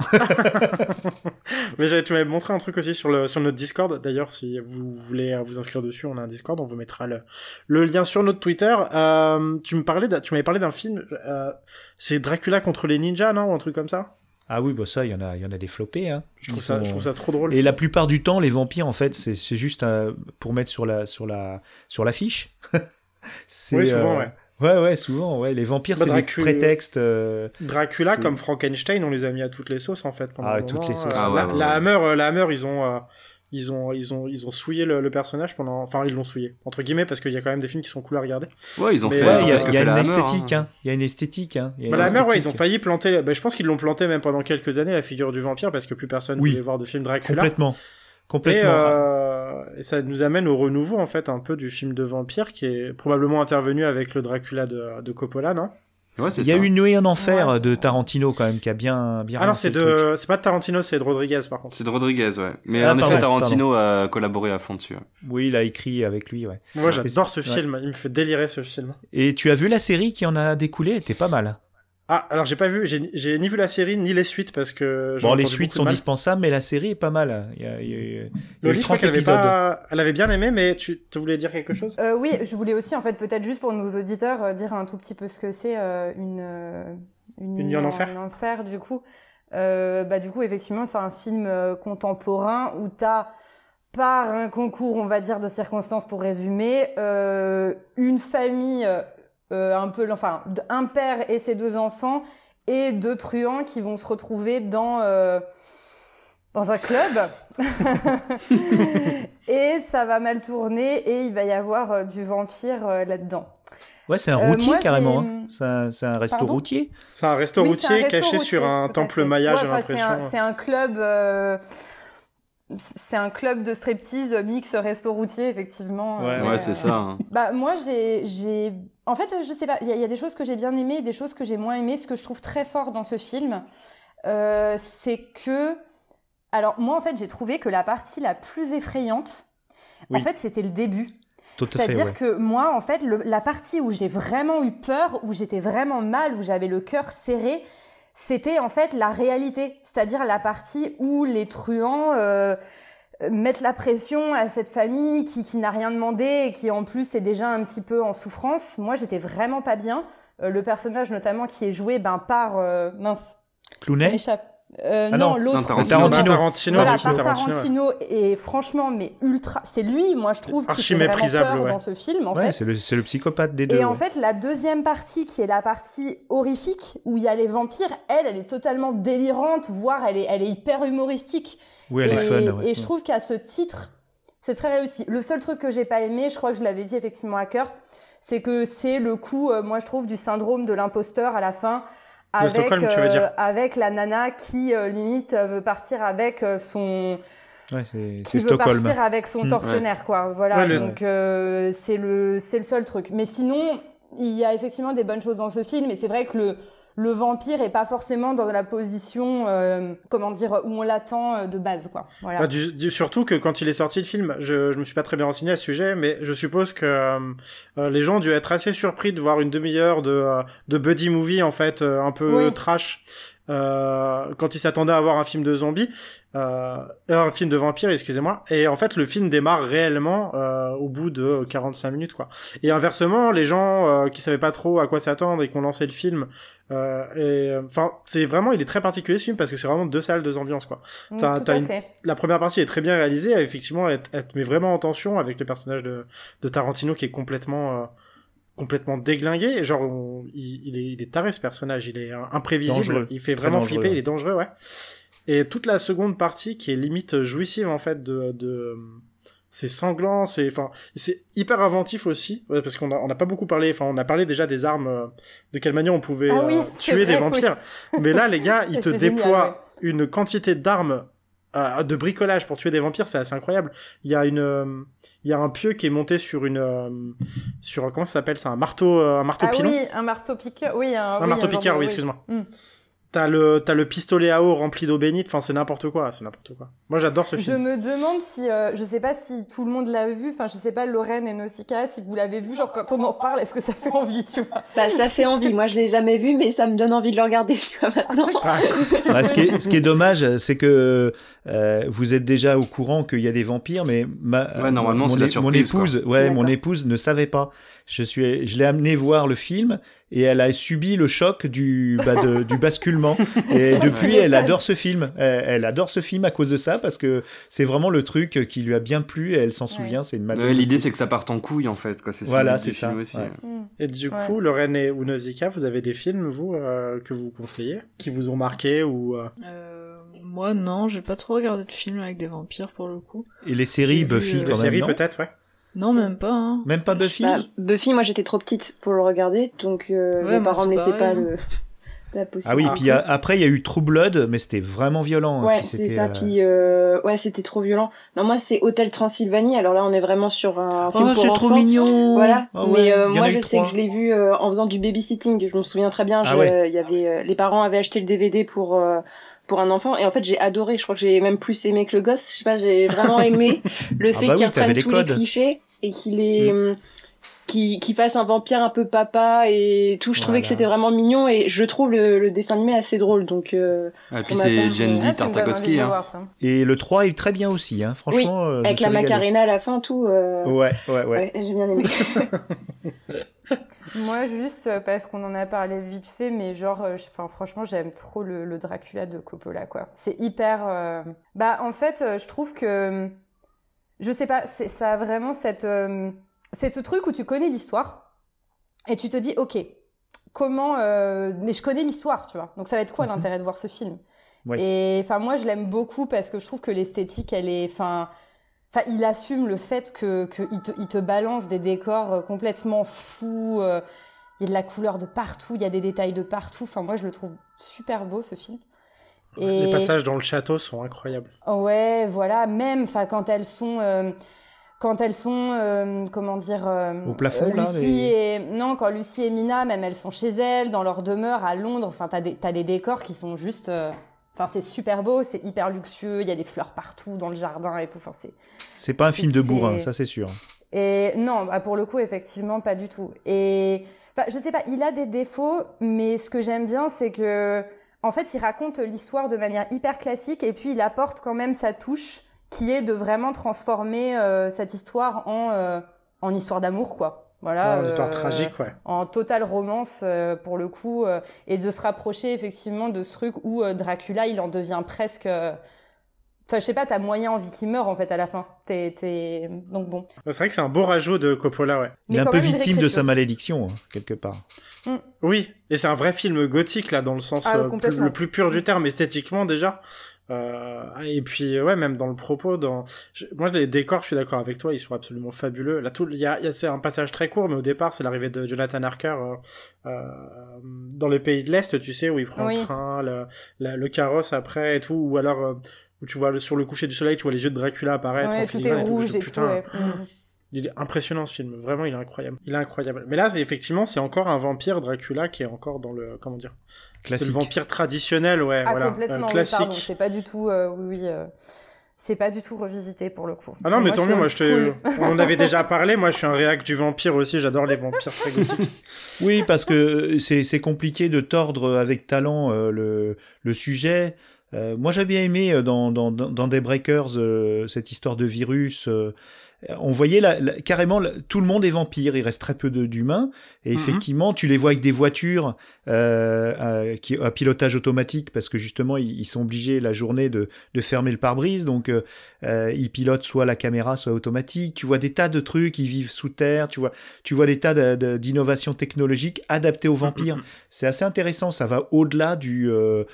Mais tu m'avais montré un truc aussi sur notre Discord. D'ailleurs, si vous voulez vous inscrire dessus, on a un Discord, on vous mettra le lien sur notre Twitter. Tu m'avais parlé d'un film, c'est Dracula contre les ninjas, non? Ou un truc comme ça?
Ah oui, bah ça, il y en a des flopés, hein.
Je trouve ça trop drôle.
Et la plupart du temps, les vampires, en fait, c'est juste pour mettre sur l'affiche.
Oui, souvent, ouais.
Ouais, souvent, ouais. Les vampires, c'est des prétextes.
Dracula, comme Frankenstein, on les a mis à toutes les sauces, en fait.
Pendant toutes les sauces.
La Hammer, ils ont souillé le personnage pendant, enfin, ils l'ont souillé, entre guillemets, parce qu'il y a quand même des films qui sont cool à regarder.
Ouais, ils ont fait.
Il y a une esthétique, hein. Il y a une esthétique, hein.
La Hammer, ouais, ils ont failli planter, je pense qu'ils l'ont planté même pendant quelques années, la figure du vampire, parce que plus personne voulait voir de film Dracula.
Complètement.
Et ça nous amène au renouveau, en fait, un peu du film de vampire qui est probablement intervenu avec le Dracula de Coppola, non?
Ouais, c'est
Il y a
ça.
eu Une nuit en enfer
Ouais.
de Tarantino quand même qui a bien
Ah non,
relancé le truc.
c'est pas de Tarantino, c'est de Rodriguez, par contre.
C'est de Rodriguez, ouais. Mais
Ah,
en effet,
pardon,
Tarantino a collaboré à fond dessus. Ouais.
Oui, il a écrit avec lui, ouais.
Moi, j'adore ce
Ouais.
film. Il me fait délirer, ce film.
Et tu as vu la série qui en a découlé? Elle était pas mal.
Ah, alors j'ai pas vu, j'ai ni vu la série ni les suites parce que
Bon, les suites sont dispensables, mais la série est pas mal. Il y a eu
Loli, je crois
30
qu'elle
épisodes.
elle avait bien aimé, mais tu voulais dire quelque chose?
Oui, je voulais aussi, en fait, peut-être juste pour nos auditeurs, dire un tout petit peu ce que c'est une
nuit en enfer.
En enfer, du coup. Du coup, effectivement, c'est un film contemporain où t'as, par un concours, on va dire, de circonstances pour résumer, une famille, un père et ses 2 enfants et 2 truands qui vont se retrouver dans un club. Et ça va mal tourner et il va y avoir du vampire là-dedans.
Ouais, c'est un routier
moi,
carrément.
j'ai-
Hein. C'est un resto
Pardon
routier.
C'est un resto
Oui,
routier
c'est un resto
caché
routier,
sur un
tout à
temple
fait.
maya, j'ai
Ouais, enfin,
l'impression.
c'est un club. C'est un club de striptease mix resto routier, effectivement.
Ouais,
Ouais, c'est ça. Hein.
Moi, en fait, je sais pas. Il y a des choses que j'ai bien aimées, et des choses que j'ai moins aimées. Ce que je trouve très fort dans ce film, c'est que, alors moi, en fait, j'ai trouvé que la partie la plus effrayante,
Oui.
en fait, c'était le début.
Tout à fait,
C'est-à-dire
ouais.
que moi, en fait, la partie où j'ai vraiment eu peur, où j'étais vraiment mal, où j'avais le cœur serré, c'était en fait la réalité. C'est-à-dire la partie où les truands mettent la pression à cette famille qui n'a rien demandé et qui en plus est déjà un petit peu en souffrance. Moi, j'étais vraiment pas bien. Le personnage notamment qui est joué par... mince, ça
Clooney.
m'échappe.
non.
Non, l'autre.
Tarantino.
Voilà,
du coup,
par Tarantino, et franchement, mais ultra, c'est lui, moi je trouve, qui
Archi
fait vraiment
méprisable,
peur
ouais.
dans ce film, en
Ouais,
fait.
c'est le psychopathe des deux.
Et en
ouais.
fait, la deuxième partie, qui est la partie horrifique, où il y a les vampires, elle est totalement délirante, voire elle est hyper humoristique.
Oui, elle est fun. Ouais.
Et je trouve qu'à ce titre, c'est très réussi. Le seul truc que j'ai pas aimé, je crois que je l'avais dit effectivement à Kurt, c'est que c'est le coup, moi je trouve, du syndrome de l'imposteur à la fin, avec,
Stockholm, tu veux dire.
avec la nana qui limite veut partir avec son...
Ouais,
qui
c'est
veut
Stockholm.
partir avec son tortionnaire, quoi. Voilà,
Ouais,
donc c'est le seul truc. Mais sinon, il y a effectivement des bonnes choses dans ce film, et c'est vrai que le vampire est pas forcément dans la position, où on l'attend de base, quoi. Voilà.
Surtout que quand il est sorti le film, je me suis pas très bien renseigné à ce sujet, mais je suppose que les gens ont dû être assez surpris de voir une demi-heure de buddy movie, en fait, un peu trash, quand ils s'attendaient à voir un film de zombies, un film de vampire, excusez-moi. Et en fait, le film démarre réellement au bout de 45 minutes, quoi. Et inversement, les gens qui savaient pas trop à quoi s'attendre et qui ont lancé le film, c'est vraiment, il est très particulier ce film parce que c'est vraiment 2 salles, 2 ambiances, quoi.
Tout à fait.
La première partie est très bien réalisée, effectivement, elle te met vraiment en tension avec le personnage de Tarantino qui est complètement déglingué. Genre, il est taré, ce personnage, il est imprévisible,
Dangereux.
il fait
Très
vraiment
dangereux,
flipper,
ouais.
il est dangereux, ouais. Et toute la seconde partie qui est limite jouissive, en fait, c'est sanglant, c'est hyper inventif aussi, parce qu'on n'a pas beaucoup parlé, on a parlé déjà des armes, de quelle manière on pouvait tuer des vampires. Mais là, les gars, ils te déploient une quantité d'armes, de bricolage pour tuer des vampires, c'est assez incroyable. Il y a un pieu qui est monté sur comment ça s'appelle ça, un marteau pilon.
Oui, un marteau piqueur, oui,
un marteau piqueur, oui, excuse-moi. T'as le pistolet à eau rempli d'eau bénite, c'est n'importe quoi, Moi, j'adore ce film.
Je me demande si, je sais pas si tout le monde l'a vu, je sais pas, Lorraine et Nausicaa, si vous l'avez vu, genre quand on en parle, est-ce que ça fait envie, tu vois?
Bah, ça fait envie. Moi, je l'ai jamais vu, mais ça me donne envie de le regarder, tu vois, maintenant.
Ce qui est dommage, c'est que vous êtes déjà au courant qu'il y a des vampires, mais
normalement, c'est la surprise,
mon épouse ne savait pas. Je l'ai amenée voir le film et elle a subi le choc du basculement. Et depuis, elle adore ce film. Elle adore ce film à cause de ça, parce que c'est vraiment le truc qui lui a bien plu et elle s'en souvient. C'est une madeleine.
L'idée, c'est que ça parte en couille, en fait, quoi. C'est ça. Aussi.
Ouais. Et du coup, Lorraine ou Nausicaa, vous avez des films, vous, que vous conseillez, qui vous ont marqué ou
Moi, non, j'ai pas trop regardé de films avec des vampires, pour le coup.
Et les séries, Buffy, quand même,
les séries,
non
peut-être, ouais.
Non, même pas. Hein.
Même pas Buffy.
Buffy, moi j'étais trop petite pour le regarder, donc mes parents me laissaient pas le. pas possible.
Ah oui, puis après il y a eu True Blood, mais c'était vraiment violent.
Ouais,
puis
c'est ça. Puis ouais, c'était trop violent. Non, moi c'est Hôtel Transylvanie. Alors là, on est vraiment sur un film pour
c'est
enfants.
trop mignon.
Voilà.
Ah
mais
ouais,
moi, je sais que je l'ai vu en faisant du babysitting. Je me souviens très bien. Il y avait les parents avaient acheté le DVD pour un enfant, et en fait j'ai adoré. Je crois que j'ai même plus aimé que le gosse. Je sais pas, j'ai vraiment aimé le fait qu'il reprenne tous les clichés et qu'il fasse un vampire un peu papa et tout. Je trouvais que c'était vraiment mignon, et je trouve le dessin animé assez drôle. Donc
et puis c'est Genndy Tartakovsky, hein.
Et le 3 est très bien aussi, hein. Franchement,
oui, avec la Macarena à la fin, tout.
Ouais.
J'ai bien aimé.
Moi, juste parce qu'on en a parlé vite fait, mais genre, franchement, j'aime trop le Dracula de Coppola, quoi. C'est hyper. En fait, je trouve que, je sais pas, ça a vraiment c'est ce truc où tu connais l'histoire et tu te dis, ok, comment, mais je connais l'histoire, tu vois. Donc ça va être quoi l'intérêt de voir ce film? Ouais. Et moi, je l'aime beaucoup parce que je trouve que l'esthétique, elle est, il assume le fait qu'il te balance des décors complètement fous. Il y a de la couleur de partout, il y a des détails de partout. Moi, je le trouve super beau, ce film.
Et... Les passages dans le château sont incroyables.
Ouais, voilà. Même quand elles sont... comment dire...
au plafond,
quand Lucie et Mina, même elles sont chez elles, dans leur demeure à Londres. T'as des décors qui sont juste... c'est super beau, c'est hyper luxueux, il y a des fleurs partout dans le jardin et tout.
C'est pas un film de bourrin, ça c'est sûr.
Et non, pour le coup, effectivement, pas du tout. Et je sais pas, il a des défauts, mais ce que j'aime bien, c'est que, en fait, il raconte l'histoire de manière hyper classique, et puis il apporte quand même sa touche, qui est de vraiment transformer cette histoire en histoire d'amour, quoi. Voilà,
une histoire tragique, ouais.
En totale romance, pour le coup, et de se rapprocher effectivement de ce truc où Dracula, il en devient presque... je sais pas, t'as moyen envie qu'il meure en fait à la fin. Donc bon.
C'est vrai que c'est un beau rajout de Coppola, ouais.
Il est un peu victime de sa malédiction, quelque part.
Oui, et c'est un vrai film gothique, là, dans le sens le plus pur du terme, esthétiquement déjà. Et puis ouais, même dans le propos, moi les décors, je suis d'accord avec toi, ils sont absolument fabuleux. Là, c'est un passage très court, mais au départ c'est l'arrivée de Jonathan Harker dans les pays de l'Est, tu sais, où il prend le train, le carrosse après et tout, ou alors où tu vois sur le coucher du soleil, tu vois les yeux de Dracula apparaître en filigrane,
tout est rouge et
putain,
tout, ouais.
Il est impressionnant ce film, vraiment il est incroyable. Mais là c'est encore un vampire Dracula qui est encore dans le, comment dire, classique. C'est le vampire traditionnel, ouais, voilà,
complètement,
classique.
Pardon, c'est pas du tout, c'est pas du tout revisité pour le coup.
Ah non, mais tant mieux, on en avait déjà parlé, moi je suis un réac du vampire aussi, j'adore les vampires très gothiques.
Oui, parce que c'est compliqué de tordre avec talent le sujet. Moi j'ai bien aimé dans Daybreakers cette histoire de virus. On voyait carrément tout le monde est vampire, il reste très peu d'humains, et effectivement tu les vois avec des voitures qui à pilotage automatique, parce que justement ils sont obligés la journée de fermer le pare-brise, donc ils pilotent soit la caméra soit automatique. Tu vois des tas de trucs, ils vivent sous terre, tu vois des tas d'innovations technologiques adaptées aux vampires. C'est assez intéressant, ça va au-delà du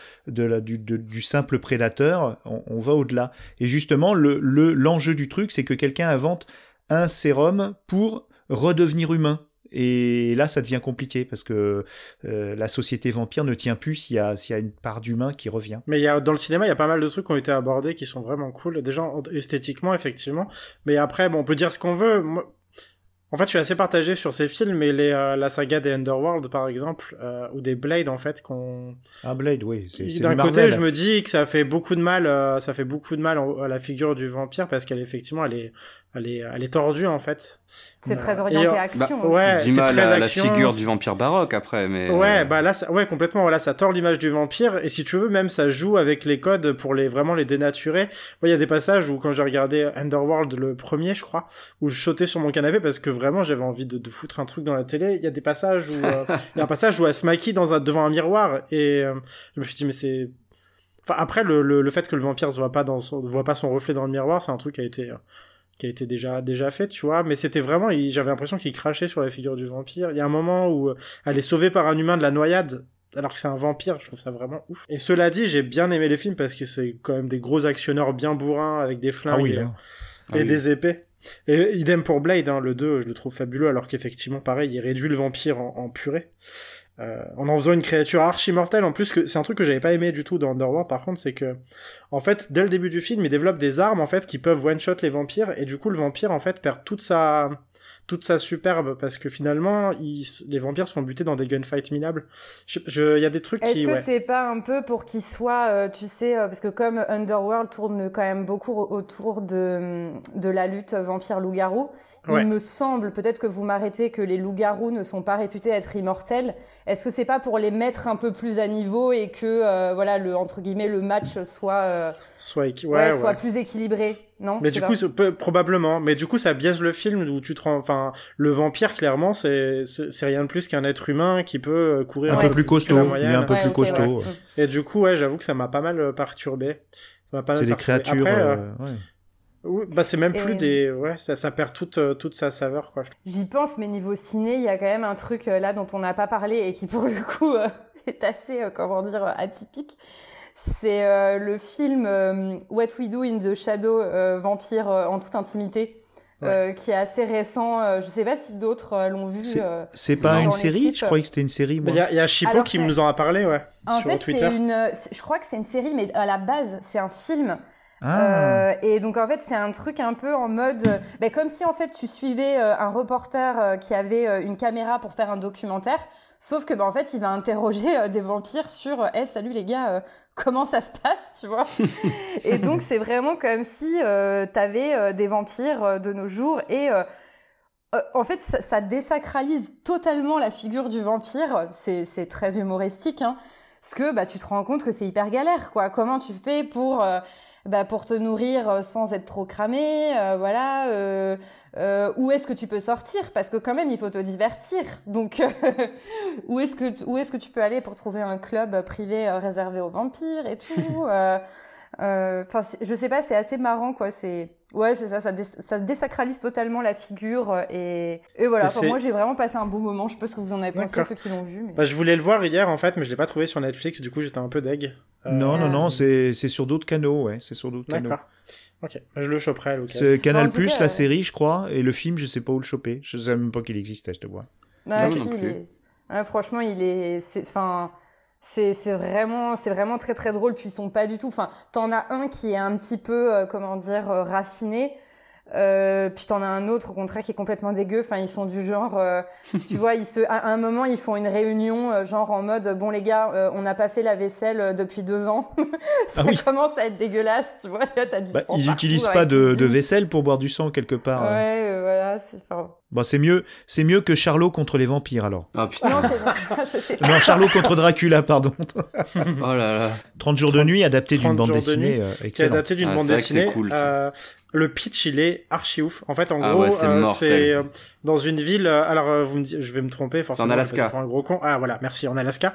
simple prédateur, on va au-delà, et justement l'enjeu du truc, c'est que quelqu'un invente un sérum pour redevenir humain. Et là, ça devient compliqué parce que la société vampire ne tient plus s'il y a une part d'humain qui revient.
Mais dans le cinéma, il y a pas mal de trucs qui ont été abordés qui sont vraiment cool. Déjà, esthétiquement, effectivement. Mais après, on peut dire ce qu'on veut. Moi, en fait, je suis assez partagé sur ces films, mais la saga des Underworld, par exemple, ou des Blade, en fait,
Blade, oui. C'est
d'un côté, je me dis que ça fait beaucoup de mal à la figure du vampire, parce qu'elle, effectivement, elle est tordue, en fait.
C'est très orienté action.
Ouais,
c'est très à la figure du vampire baroque après, mais
ouais, là, complètement. Voilà, ça tord l'image du vampire, et si tu veux, même ça joue avec les codes pour vraiment les dénaturer. Il y a des passages où, quand j'ai regardé Underworld, le premier, je crois, où je sautais sur mon canapé parce que vraiment j'avais envie de foutre un truc dans la télé. Il y a des passages où il y a un passage où elle se maquille devant un miroir, et je me suis dit, mais c'est, après le fait que le vampire voit pas son reflet dans le miroir, c'est un truc qui a été déjà fait, tu vois, mais c'était vraiment, j'avais l'impression qu'il crachait sur la figure du vampire. Il y a un moment où elle est sauvée par un humain de la noyade, alors que c'est un vampire. Je trouve ça vraiment ouf. Et cela dit, j'ai bien aimé les films parce que c'est quand même des gros actionneurs bien bourrins avec des flingues et des épées. Et idem pour Blade, le 2, je le trouve fabuleux, alors qu'effectivement, pareil, il réduit le vampire en purée. en faisant une créature archi-mortelle. En plus, c'est un truc que j'avais pas aimé du tout dans Underworld, par contre, c'est que, en fait, dès le début du film, il développe des armes, en fait, qui peuvent one-shot les vampires, et du coup, le vampire, en fait, perd toute sa superbe, parce que finalement, les vampires se font buter dans des gunfights minables. Il y a des trucs
Est-ce que c'est pas un peu pour qu'ils soient, tu sais, parce que comme Underworld tourne quand même beaucoup autour de la lutte vampire-loup-garou, il me semble, peut-être que vous m'arrêtez, que les loups-garous ne sont pas réputés être immortels. Est-ce que c'est pas pour les mettre un peu plus à niveau et que, voilà, entre guillemets, le match soit plus équilibré? Non,
mais du coup, probablement. Mais du coup, ça biaise le film où tu te rends, enfin, le vampire, clairement, c'est rien de plus qu'un être humain qui peut courir
un peu plus costaud. Il est un peu plus costaud.
Et du coup, j'avoue que ça m'a pas mal perturbé.
C'est des créatures,
Après, oui, bah c'est même plus des... Ouais, ça perd toute sa saveur, quoi.
J'y pense, mais niveau ciné, il y a quand même un truc là dont on n'a pas parlé et qui, pour le coup, est assez, atypique. C'est le film What We Do in the Shadow, Vampire en toute intimité, qui est assez récent. Je sais pas si d'autres l'ont vu.
C'est pas une série? Je croyais que c'était une série, moi.
Il y a Chipo qui nous en a parlé, sur Twitter.
Je crois que c'est une série, mais à la base, c'est un film. Et donc en fait c'est un truc un peu en mode comme si en fait tu suivais un reporter qui avait une caméra pour faire un documentaire, sauf que en fait il va interroger des vampires sur salut les gars, comment ça se passe, tu vois. Et donc c'est vraiment comme si t'avais des vampires de nos jours et en fait ça désacralise totalement la figure du vampire. C'est très humoristique, hein, parce que tu te rends compte que c'est hyper galère, quoi. Comment tu fais pour te nourrir sans être trop cramé, où est-ce que tu peux sortir, parce que quand même il faut te divertir, donc où est-ce que tu peux aller pour trouver un club privé réservé aux vampires et tout. Je sais pas, c'est assez marrant, quoi. C'est ça désacralise totalement la figure et voilà. Moi j'ai vraiment passé un bon moment. Je sais pas ce que vous en avez pensé, ceux qui l'ont vu, mais...
je voulais le voir hier en fait, mais je l'ai pas trouvé sur Netflix, du coup j'étais un peu deg.
Non, c'est sur d'autres canaux, c'est sur d'autres canaux.
D'accord. Ok, je le choperai à l'occasion.
C'est Canal+, la série, je crois, et le film, je sais pas où le choper. Je sais même pas qu'il existait, je te vois.
Non plus. Franchement, c'est vraiment très très drôle, puis ils sont pas du tout, t'en as un qui est un petit peu raffiné, puis t'en as un autre au contraire qui est complètement dégueu. Ils sont du genre tu vois, à un moment ils font une réunion genre en mode bon les gars, on n'a pas fait la vaisselle depuis 2 ans. Ça commence à être dégueulasse, tu vois. Là, t'as du sang
ils
partout,
utilisent pas de vaisselle pour boire du sang quelque part.
Voilà,
c'est mieux que Charlot contre les vampires, alors.
Ah putain.
Non, je sais pas.
Non, Charlot contre Dracula, pardon.
Oh là là.
30 jours de nuit, adapté d'une bande dessinée excellente.
Adapté d'une bande dessinée.
C'est cool,
le pitch, il est archi ouf. En fait, en gros, c'est dans une ville. Vous me dites, je vais me tromper forcément.
C'est en Alaska.
Pour un gros con. Ah voilà, merci, en Alaska.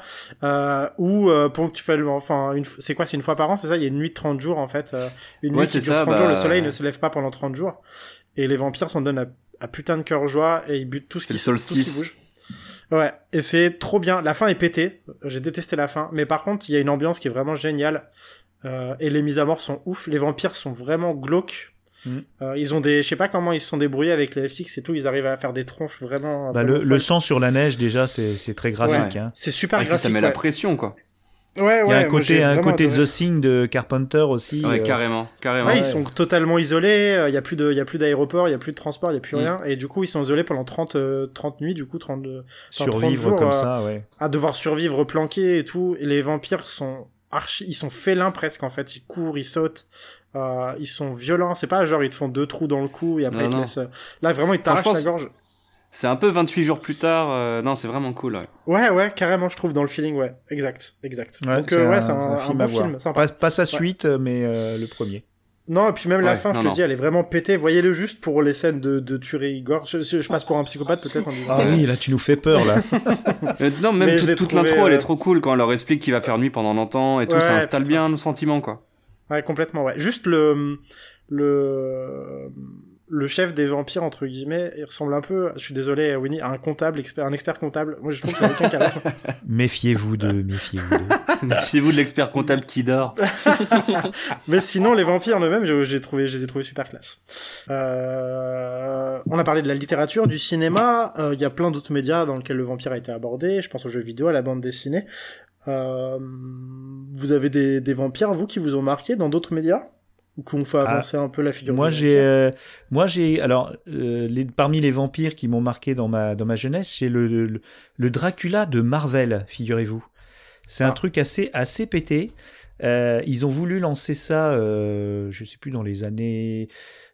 Où ponctuellement, c'est quoi, c'est une fois par an, c'est ça. Il y a une nuit de 30 jours en fait. Une nuit qui dure 30 jours. Le soleil ne se lève pas pendant 30 jours. Et les vampires s'en donnent à putain de cœur joie et ils butent tout ce qui bouge. Ouais, et c'est trop bien. La fin est pétée. J'ai détesté la fin, mais par contre, il y a une ambiance qui est vraiment géniale. Et les mises à mort sont ouf. Les vampires sont vraiment glauques. Ils ont je sais pas comment ils se sont débrouillés avec les FX et tout, ils arrivent à faire des tronches vraiment.
Le sang sur la neige, déjà, c'est très graphique. Hein.
C'est super graphique.
Ça met la pression, quoi.
Il y a
un côté The Thing de Carpenter aussi.
Ouais, carrément.
Ouais, ils sont totalement isolés, il y a plus d'aéroport, il y a plus de transport, il y a plus rien, et du coup ils sont isolés pendant 30 nuits, du coup 30
survivre
30 jours,
comme ça,
à devoir survivre planqués et tout. Et les vampires sont ils sont félins presque en fait, ils courent, ils sautent. Ils sont violents, c'est pas genre ils te font 2 trous dans le cou et après ils te laissent... Là vraiment ils t'arrachent la gorge.
C'est un peu 28 jours plus tard, non c'est vraiment cool.
Ouais, carrément je trouve dans le feeling, exact.
Ouais,
donc c'est un
film
bon
à voir.
film, sympa.
Pas sa suite, mais le premier.
Non, et puis même la fin, je te dis, elle est vraiment pétée. Voyez-le juste pour les scènes de tuerie gore. Je passe pour un psychopathe peut-être en disant.
Ah oui, là tu nous fais peur là.
Non, même toute l'intro, elle est trop cool quand on leur explique qu'il va faire nuit pendant longtemps et tout, ça installe bien le sentiment, quoi.
Ouais, complètement, ouais. Juste le chef des vampires, entre guillemets, il ressemble un peu, je suis désolé Winnie, à un expert comptable. Moi je trouve qu'il a aucun charisme.
Méfiez-vous d'eux.
Méfiez-vous de l'expert comptable qui dort.
Mais sinon, les vampires en eux-mêmes, je les ai trouvés super classe. On a parlé de la littérature, du cinéma, il y a plein d'autres médias dans lesquels le vampire a été abordé, je pense aux jeux vidéo, à la bande dessinée. Vous avez des vampires, vous, qui vous ont marqué dans d'autres médias? Ou qu'on fait avancer un peu la figure
moi,
du vampire?
Moi, j'ai... Alors, parmi les vampires qui m'ont marqué dans ma jeunesse, j'ai le Dracula de Marvel, figurez-vous. C'est un truc assez pété. Ils ont voulu lancer ça, je sais plus, dans les années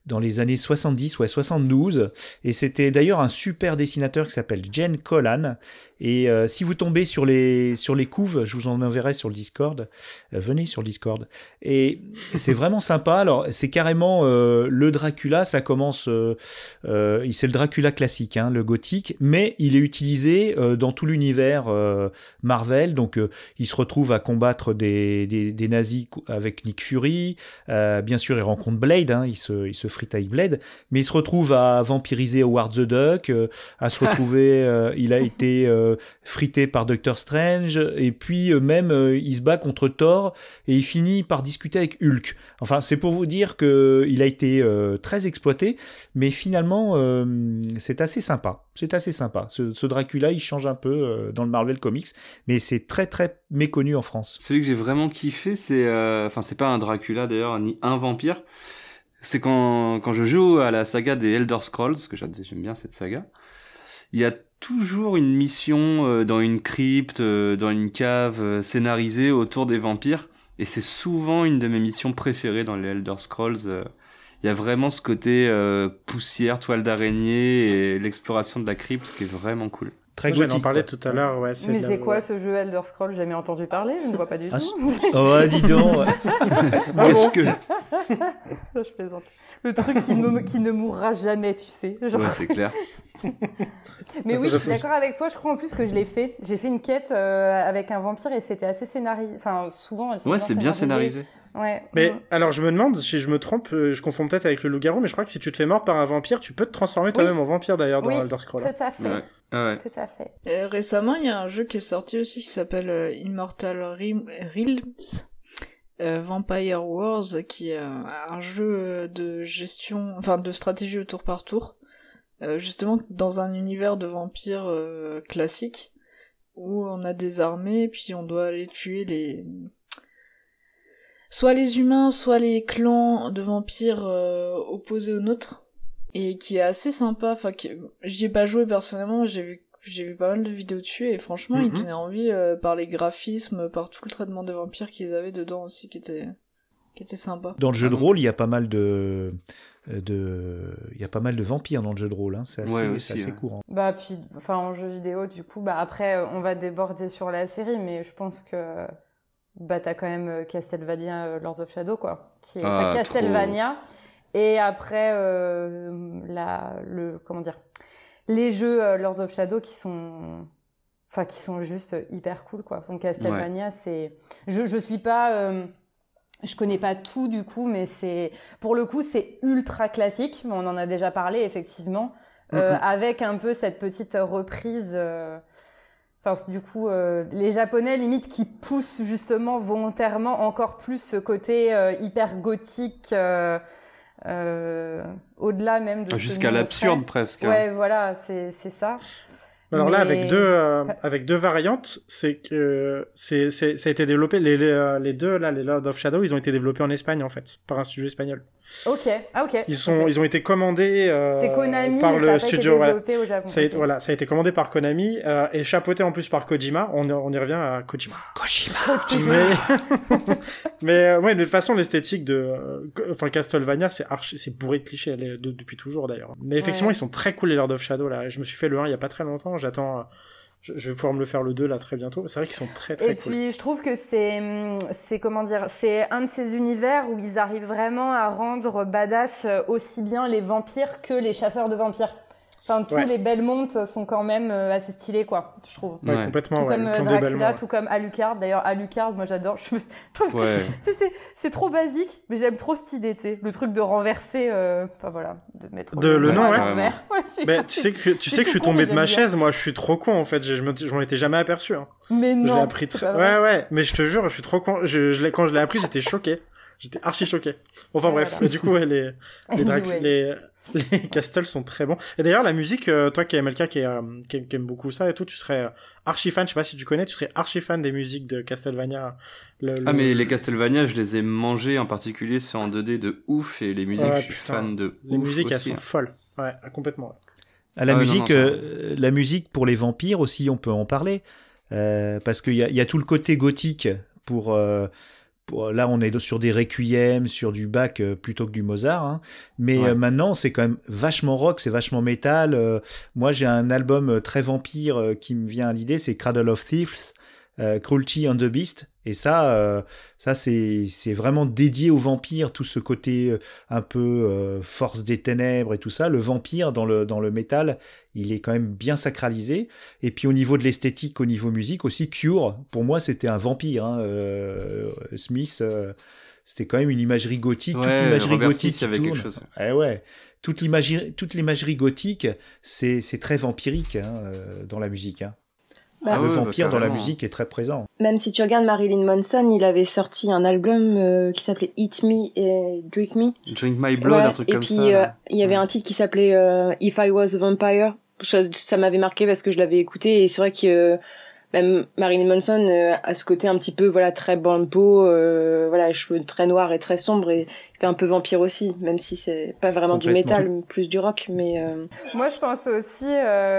70, 72, et c'était d'ailleurs un super dessinateur qui s'appelle Jen Collan, et si vous tombez sur les couves, je vous en enverrai sur le Discord, venez sur le Discord, et c'est vraiment sympa. Alors c'est carrément le Dracula, ça commence, c'est le Dracula classique, hein, le gothique, mais il est utilisé dans tout l'univers Marvel, donc il se retrouve à combattre des nazis avec Nick Fury, bien sûr il rencontre Blade, hein, il se frite avec Blade, mais il se retrouve à vampiriser Howard the Duck, à se retrouver, il a été frité par Doctor Strange, et puis même il se bat contre Thor, et il finit par discuter avec Hulk. Enfin, c'est pour vous dire qu'il a été très exploité, mais finalement c'est assez sympa. Ce Dracula, il change un peu dans le Marvel Comics, mais c'est très très méconnu en France.
Celui que j'ai vraiment kiffé, c'est pas un Dracula d'ailleurs, ni un vampire. C'est quand je joue à la saga des Elder Scrolls, que j'aime bien cette saga, il y a toujours une mission dans une crypte, dans une cave, scénarisée autour des vampires, et c'est souvent une de mes missions préférées dans les Elder Scrolls. Il y a vraiment ce côté poussière, toile d'araignée, et l'exploration de la crypte qui est vraiment cool.
Très gothique, en parlait tout à l'heure. Ouais,
mais c'est quoi ce jeu Elder Scrolls? J'ai jamais entendu parler, je ne vois pas du tout.
Oh, dis donc.
Qu'est-ce que...
Je plaisante. Le truc qui ne mourra jamais, tu sais. Genre...
Ouais, c'est clair.
Mais oui, je suis d'accord avec toi. Je crois en plus que je l'ai fait. J'ai fait une quête avec un vampire et c'était assez scénarisé. Enfin, souvent.
Ouais, c'est bien scénarisé.
Ouais.
Mais alors, je me demande si je me trompe, je confonds peut-être avec le loup-garou, mais je crois que si tu te fais mordre par un vampire, tu peux te transformer toi-même en vampire d'ailleurs dans Elder Scrolls.
Tout à fait.
Ouais. Ouais.
Tout à fait.
Récemment, il y a un jeu qui est sorti aussi qui s'appelle Immortal Realms. Vampire Wars, qui est un jeu de gestion, enfin de stratégie au tour par tour, justement dans un univers de vampires classique, où on a des armées, puis on doit aller tuer soit les humains, soit les clans de vampires opposés aux nôtres, et qui est assez sympa. Enfin, j'y ai pas joué personnellement, j'ai vu pas mal de vidéos dessus, et franchement, il donnait envie par les graphismes, par tout le traitement des vampires qu'ils avaient dedans aussi, qui était sympa.
Dans le jeu de rôle, il y a pas mal de vampires dans le jeu de rôle, hein. C'est assez courant.
Bah puis, enfin en jeu vidéo, du coup, bah après on va déborder sur la série, mais je pense que bah t'as quand même Castlevania Lords of Shadow, quoi, qui est Castlevania, et après les jeux Lords of Shadow qui sont juste hyper cool, quoi. Donc Castlevania, c'est, je suis pas, je connais pas tout du coup, mais pour le coup c'est ultra classique. On en a déjà parlé effectivement, avec un peu cette petite reprise. Du coup, les Japonais limite qui poussent justement volontairement encore plus ce côté hyper gothique. Au-delà même de
jusqu'à l'absurde presque.
Ouais, voilà, c'est ça.
Alors là, avec deux variantes, c'est que ça a été développé, les deux là, les Lord of Shadow, ils ont été développés en Espagne en fait, par un studio espagnol.
Ok.
Ils ont été commandés
c'est Konami,
par
mais
le
ça a
studio.
Pas été développé au Japon.
Ça a été commandé par Konami et chapeauté en plus par Kojima. On y revient à Kojima. Mais ouais, de toute façon, l'esthétique de Castlevania, c'est bourré de clichés depuis toujours d'ailleurs. Mais effectivement, ils sont très cool les Lord of Shadow là. Je me suis fait le 1 il y a pas très longtemps. J'attends. Je vais pouvoir me le faire le 2 là très bientôt. C'est vrai qu'ils sont très très cool.
Et puis je trouve que c'est comment dire, c'est un de ces univers où ils arrivent vraiment à rendre badass aussi bien les vampires que les chasseurs de vampires. Enfin, tous les Belmont sont quand même assez stylés, quoi, je trouve.
Ouais, complètement.
Tout comme Dracula,
Belmont,
tout comme Alucard. D'ailleurs, Alucard, moi j'adore. Je trouve c'est trop basique, mais j'aime trop cette idée, tu sais. Le truc de renverser, enfin voilà, de mettre
le nom,
à l'envers.
Tu sais que je suis tombé de ma chaise, moi, je suis trop con, en fait. Je m'en étais jamais aperçu. Hein.
Mais non.
Je l'ai appris ouais, mais je te jure, je suis trop con. Quand je l'ai appris, j'étais choqué. J'étais archi choqué. Enfin bref,
voilà.
du coup, les castles sont très bons. Et d'ailleurs, la musique, toi qui es MLK, qui aime beaucoup ça et tout, tu serais archi fan, je sais pas si tu connais, tu serais archi fan des musiques de Castlevania.
Mais les Castlevania, je les ai mangés, en particulier ceux en 2D de ouf, et les musiques, je suis fan de ouf.
Les musiques,
aussi,
elles sont folles. Ouais, complètement.
La musique pour les vampires aussi, on peut en parler. Parce qu'il y a tout le côté gothique là, on est sur des requiem, sur du Bach plutôt que du Mozart. Hein. Mais maintenant, c'est quand même vachement rock, c'est vachement métal. Moi, j'ai un album très vampire qui me vient à l'idée, c'est Cradle of Thieves, Cruelty and the Beast. Et ça c'est vraiment dédié aux vampires, tout ce côté un peu force des ténèbres et tout ça. Le vampire dans le métal, il est quand même bien sacralisé. Et puis au niveau de l'esthétique, au niveau musique aussi, Cure, pour moi c'était un vampire. Hein. Smith, c'était quand même une imagerie gothique. Toute l'imagerie
Robert
gothique
Smith, il y avait quelque chose.
Toute l'imagerie gothique, c'est très vampirique dans la musique. Hein. Le vampire dans la musique est très présent.
Même si tu regardes Marilyn Manson, il avait sorti un album qui s'appelait Eat Me et Drink Me.
Drink My Blood, un truc comme ça.
Et puis il y avait un titre qui s'appelait If I Was a Vampire. Ça m'avait marqué parce que je l'avais écouté et c'est vrai que même Marilyn Manson a ce côté un petit peu très bambo, les cheveux très noirs et très sombres et il fait un peu vampire aussi, même si c'est pas vraiment du métal, plus du rock. Mais
moi je pense aussi,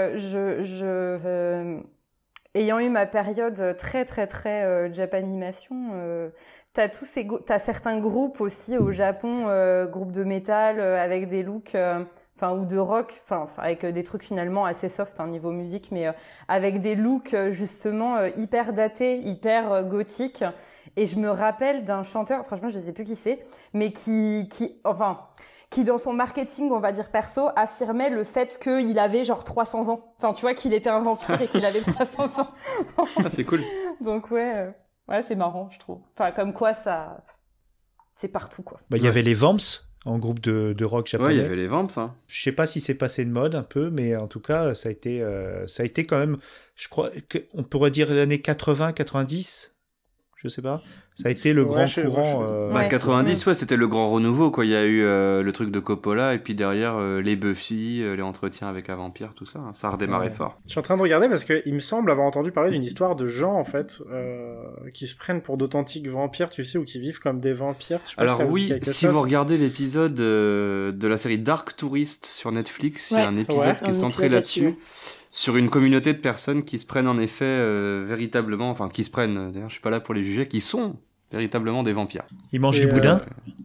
ayant eu ma période très très très Japanimation, t'as certains groupes aussi au Japon, groupes de métal avec des looks, ou de rock, avec des trucs finalement assez soft niveau musique, mais avec des looks justement hyper datés, hyper gothiques. Et je me rappelle d'un chanteur, franchement je sais plus qui c'est, mais qui dans son marketing, on va dire perso, affirmait le fait qu'il avait genre 300 ans. Enfin, tu vois, qu'il était un vampire et qu'il avait 300 ans.
C'est cool.
Donc c'est marrant, je trouve. Enfin, comme quoi ça, c'est partout, quoi.
Il y avait les Vamps, en groupe de rock japonais.
Ouais, il y avait les Vamps. Hein.
Je sais pas si c'est passé de mode un peu, mais en tout cas, ça a été quand même, je crois, on pourrait dire les années 80, 90. Je sais pas. Ça a été le grand courant.
90, c'était le grand renouveau, quoi. Il y a eu le truc de Coppola, et puis derrière, les Buffy, les entretiens avec un vampire, tout ça. Hein. Ça a redémarré fort.
Je suis en train de regarder parce qu'il me semble avoir entendu parler d'une histoire de gens, en fait, qui se prennent pour d'authentiques vampires, tu sais, ou qui vivent comme des vampires.
Alors oui, si vous regardez l'épisode de la série Dark Tourist sur Netflix, il y a un épisode qui est centré là-dessus. Sur une communauté de personnes qui se prennent en effet véritablement, d'ailleurs je suis pas là pour les juger, qui sont véritablement des vampires.
Ils mangent du boudin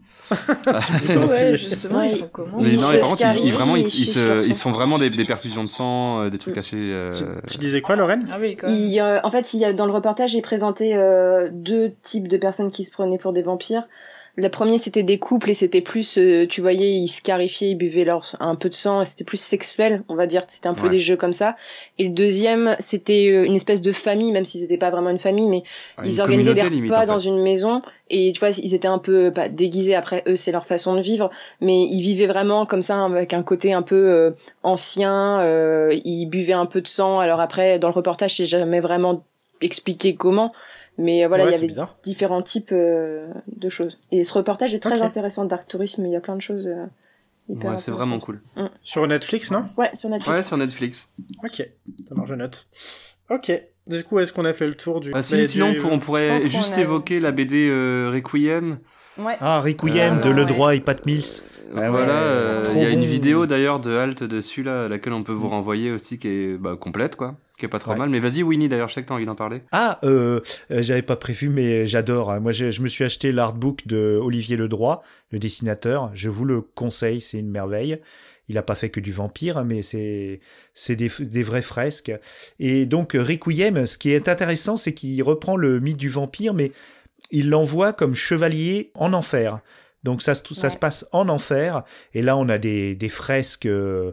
justement, ils font comment?
Mais non, par contre, ils se font vraiment des perfusions de sang, des trucs cachés.
Tu disais quoi, Lorraine?
Ah oui, quand même. En fait, dans le reportage, il présentait 2 types de personnes qui se prenaient pour des vampires. Le premier, c'était des couples et c'était plus, tu voyais, ils scarifiaient, ils buvaient un peu de sang et c'était plus sexuel, on va dire. C'était un peu des jeux comme ça. Et le deuxième, c'était une espèce de famille, même s'ils n'étaient pas vraiment une famille, mais ils organisaient des repas dans une maison et tu vois, ils étaient un peu déguisés. Après, eux, c'est leur façon de vivre, mais ils vivaient vraiment comme ça, avec un côté un peu ancien. Ils buvaient un peu de sang. Alors après, dans le reportage, c'est jamais vraiment expliqué comment. Mais il y avait différents types de choses. Et ce reportage est très intéressant, Dark Tourism, il y a plein de choses hyper intéressantes.
C'est vraiment cool.
Sur Netflix, non?
Ouais, sur Netflix.
Ouais, sur Netflix.
Ok, ça marche, je note. Ok, du coup, est-ce qu'on a fait le tour du...
Sinon, on pourrait juste évoquer la BD Requiem.
Ouais.
Ah, Requiem de Le Droit et Pat Mills.
Il y a une vidéo d'ailleurs de Halt dessus, là, à laquelle on peut vous renvoyer aussi, qui est complète, quoi. Qui est pas trop mal. Mais vas-y, Winnie, d'ailleurs, je sais que t'as envie d'en parler.
J'avais pas prévu, mais j'adore. Hein. Moi, je me suis acheté l'artbook de Olivier Ledroit, le dessinateur. Je vous le conseille, c'est une merveille. Il a pas fait que du vampire, mais c'est des vraies fresques. Et donc, Requiem, ce qui est intéressant, c'est qu'il reprend le mythe du vampire, mais il l'envoie comme chevalier en enfer. Donc ça se passe en enfer, et là on a des fresques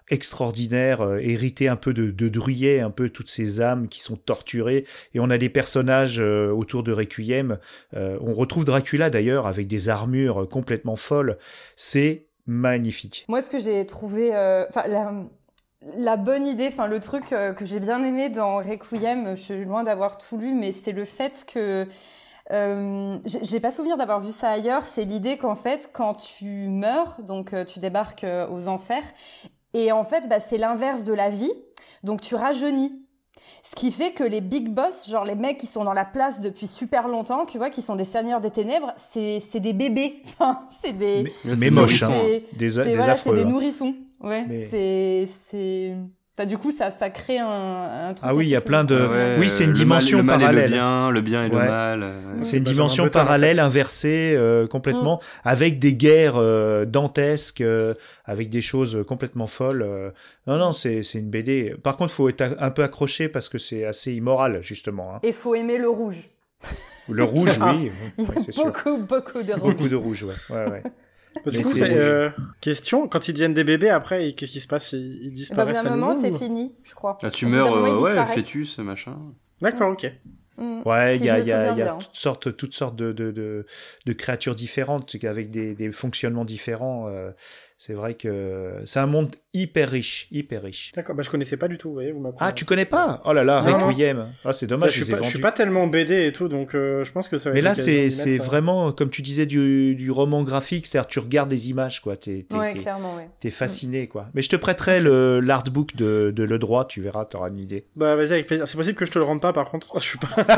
extraordinaire, hérité un peu de Druyet, un peu toutes ces âmes qui sont torturées. Et on a des personnages autour de Requiem. On retrouve Dracula d'ailleurs avec des armures complètement folles. C'est magnifique.
Moi, ce que j'ai trouvé, la bonne idée, enfin le truc que j'ai bien aimé dans Requiem, je suis loin d'avoir tout lu, mais c'est le fait que j'ai pas souvenir d'avoir vu ça ailleurs. C'est l'idée qu'en fait, quand tu meurs, donc tu débarques aux enfers, et en fait, c'est l'inverse de la vie, donc tu rajeunis. Ce qui fait que les big boss, genre les mecs qui sont dans la place depuis super longtemps, tu vois, qui sont des seigneurs des ténèbres, c'est des bébés. Enfin, c'est des...
Mais moches, hein. Des
voilà,
affreux.
C'est des nourrissons. Ouais, mais... c'est... Enfin, du coup, ça crée un truc.
Ah oui, il y a plein de...
Ouais,
oui, c'est une dimension parallèle.
Le bien et le mal.
C'est une dimension parallèle, inversée, complètement, avec des guerres dantesques, avec des choses complètement folles. Non, c'est une BD. Par contre, il faut être un peu accroché parce que c'est assez immoral, justement. Hein.
Et il faut aimer le rouge.
Le rouge, oui.
Il y a
c'est sûr.
beaucoup de rouge.
Beaucoup de rouge, ouais.
Du coup, question, quand ils deviennent des bébés, après, qu'est-ce qui se passe? Ils disparaissent à nouveau?
Au bout d'un moment, c'est fini, je crois.
Là, tu meurs, fœtus, machin.
D'accord, ok.
Ouais, il y a toutes sortes de créatures différentes, avec des fonctionnements différents. C'est vrai que c'est un monde hyper riche.
D'accord, je connaissais pas du tout, vous voyez.
Tu connais pas? Oh là là, Requiem. Ah, c'est dommage,
je suis pas tellement BD et tout, donc je pense que ça va
Mais
être...
là, c'est vraiment, comme tu disais, du roman graphique, c'est-à-dire tu regardes des images, quoi.
Clairement, ouais.
T'es fasciné, quoi. Mais je te prêterai l'artbook de Le Droit, tu verras, t'auras une idée.
Bah, vas-y, avec plaisir. C'est possible que je te le rende pas, par contre. Je suis pas...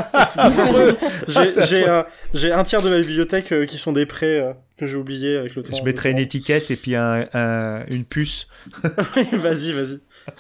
J'ai un tiers de ma bibliothèque qui sont des prêts... que j'ai oublié avec le temps.
Je mettrai une étiquette et puis une puce.
Oui, vas-y.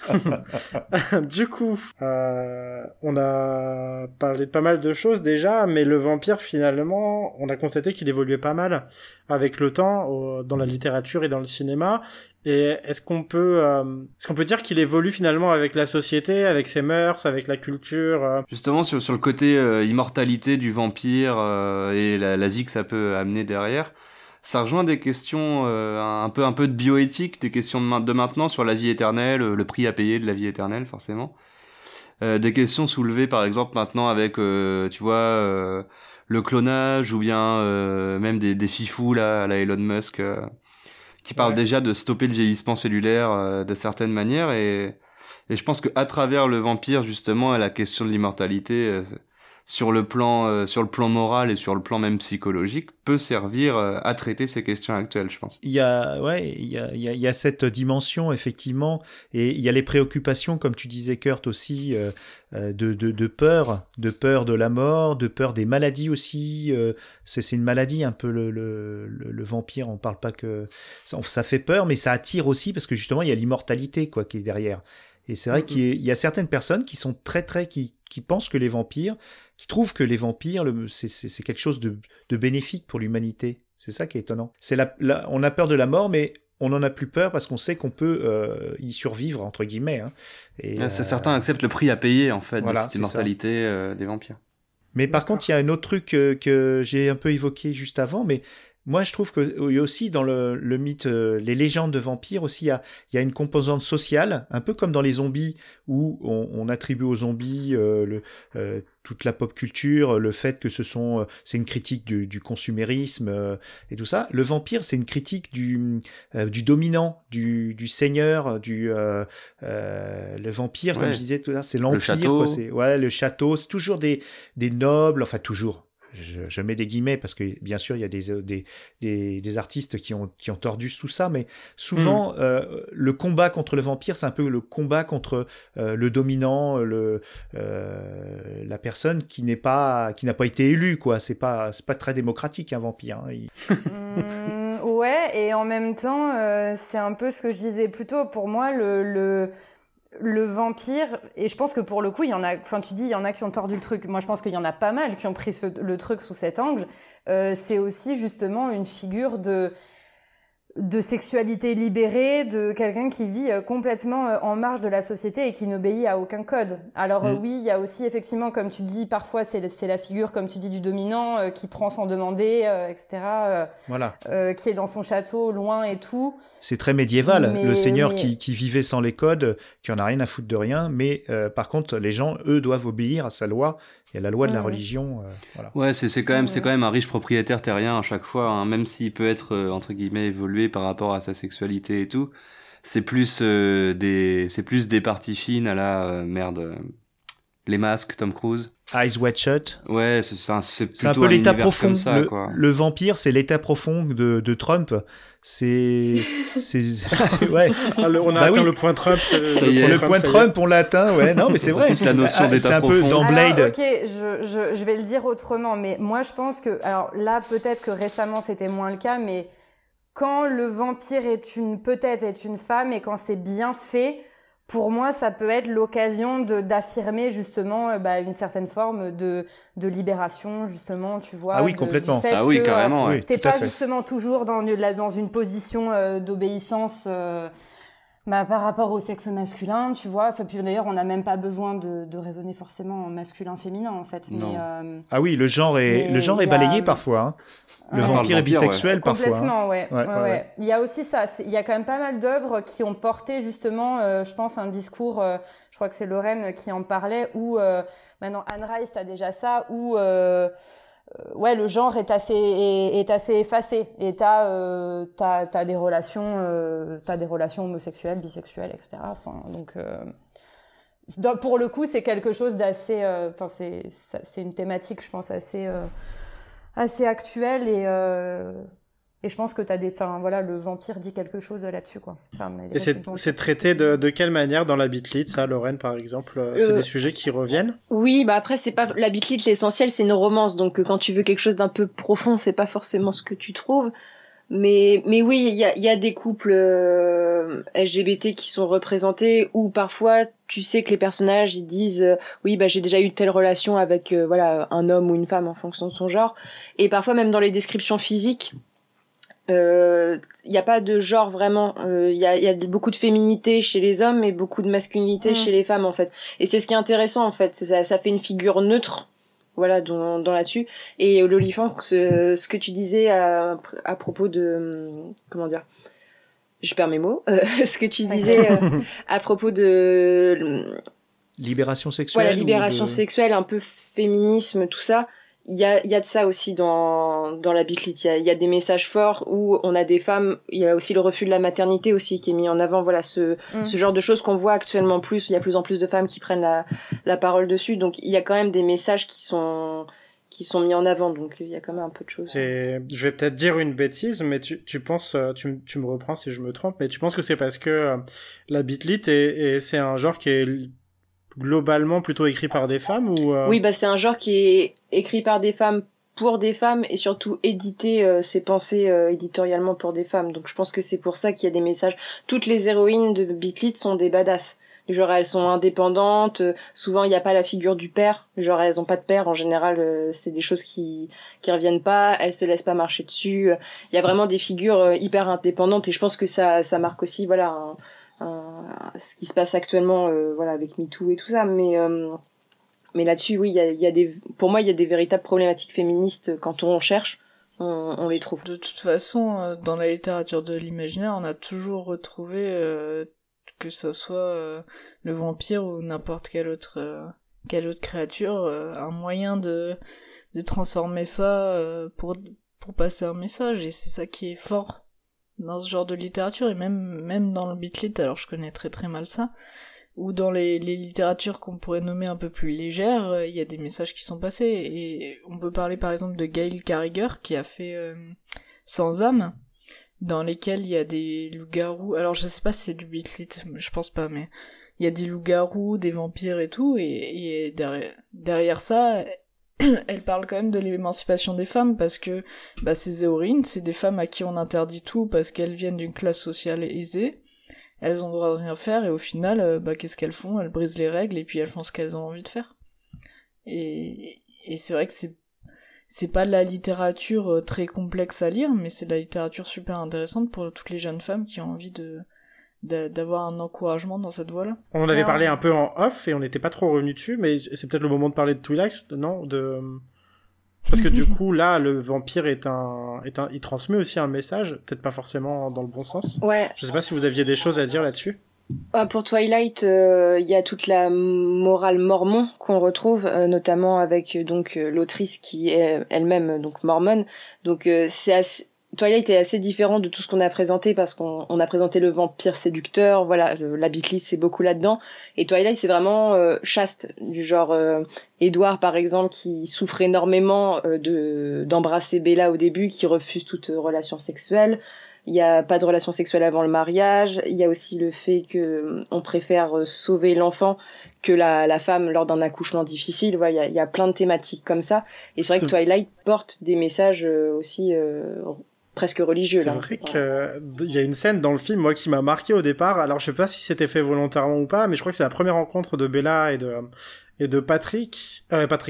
Du coup, on a parlé de pas mal de choses déjà, mais le vampire, finalement, on a constaté qu'il évoluait pas mal avec le temps dans la littérature et dans le cinéma. Et est-ce qu'on peut dire qu'il évolue finalement avec la société, avec ses mœurs, avec la culture
Justement, sur le côté immortalité du vampire et la zik que ça peut amener derrière, ça rejoint des questions un peu de bioéthique, des questions de maintenant sur la vie éternelle, le prix à payer de la vie éternelle forcément. Des questions soulevées par exemple maintenant avec tu vois le clonage ou bien même des fifous là à la Elon Musk qui parlent déjà de stopper le vieillissement cellulaire de certaines manières et je pense que à travers le vampire justement la question de l'immortalité sur le plan moral et sur le plan même psychologique peut servir à traiter ces questions actuelles, je pense.
Il y a cette dimension effectivement et il y a les préoccupations comme tu disais Kurt aussi de peur de la mort, de peur des maladies aussi, c'est une maladie un peu le vampire, on parle pas que ça fait peur mais ça attire aussi parce que justement il y a l'immortalité quoi qui est derrière. Et c'est vrai qu'il y a certaines personnes qui sont très qui pensent que les vampires, qui trouvent que les vampires, c'est quelque chose de bénéfique pour l'humanité. C'est ça qui est étonnant. On a peur de la mort, mais on n'en a plus peur parce qu'on sait qu'on peut y survivre, entre guillemets. Hein. Et,
certains acceptent le prix à payer, en fait, de cette immortalité des vampires. Mais
par contre, il y a un autre truc que j'ai un peu évoqué juste avant, mais moi, je trouve qu'il y a aussi dans le mythe, les légendes de vampires aussi, il y a une composante sociale, un peu comme dans les zombies, où on attribue aux zombies toute la pop culture, le fait que c'est une critique du consumérisme et tout ça. Le vampire, c'est une critique du dominant, du seigneur, le vampire, comme je disais tout à l'heure, c'est l'empire.
Le château.
Le château, c'est toujours des nobles, enfin toujours. Je mets des guillemets parce que bien sûr il y a des artistes qui ont tordu tout ça, mais souvent le combat contre le vampire c'est un peu le combat contre le dominant, la personne qui n'a pas été élue quoi. C'est pas très démocratique un vampire. Hein.
Ouais, et en même temps c'est un peu ce que je disais plus tôt. Pour moi le vampire, et je pense que pour le coup, il y en a, enfin tu dis, il y en a qui ont tordu le truc. Moi, je pense qu'il y en a pas mal qui ont pris le truc sous cet angle. C'est aussi justement une figure de sexualité libérée, de quelqu'un qui vit complètement en marge de la société et qui n'obéit à aucun code. Alors oui, il y a aussi effectivement, comme tu dis, parfois c'est la figure, comme tu dis, du dominant qui prend sans demander, etc.
Voilà.
Qui est dans son château, loin et tout.
C'est très médiéval,
Mais-
le seigneur
mais-
qui vivait sans les codes, qui en a rien à foutre de rien, mais par contre, les gens, eux, doivent obéir à sa loi et à la loi de la religion. Voilà.
Ouais, c'est quand même un riche propriétaire terrien à chaque fois, hein, même s'il peut être entre guillemets évolué par rapport à sa sexualité et tout. C'est plus des parties fines à la les Masques, Tom Cruise.
Eyes Wide Shut.
Ouais, c'est
C'est un
plutôt
peu l'état
univers
profond.
comme ça, quoi.
Le vampire, c'est l'état profond de Trump. C'est ouais.
Ah, on a
Bah
atteint
oui.
le point Trump.
Ça y est.
Le point
ça y est.
Trump, on l'a atteint. Ouais, non, mais c'est vrai.
Plus la notion d'état
c'est un peu
profond.
dans Blade.
Alors, ok, je vais le dire autrement, mais moi je pense que, alors là peut-être que récemment c'était moins le cas, mais quand le vampire est une femme et quand c'est bien fait, pour moi ça peut être l'occasion d'affirmer justement une certaine forme de libération justement, tu vois.
Ah oui, complètement.
Du fait
Ah oui,
que,
carrément. Ouais.
Oui,
t'es
tout à
pas
fait.
justement toujours dans une position d'obéissance par rapport au sexe masculin, tu vois. Enfin, puis d'ailleurs, on n'a même pas besoin de raisonner forcément en masculin-féminin, en fait.
Non.
Mais,
Ah oui, le genre est
Mais il y a-
balayé parfois. Hein. Le
Ouais.
vampire est
Vampire,
bisexuel parfois. Hein.
complètement, ouais.
Ouais, ouais.
Il y a aussi ça. Il y a quand même pas mal d'œuvres qui ont porté justement, je pense, un discours. Je crois que c'est Lorraine qui en parlait. Où maintenant Anne Rice, t'as déjà ça. Où ouais, le genre est assez effacé. Et t'as des relations homosexuelles, bisexuelles, etc. Enfin, donc. Pour le coup, c'est quelque chose d'assez. Enfin, c'est une thématique, je pense, assez actuelle et je pense que le vampire dit quelque chose là-dessus, quoi. Enfin,
Et c'est traité de quelle manière dans la Beat-Lit, ça, Lorraine, par exemple C'est des sujets qui reviennent?
Oui, bah après c'est pas la Beat-Lit, l'essentiel c'est une romance, donc quand tu veux quelque chose d'un peu profond, c'est pas forcément ce que tu trouves. Mais oui, il y a des couples LGBT qui sont représentés où parfois tu sais que les personnages ils disent oui bah j'ai déjà eu telle relation avec un homme ou une femme en fonction de son genre, et parfois même dans les descriptions physiques il y a pas de genre vraiment, il y a beaucoup de féminité chez les hommes et beaucoup de masculinité chez les femmes en fait, et c'est ce qui est intéressant en fait, ça fait une figure neutre. Voilà, dans là-dessus. Et l'olifant, ce que tu disais à propos de... Comment dire ? Je perds mes mots. Ce que tu disais à propos de...
Libération sexuelle.
Voilà, libération sexuelle, un peu féminisme, tout ça. Il y a de ça aussi dans la Beat-Lit. Il y a des messages forts où on a des femmes. Il y a aussi le refus de la maternité aussi qui est mis en avant. Voilà, ce genre de choses qu'on voit actuellement plus. Il y a plus en plus de femmes qui prennent la parole dessus. Donc il y a quand même des messages qui sont mis en avant. Donc il y a quand même un peu de choses.
Et je vais peut-être dire une bêtise, mais tu penses, tu me reprends si je me trompe, mais tu penses que c'est parce que la Beat-Lit c'est un genre qui est globalement plutôt écrit par des femmes ou
Oui, bah c'est un genre qui est écrit par des femmes pour des femmes et surtout édité, c'est pensé éditorialement pour des femmes. Donc je pense que c'est pour ça qu'il y a des messages. Toutes les héroïnes de Beat-Lit sont des badass. Genre elles sont indépendantes, souvent il n'y a pas la figure du père, genre elles ont pas de père en général, c'est des choses qui reviennent pas, elles se laissent pas marcher dessus. Il y a vraiment des figures hyper indépendantes et je pense que ça marque aussi ce qui se passe actuellement avec MeToo et tout ça, mais là-dessus oui, pour moi il y a des véritables problématiques féministes quand on cherche, on les trouve.
De toute façon, dans la littérature de l'imaginaire, on a toujours retrouvé que ça soit le vampire ou n'importe quelle autre créature, un moyen de transformer ça pour passer un message, et c'est ça qui est fort dans ce genre de littérature, et même dans le Beat-Lit, alors je connais très très mal ça, ou dans les littératures qu'on pourrait nommer un peu plus légères, il y a des messages qui sont passés, et on peut parler par exemple de Gail Carriger qui a fait Sans âme, dans lesquels il y a des loups-garous. Alors je sais pas si c'est du Beat-Lit, je pense pas, mais il y a des loups-garous, des vampires et tout, et derrière ça, elle parle quand même de l'émancipation des femmes, parce que ces héroïnes, c'est des femmes à qui on interdit tout parce qu'elles viennent d'une classe sociale aisée, elles ont le droit de rien faire, et au final, qu'est-ce qu'elles font ? Elles brisent les règles, et puis elles font ce qu'elles ont envie de faire. Et c'est vrai que c'est pas de la littérature très complexe à lire, mais c'est de la littérature super intéressante pour toutes les jeunes femmes qui ont envie d'avoir un encouragement dans cette voie-là.
On en avait parlé un peu en off et on n'était pas trop revenu dessus, mais c'est peut-être le moment de parler de Twilight, non? Parce que du coup, là, le vampire il transmet aussi un message, peut-être pas forcément dans le bon sens.
Ouais.
Je sais pas si vous aviez des choses à dire là-dessus.
Pour Twilight, il y a toute la morale mormon qu'on retrouve, notamment avec l'autrice qui est elle-même donc mormone. Donc Twilight est assez différent de tout ce qu'on a présenté parce qu'on a présenté le vampire séducteur, voilà, la Beatlist c'est beaucoup là-dedans. Et Twilight c'est vraiment chaste, du genre Edward par exemple qui souffre énormément d'embrasser Bella au début, qui refuse toute relation sexuelle. Il y a pas de relation sexuelle avant le mariage. Il y a aussi le fait que on préfère sauver l'enfant que la femme lors d'un accouchement difficile. Voilà, il y a plein de thématiques comme ça. Et c'est vrai que Twilight porte des messages aussi presque religieux.
C'est vrai qu'il y a une scène dans le film, moi, qui m'a marqué au départ. Alors, je sais pas si c'était fait volontairement ou pas, mais je crois que c'est la première rencontre de Bella et de Patrick,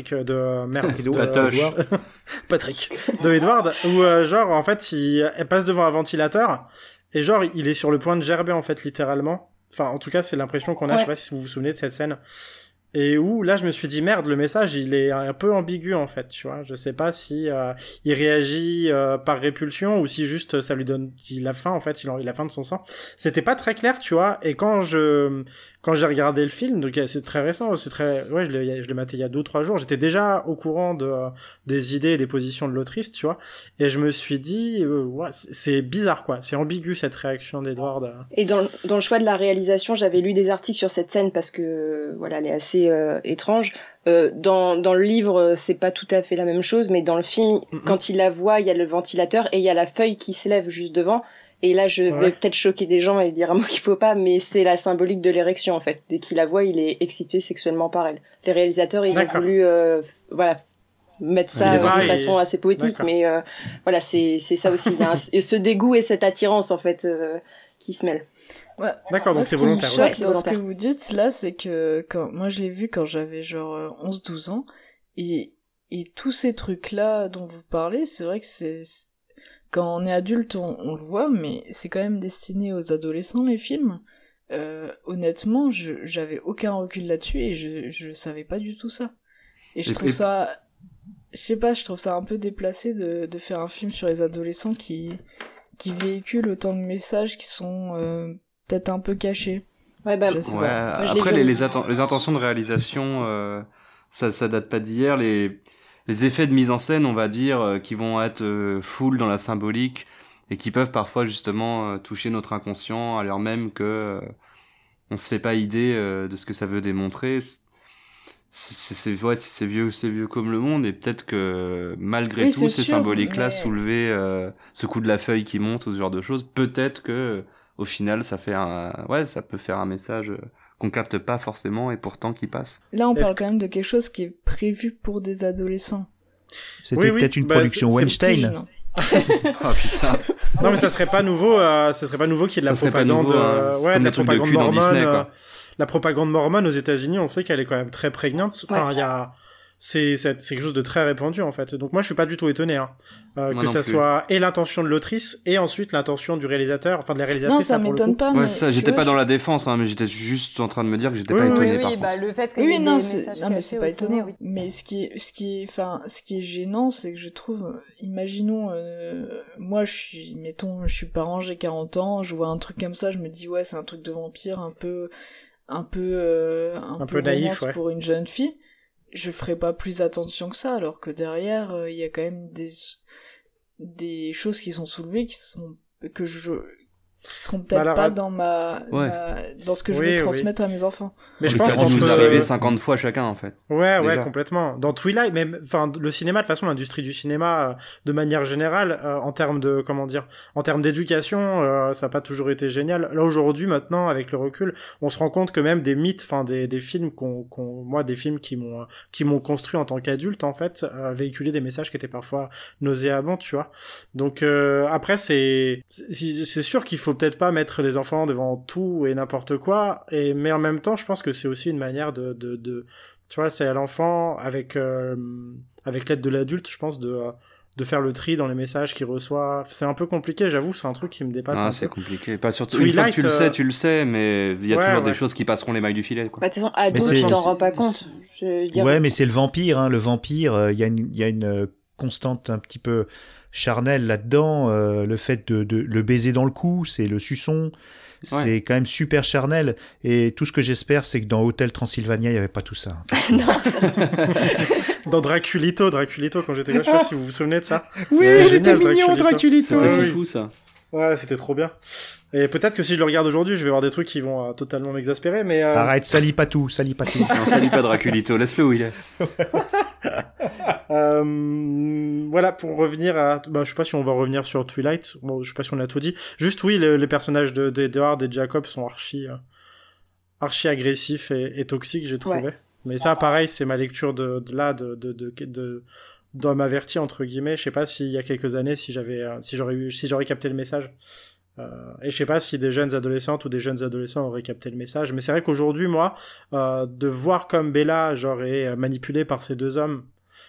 Patrick, de Edward, où genre en fait elle passe devant un ventilateur et genre il est sur le point de gerber en fait littéralement. Enfin en tout cas c'est l'impression qu'on a. Je sais pas si vous vous souvenez de cette scène. Et où là je me suis dit merde, le message il est un peu ambigu en fait, tu vois. Je sais pas si il réagit par répulsion ou si juste ça lui donne il a faim en fait, il a faim de son sang. C'était pas très clair, tu vois. Et quand j'ai regardé le film, donc c'est très récent, je l'ai maté il y a 2 ou 3 jours, j'étais déjà au courant des idées et des positions de l'autrice, tu vois. Et je me suis dit ouais, c'est bizarre quoi, c'est ambigu cette réaction d'Edward.
Et dans le choix de la réalisation, j'avais lu des articles sur cette scène parce que voilà, elle est assez étrange. Dans le livre, c'est pas tout à fait la même chose, mais dans le film, quand il la voit, il y a le ventilateur et il y a la feuille qui se lève juste devant. Et là, je vais peut-être choquer des gens et dire un mot qu'il faut pas, mais c'est la symbolique de l'érection, en fait. Dès qu'il la voit, il est excité sexuellement par elle. Les réalisateurs, ils ont voulu, mettre ça de façon assez poétique, mais voilà, c'est ça aussi. Il y a ce dégoût et cette attirance, en fait, qui se mêlent.
Ouais.
D'accord, donc c'est volontaire.
Ce qui me choque dans ce que vous dites, là, c'est que moi, je l'ai vu quand j'avais genre 11-12 ans, et tous ces trucs-là dont vous parlez, c'est vrai que quand on est adulte, on le voit, mais c'est quand même destiné aux adolescents, les films. Honnêtement, j'avais aucun recul là-dessus et je savais pas du tout ça. Et je trouve ça, je sais pas, je trouve ça un peu déplacé de faire un film sur les adolescents qui véhiculent autant de messages qui sont peut-être un peu cachés.
Ouais,
je sais pas.
Moi, après, les intentions de réalisation, ça date pas d'hier. Les effets de mise en scène, on va dire, qui vont être full dans la symbolique et qui peuvent parfois justement toucher notre inconscient alors même que on se fait pas idée de ce que ça veut démontrer. C'est vieux comme le monde et peut-être que malgré tout ces symboliques-là soulever ce coup de la feuille qui monte ou ce genre de choses, peut-être que au final ça peut faire un message qu'on capte pas forcément et pourtant qui passe.
Là on parle quand même de quelque chose qui est prévu pour des adolescents.
C'était peut-être une production Weinstein.
Oh putain.
Non mais ça serait pas nouveau qu'il y ait de la propagande de la propagande mormone Disney, la propagande mormone aux États-Unis, on sait qu'elle est quand même très prégnante. Enfin, il y a c'est quelque chose de très répandu en fait. Donc moi je suis pas du tout étonné que ça soit et l'intention de l'autrice et ensuite l'intention du réalisateur, enfin de la réalisatrice.
Non, ça m'étonne pas.
Ouais, ça, j'étais pas dans la défense, mais j'étais juste en train de me dire que j'étais pas étonné par contre.
Le fait qu'il y ait des messages
mais c'est pas étonnant.
Oui.
Mais ce qui est gênant, c'est que je trouve, imaginons, moi je suis parent, j'ai 40 ans, je vois un truc comme ça, je me dis ouais c'est un truc de vampire un peu naïf pour une jeune fille. Je ferai pas plus attention que ça, alors que derrière, il y a quand même des choses qui sont soulevées qui seront peut-être pas dans dans ce que je vais transmettre à mes enfants.
Mais je pense qu'on nous arriver 50 fois chacun, en fait.
Ouais, complètement. Dans Twilight, même, enfin, le cinéma, de toute façon, l'industrie du cinéma, de manière générale, en termes d'éducation, ça n'a pas toujours été génial. Là, aujourd'hui, maintenant, avec le recul, on se rend compte que même des mythes, enfin, des films des films qui m'ont construit en tant qu'adulte, en fait, véhiculaient des messages qui étaient parfois nauséabonds, tu vois. Donc, après, c'est sûr qu'il faut peut-être pas mettre les enfants devant tout et n'importe quoi, mais en même temps je pense que c'est aussi une manière de Tu vois, c'est à l'enfant, avec l'aide de l'adulte, je pense, de faire le tri dans les messages qu'il reçoit. C'est un peu compliqué, j'avoue, c'est un truc qui me dépasse un peu.
C'est compliqué. Pas surtout
Twilight,
une fois que tu le sais, mais il y a toujours des choses qui passeront les mailles du filet, quoi.
De toute façon, ado, tu t'en rends pas compte.
Ouais, mais c'est le vampire, hein. Le vampire, il y a une constante un petit peu charnelle là-dedans. Le fait de le baiser dans le cou, c'est le suçon. C'est quand même super charnel. Et tout ce que j'espère, c'est que dans Hôtel Transylvania, il n'y avait pas tout ça.
Non.
Dans Draculito, quand j'étais là, je sais pas si vous vous souvenez de ça.
Oui, c'était mignon, Draculito.
C'était fou, ça.
Ouais, c'était trop bien. Et peut-être que si je le regarde aujourd'hui, je vais voir des trucs qui vont totalement m'exaspérer, mais...
Arrête, salis pas tout.
Non, salis pas Draculito, laisse-le où il est.
Voilà, pour revenir à... je sais pas si on va revenir sur Twilight, bon, je sais pas si on a tout dit. Juste, oui, les personnages d'Edward et de Jacob sont archi agressifs et toxiques, j'ai trouvé. Ouais. Mais ça, pareil, c'est ma lecture d'homme averti, entre guillemets. Je sais pas s'il y a quelques années, si j'aurais capté le message. Et je sais pas si des jeunes adolescentes ou des jeunes adolescents auraient capté le message. Mais c'est vrai qu'aujourd'hui, moi, de voir comme Bella, est manipulée par ces deux hommes,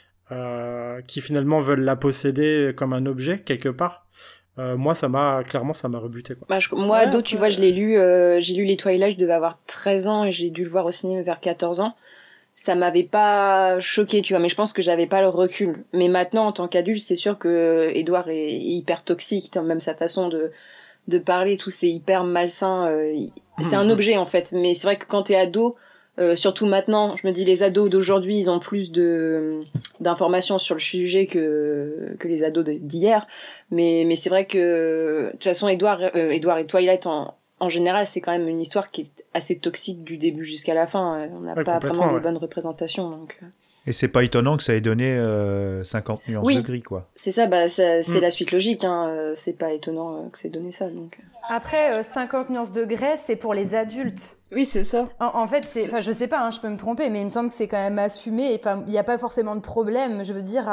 qui finalement veulent la posséder comme un objet, quelque part, moi, ça m'a rebuté, quoi.
Moi, ado, tu vois, j'ai lu les Twilight, je devais avoir 13 ans et j'ai dû le voir au cinéma vers 14 ans. Ça m'avait pas choqué, tu vois, mais je pense que j'avais pas le recul. Mais maintenant, en tant qu'adulte, c'est sûr que Edward est hyper toxique, même sa façon de parler, tout, c'est hyper malsain. C'est un objet, en fait. Mais c'est vrai que quand t'es ado, surtout maintenant, je me dis, les ados d'aujourd'hui, ils ont plus d'informations sur le sujet que les ados d'hier. Mais c'est vrai que, de toute façon, Edward et Twilight, en général, c'est quand même une histoire qui est assez toxique du début jusqu'à la fin. On n'a pas vraiment de bonnes représentations. Donc...
Et c'est pas étonnant que ça ait donné 50 nuances de gris, quoi.
C'est ça, c'est la suite logique. Hein. C'est pas étonnant que c'est donné ça. Donc...
Après, 50 nuances de gris, c'est pour les adultes.
Oui, c'est ça.
En fait, je sais pas, hein, je peux me tromper, mais il me semble que c'est quand même assumé. Enfin, il n'y a pas forcément de problème, je veux dire,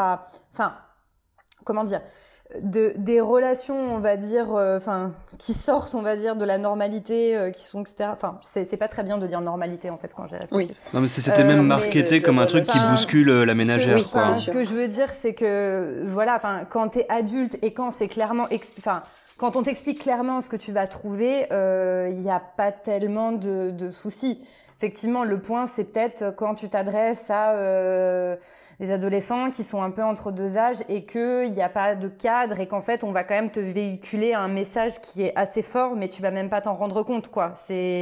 comment dire, des relations, on va dire, qui sortent, on va dire, de la normalité, qui sont, etc. Enfin, c'est pas très bien de dire normalité, en fait, quand j'ai réfléchi.
Oui.
Non, mais c'était même marketé comme un truc qui bouscule la ménagère, quoi.
Ce que je veux dire, c'est que, voilà, quand t'es adulte et quand c'est clairement, quand on t'explique clairement ce que tu vas trouver, il n'y a pas tellement de soucis. Effectivement, le point, c'est peut-être quand tu t'adresses à des adolescents qui sont un peu entre deux âges et qu'il n'y a pas de cadre et qu'en fait, on va quand même te véhiculer un message qui est assez fort, mais tu vas même pas t'en rendre compte, quoi.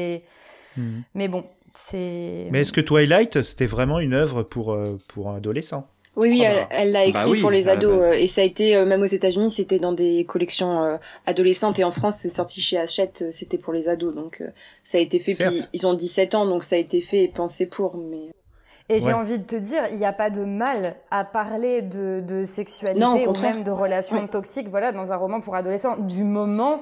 Mais bon, c'est...
Mais est-ce que Twilight, c'était vraiment une œuvre pour un adolescent ?
Oui, elle l'a écrit pour les ados. Et ça a été, même aux États-Unis, c'était dans des collections adolescentes. Et en France, c'est sorti chez Hachette, c'était pour les ados. Donc, ça a été fait. Puis, ils ont 17 ans, donc ça a été fait et pensé pour. Mais...
Et j'ai envie de te dire, il n'y a pas de mal à parler de sexualité ou même de relations toxiques, voilà, dans un roman pour adolescents, du moment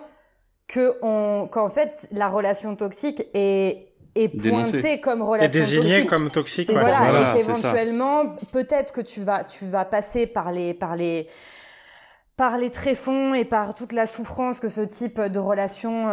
qu'en fait, la relation toxique est pointée comme relation toxique.
Et désignée comme toxique.
Voilà, et qu'éventuellement, peut-être que tu vas passer par les tréfonds et par toute la souffrance que ce type de relation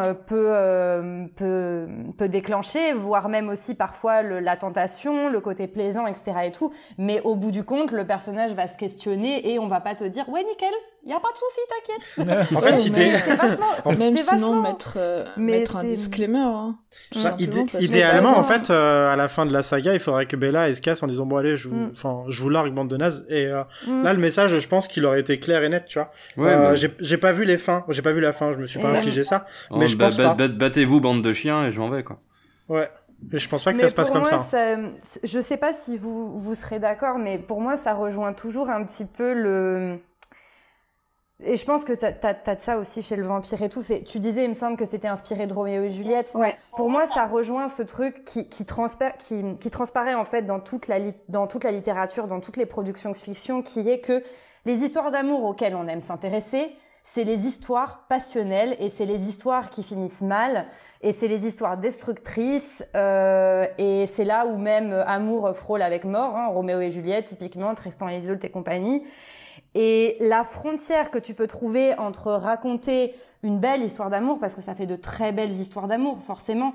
peut déclencher, voire même aussi parfois la tentation, le côté plaisant, etc. et tout. Mais au bout du compte, le personnage va se questionner et on va pas te dire « Ouais, nickel, y a pas de souci, t'inquiète ».
En fait,
même sinon mettre un disclaimer. Hein,
idéalement, en fait, à la fin de la saga, il faudrait que Bella elle se casse en disant « Bon, allez, je vous largue, bande de nazes ». Et là, le message, je pense qu'il aurait été clair et net, tu vois.
Ouais,
j'ai pas vu la fin, je me suis pas infligé ça, mais je pense pas.
Battez-vous, bande de chiens, et je m'en vais, quoi.
Ouais, mais je pense pas que ça se passe comme ça.
Je sais pas si vous serez d'accord, mais pour moi, ça rejoint toujours un petit peu et je pense que t'as de ça aussi chez le vampire et tout. Tu disais, il me semble que c'était inspiré de Roméo et Juliette.
Ouais.
Pour moi, ça rejoint ce truc qui transparaît en fait dans toute la littérature, dans toutes les productions de fiction, qui est que les histoires d'amour auxquelles on aime s'intéresser, c'est les histoires passionnelles et c'est les histoires qui finissent mal et c'est les histoires destructrices et c'est là où même amour frôle avec mort, hein, Roméo et Juliette typiquement, Tristan et Isolde et compagnie. Et la frontière que tu peux trouver entre raconter une belle histoire d'amour, parce que ça fait de très belles histoires d'amour forcément,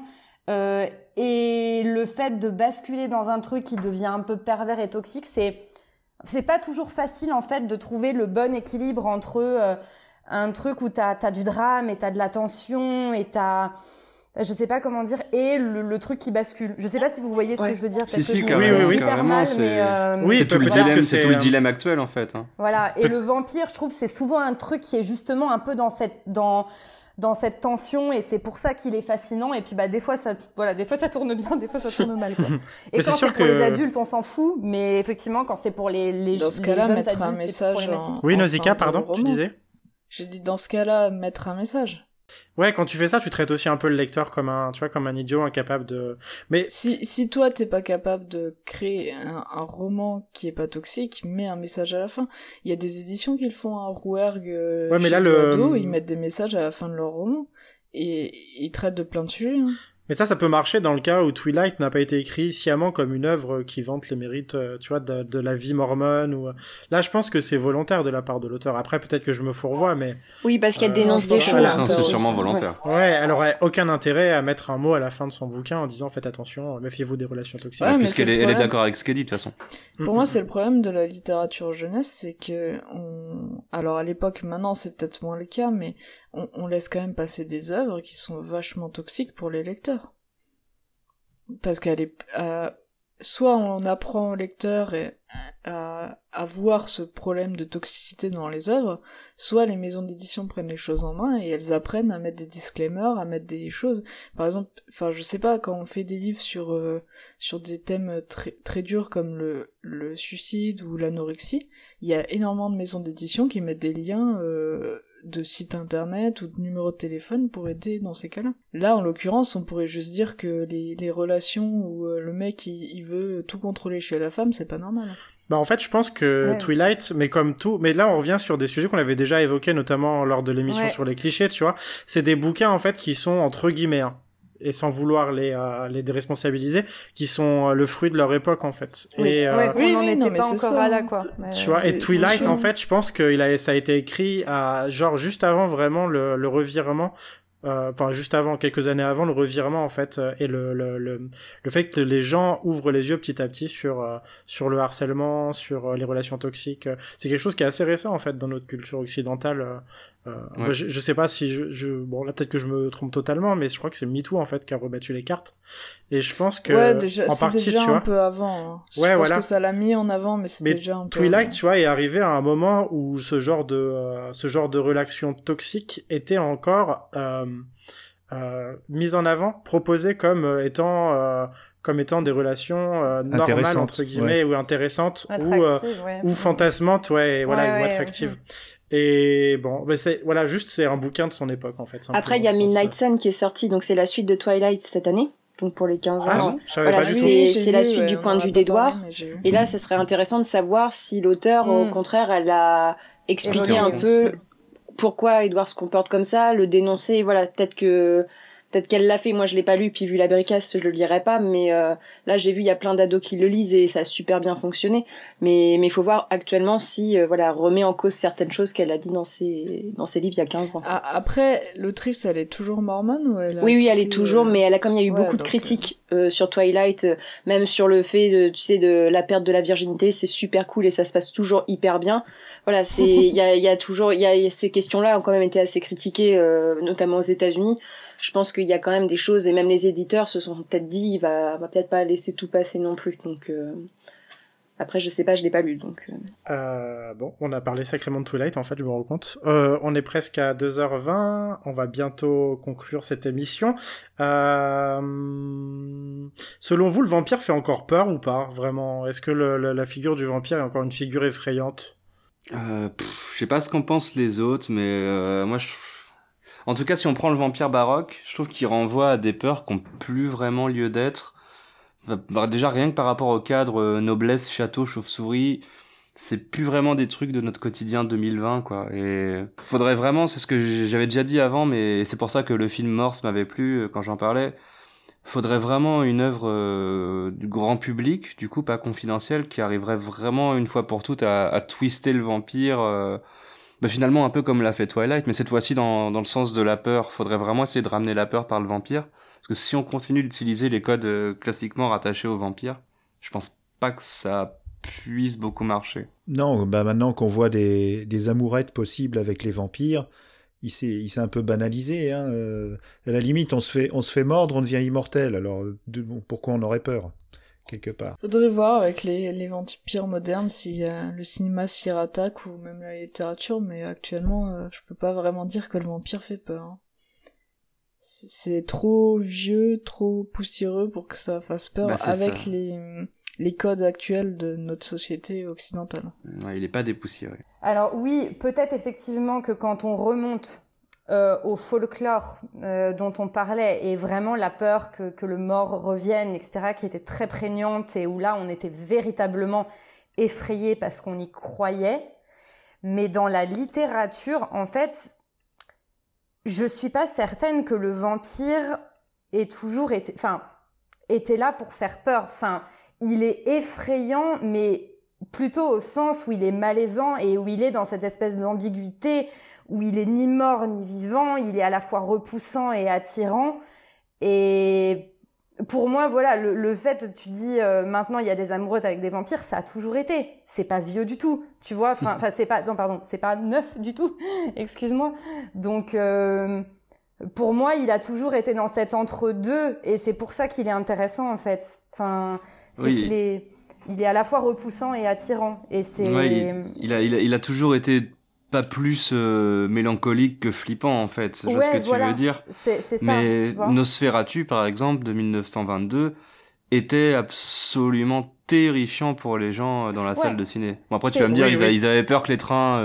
Et le fait de basculer dans un truc qui devient un peu pervers et toxique, c'est pas toujours facile en fait de trouver le bon équilibre entre un truc où t'as du drame et t'as de la tension et je sais pas comment dire, et le truc qui bascule. Je sais pas si vous voyez ce que je veux dire.
Si, carrément, c'est tout le dilemme actuel, en fait. Hein.
Voilà. Et le vampire, je trouve, c'est souvent un truc qui est justement un peu dans cette tension, et c'est pour ça qu'il est fascinant. Et puis, des fois ça tourne bien, des fois ça tourne mal, quoi. Et quand c'est pour les adultes, on s'en fout, mais effectivement, quand c'est pour les
dans ce cas-là,
jeunes
mettre
adultes,
un message.
Oui, Nausicaa, pardon, tu disais?
J'ai dit dans ce cas-là, mettre un message.
Ouais, quand tu fais ça, tu traites aussi un peu le lecteur comme un idiot incapable de... Mais
si toi t'es pas capable de créer un roman qui est pas toxique, mets un message à la fin. Il y a des éditions qui le font, Rouergue,
mais là
ils mettent des messages à la fin de leur roman et ils traitent de plein de sujets. Hein.
Mais ça peut marcher dans le cas où Twilight n'a pas été écrit sciemment comme une œuvre qui vante les mérites, tu vois, de la vie mormone ou... Là, je pense que c'est volontaire de la part de l'auteur. Après, peut-être que je me fourvoie, mais...
Oui, parce qu'elle dénonce des choses.
Non, c'est sûrement volontaire.
Ouais, elle aurait aucun intérêt à mettre un mot à la fin de son bouquin en disant « Faites attention, méfiez-vous des relations toxiques. »
Puisqu'elle est d'accord avec ce qu'elle dit, de toute façon.
Pour moi, c'est le problème de la littérature jeunesse, c'est que alors à l'époque, maintenant, c'est peut-être moins le cas, mais on laisse quand même passer des œuvres qui sont vachement toxiques pour les lecteurs. Parce qu'elle est... soit on apprend au lecteur à voir ce problème de toxicité dans les œuvres, soit les maisons d'édition prennent les choses en main et elles apprennent à mettre des disclaimers, à mettre des choses. Par exemple, je sais pas, quand on fait des livres sur des thèmes très très durs comme le suicide ou l'anorexie, il y a énormément de maisons d'édition qui mettent des liens de sites internet ou de numéros de téléphone pour aider dans ces cas-là. Là, en l'occurrence, on pourrait juste dire que les relations où le mec il veut tout contrôler chez la femme, c'est pas normal.
En fait, je pense que Twilight, mais comme tout, mais là on revient sur des sujets qu'on avait déjà évoqués, notamment lors de l'émission sur les clichés, tu vois. C'est des bouquins en fait qui sont entre guillemets, et sans vouloir les déresponsabiliser, qui sont le fruit de leur époque en fait.
Oui,
et
on n'en était pas encore là, quoi.
Tu vois, et Twilight en fait, je pense que ça a été écrit à genre juste avant vraiment le revirement. Juste avant, quelques années avant, le revirement en fait, et le fait que les gens ouvrent les yeux petit à petit sur le harcèlement, sur les relations toxiques, c'est quelque chose qui est assez récent en fait dans notre culture occidentale. Je sais pas si bon là peut-être que je me trompe totalement, mais je crois que c'est MeToo en fait qui a rebattu les cartes, et je pense que
déjà,
en partie
déjà
tu vois,
un peu avant. Hein. Je pense que ça l'a mis en avant, mais c'était déjà un peu.
Twilight,
avant.
tu vois, est arrivé à un moment où ce genre de relation toxique était encore mise en avant, proposée comme étant des relations normales entre guillemets, ou intéressantes, ou fantasmantes, ou attractives. Et bon, c'est un bouquin de son époque en fait.
Après, il y a Midnight Sun qui est sorti, donc c'est la suite de Twilight cette année. Donc pour les 15 ans.
Ah non, je savais pas du tout.
C'est la suite du point de vue d'Edouard. Et là, ça serait intéressant de savoir si l'auteur, au contraire, elle a expliqué un peu pourquoi Edouard se comporte comme ça, le dénoncer, peut-être qu'elle l'a fait, moi je l'ai pas lu, puis vu la bricasse je le lirai pas, mais là j'ai vu il y a plein d'ados qui le lisent et ça a super bien fonctionné, mais il faut voir actuellement si remet en cause certaines choses qu'elle a dit dans ses livres il y a 15 ans.
Après, l'autrice elle est toujours mormone ou elle a
Oui, elle est toujours, mais comme il y a eu beaucoup de critiques sur Twilight, même sur le fait de la perte de la virginité, c'est super cool et ça se passe toujours hyper bien. Voilà, il y a toujours ces questions-là ont quand même été assez critiquées, notamment aux États-Unis. Je pense qu'il y a quand même des choses, et même les éditeurs se sont peut-être dit, il va peut-être pas laisser tout passer non plus. Donc après, je sais pas, je l'ai pas lu, donc.
Bon, on a parlé sacrément de Twilight, en fait, je me rends compte. On est presque à 2h20, on va bientôt conclure cette émission. Selon vous, le vampire fait encore peur ou pas, vraiment? Est-ce que la figure du vampire est encore une figure effrayante?
Je sais pas ce qu'en pensent les autres, mais moi en tout cas, si on prend le vampire baroque, je trouve qu'il renvoie à des peurs qui n'ont plus vraiment lieu d'être. Déjà, rien que par rapport au cadre noblesse, château, chauve-souris, c'est plus vraiment des trucs de notre quotidien 2020, quoi. Et faudrait vraiment, c'est ce que j'avais déjà dit avant, mais c'est pour ça que le film Morse m'avait plu quand j'en parlais. Faudrait vraiment une œuvre du grand public, du coup pas confidentielle, qui arriverait vraiment une fois pour toutes à twister le vampire... finalement un peu comme l'a fait Twilight, mais cette fois-ci dans le sens de la peur. Faudrait vraiment essayer de ramener la peur par le vampire, parce Parce que si on continue d'utiliser les codes classiquement rattachés aux vampires, je pense pas que ça puisse beaucoup marcher.
Non, bah maintenant qu'on voit des amourettes possibles avec les vampires, il s'est un peu banalisé. Hein. À la limite, on se fait mordre, on devient immortel. Alors, pourquoi on aurait peur, quelque part?
Faudrait voir avec les vampires modernes si le cinéma s'y rattaque ou même la littérature, mais actuellement, je peux pas vraiment dire que le vampire fait peur. Hein. C'est trop vieux, trop poussiéreux pour que ça fasse peur avec
ça.
Les codes actuels de notre société occidentale.
Ouais, il est pas dépoussiéré.
Alors oui, peut-être effectivement que quand on remonte au folklore dont on parlait, et vraiment la peur que le mort revienne, etc., qui était très prégnante et où là on était véritablement effrayé parce qu'on y croyait. Mais dans la littérature, en fait, je suis pas certaine que le vampire ait toujours été, était là pour faire peur. Enfin, il est effrayant, mais plutôt au sens où il est malaisant et où il est dans cette espèce d'ambiguïté, où il est ni mort ni vivant, il est à la fois repoussant et attirant. Et pour moi, voilà, le fait, tu dis maintenant il y a des amoureux avec des vampires, ça a toujours été. C'est pas vieux du tout, tu vois. Enfin, c'est pas neuf du tout. Excuse-moi. Donc pour moi, il a toujours été dans cet entre-deux, et c'est pour ça qu'il est intéressant en fait. Enfin, c'est qu'il est, il est à la fois repoussant et attirant, et c'est.
Ouais, il a toujours été pas plus mélancolique que flippant en fait. Je vois ce que tu veux dire.
C'est ça.
Mais
tu vois.
Nosferatu par exemple de 1922 était absolument terrifiant pour les gens dans la salle de ciné. Bon, après tu vas me dire ils avaient peur que les trains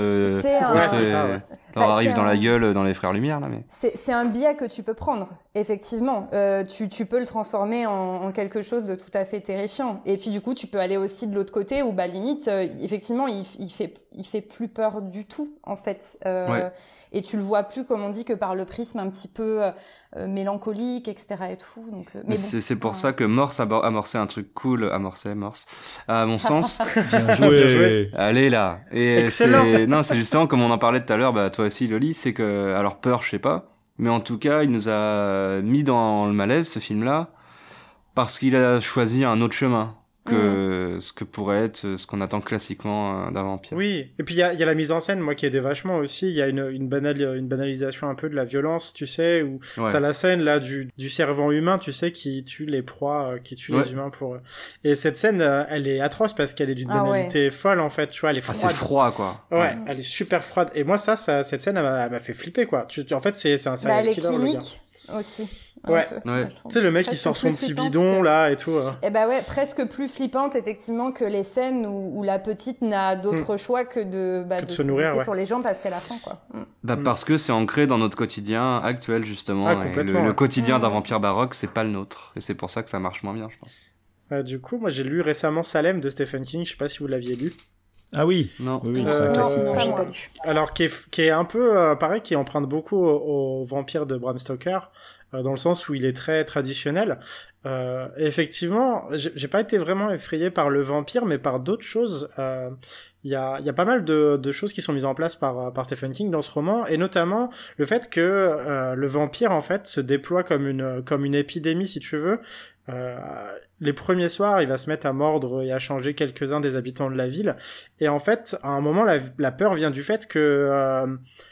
leur arrivent dans la gueule dans les Frères Lumière là, mais
c'est un biais que tu peux prendre effectivement. Tu peux le transformer en quelque chose de tout à fait terrifiant, et puis du coup tu peux aller aussi de l'autre côté où limite effectivement il fait plus peur du tout en fait. Et tu le vois plus, comme on dit, que par le prisme un petit peu mélancolique, etc. et tout. Donc, mais bon,
c'est pour ça que Morse a amorcé un truc cool, Morse, à mon sens.
Bien joué.
Allez là. Et
excellent.
c'est justement comme on en parlait tout à l'heure, toi aussi Loli, c'est que, alors peur, je sais pas, mais en tout cas, il nous a mis dans le malaise, ce film-là, parce qu'il a choisi un autre chemin que ce que pourrait être ce qu'on attend classiquement d'un vampire.
Oui, et puis il y a la mise en scène, moi, qui aidait vachement aussi. Il y a une banalisation un peu de la violence, tu sais, où t'as la scène là du servant humain, tu sais, qui tue les proies, qui tue les humains pour. Et cette scène, elle est atroce parce qu'elle est d'une banalité folle en fait, tu vois, elle est froide.
C'est froid quoi.
Ouais, elle est super froide. Et moi cette scène, elle m'a fait flipper quoi. En fait, c'est un serial killer.
Elle est clinique aussi.
Ouais. Tu sais, le mec il sort son petit bidon là et tout.
Et presque plus flippante effectivement que les scènes où la petite n'a d'autre choix que de
se nourrir
sur les gens parce qu'elle a faim quoi.
Parce que c'est ancré dans notre quotidien actuel justement. Le quotidien d'un vampire baroque, c'est pas le nôtre, et c'est pour ça que ça marche moins bien, je pense.
Du coup, moi j'ai lu récemment Salem de Stephen King. Je sais pas si vous l'aviez lu.
Ah oui.
Non.
Oui, c'est un classique.
Non, j'ai pas lu.
Alors qui est un peu pareil, qui emprunte beaucoup au vampire de Bram Stoker, dans le sens où il est très traditionnel. Effectivement, j'ai pas été vraiment effrayé par le vampire, mais par d'autres choses. Il y a pas mal de choses qui sont mises en place par Stephen King dans ce roman, et notamment le fait que le vampire en fait se déploie comme une épidémie, si tu veux. Les premiers soirs, il va se mettre à mordre et à changer quelques-uns des habitants de la ville. Et en fait, à un moment, la peur vient du fait que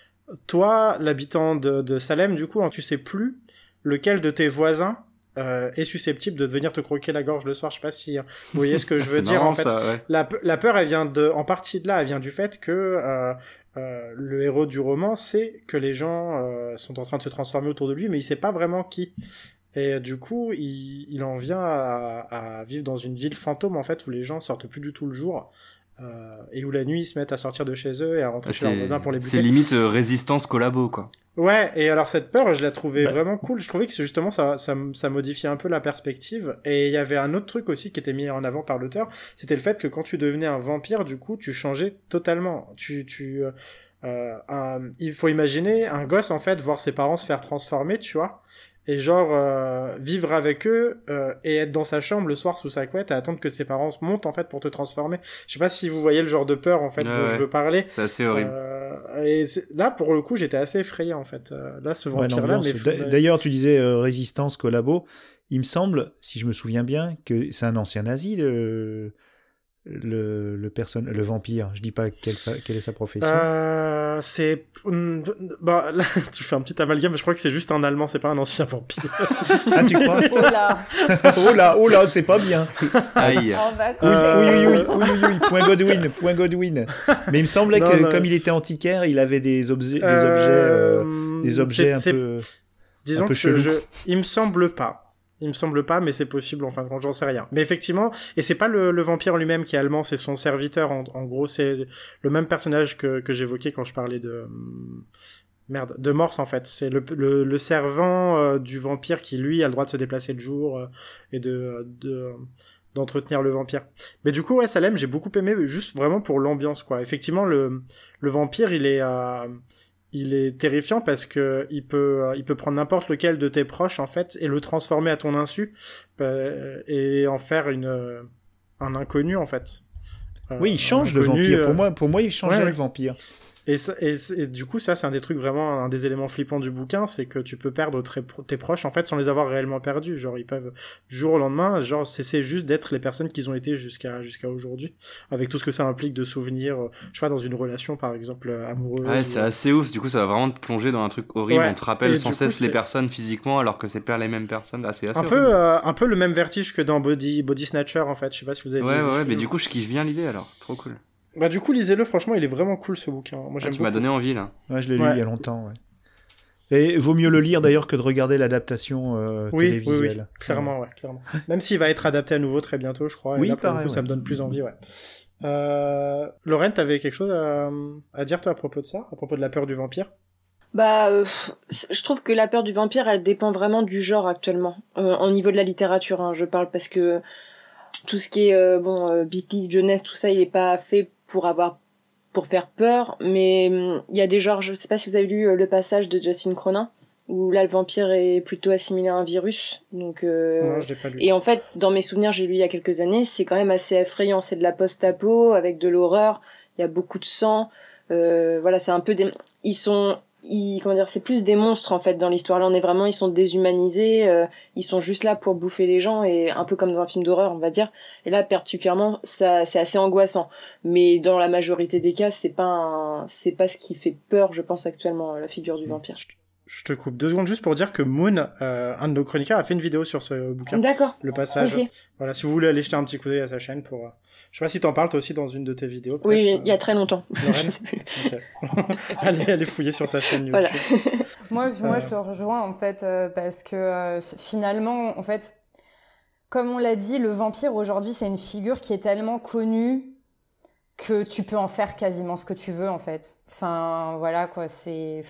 toi, l'habitant de Salem, du coup, tu sais plus lequel de tes voisins est susceptible de venir te croquer la gorge le soir. Je sais pas si vous voyez ce que je veux dire.
Marrant,
en fait,
ça, ouais.
La peur, elle vient en partie de là. Elle vient du fait que le héros du roman sait que les gens sont en train de se transformer autour de lui, mais il sait pas vraiment qui. Et du coup, il en vient à vivre dans une ville fantôme, en fait, où les gens sortent plus du tout le jour, et où la nuit, ils se mettent à sortir de chez eux et à rentrer chez leurs voisins pour les buter.
C'est limite résistance collabo, quoi.
Ouais, et alors cette peur, je la trouvais vraiment cool. Je trouvais que justement, ça modifiait un peu la perspective. Et il y avait un autre truc aussi qui était mis en avant par l'auteur, c'était le fait que quand tu devenais un vampire, du coup, tu changeais totalement. Il faut imaginer un gosse, en fait, voir ses parents se faire transformer, tu vois. et genre vivre avec eux et être dans sa chambre le soir sous sa couette et attendre que ses parents se montent en fait pour te transformer. Je sais pas si vous voyez le genre de peur en fait dont je veux parler.
C'est assez horrible.
Et là pour le coup j'étais assez effrayé en fait. Là ce vampire là.
D'ailleurs tu disais résistance collabo. Il me semble, si je me souviens bien, que c'est un ancien nazi le vampire. Je dis pas quelle est sa profession.
C'est bah là tu fais un petit amalgame, mais je crois que c'est juste un Allemand, c'est pas un ancien vampire.
Ah tu crois? Oh là, c'est pas bien.
Aïe.
Oui, point Godwin. Mais il me semblait que comme il était antiquaire, il avait des objets un peu.
Disons
un peu
que il me semble pas. Il me semble pas, mais c'est possible, enfin, quand j'en sais rien. Mais effectivement, et c'est pas le vampire lui-même qui est allemand, c'est son serviteur, en gros, c'est le même personnage que j'évoquais quand je parlais de Morse, en fait. C'est le servant du vampire qui, lui, a le droit de se déplacer le jour et d'entretenir le vampire. Mais du coup, ouais, Salem, j'ai beaucoup aimé, juste vraiment pour l'ambiance, quoi. Effectivement, le vampire, il est terrifiant parce que il peut prendre n'importe lequel de tes proches en fait et le transformer à ton insu et en faire un inconnu en fait.
Oui, il change le vampire. Pour moi, il changeait le vampire.
Et du coup, ça, c'est un des trucs vraiment, un des éléments flippants du bouquin, c'est que tu peux perdre tes proches, en fait, sans les avoir réellement perdus. Genre, ils peuvent, du jour au lendemain, genre, cesser juste d'être les personnes qu'ils ont été jusqu'à aujourd'hui. Avec tout ce que ça implique de souvenirs, je sais pas, dans une relation, par exemple, amoureuse.
Ouais, c'est assez ouf. Du coup, ça va vraiment te plonger dans un truc horrible. On te rappelle sans cesse les personnes physiquement, alors que c'est pas les mêmes personnes. Ah, c'est assez
un peu le même vertige que dans Body Snatcher, en fait. Je sais pas si vous avez vu.
Ouais, mais du coup, je kiffe bien l'idée, alors. Trop cool.
Bah du coup lisez-le, franchement il est vraiment cool ce bouquin. Moi j'aime
tu m'as donné envie là.
Ouais, je l'ai lu il y a longtemps. Ouais. Et vaut mieux le lire d'ailleurs que de regarder l'adaptation télévisuelle.
Oui, clairement, clairement. Même s'il va être adapté à nouveau très bientôt, je crois.
Oui,
et là, pour le coup, ça me donne plus envie, ouais. Lorraine, t'avais quelque chose à dire toi à propos de ça, à propos de la peur du vampire?
Je trouve que la peur du vampire, elle dépend vraiment du genre actuellement, au niveau de la littérature, hein, je parle, parce que tout ce qui est Bipi, jeunesse, tout ça, il est pas fait pour faire peur, mais il y a des genres, je sais pas si vous avez lu le passage de Justin Cronin, où là le vampire est plutôt assimilé à un virus, donc
non, je l'ai pas lu.
Et en fait, dans mes souvenirs, j'ai lu il y a quelques années, c'est quand même assez effrayant, c'est de la post-apo avec de l'horreur, il y a beaucoup de sang, voilà, c'est un peu comment dire, c'est plus des monstres en fait dans l'histoire. Là, ils sont déshumanisés, ils sont juste là pour bouffer les gens, et un peu comme dans un film d'horreur, on va dire. Et là, particulièrement, ça, c'est assez angoissant. Mais dans la majorité des cas, c'est pas ce qui fait peur, je pense actuellement, la figure du vampire.
Je te coupe 2 secondes juste pour dire que Moon, un de nos chroniqueurs, a fait une vidéo sur ce bouquin.
D'accord.
Le passage.
Okay.
Voilà, si vous voulez aller jeter un petit coup d'œil à sa chaîne pour. Je sais pas si t'en parles toi aussi dans une de tes vidéos.
Oui, il y a très longtemps.
Lorraine. Ok. Allez fouiller sur sa chaîne YouTube.
Voilà. moi, je te rejoins en fait parce que finalement, en fait, comme on l'a dit, le vampire aujourd'hui, c'est une figure qui est tellement connue que tu peux en faire quasiment ce que tu veux en fait. Enfin, voilà quoi, c'est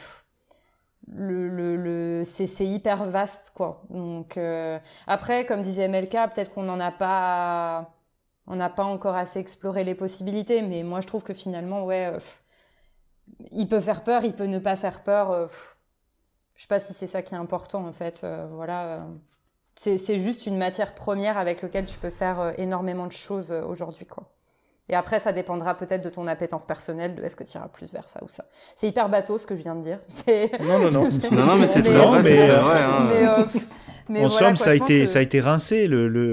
c'est hyper vaste quoi. Donc après, comme disait MLK, peut-être qu'on n'a pas encore assez exploré les possibilités, mais moi je trouve que finalement il peut faire peur, il peut ne pas faire peur. Je sais pas si c'est ça qui est important en fait. C'est juste une matière première avec laquelle tu peux faire énormément de choses aujourd'hui quoi. Et après, ça dépendra peut-être de ton appétence personnelle, de est-ce que tu iras plus vers ça ou ça. C'est hyper bateau ce que je viens de dire.
Non, mais c'est très vrai, c'est très vrai.
En somme, ça a été rincé,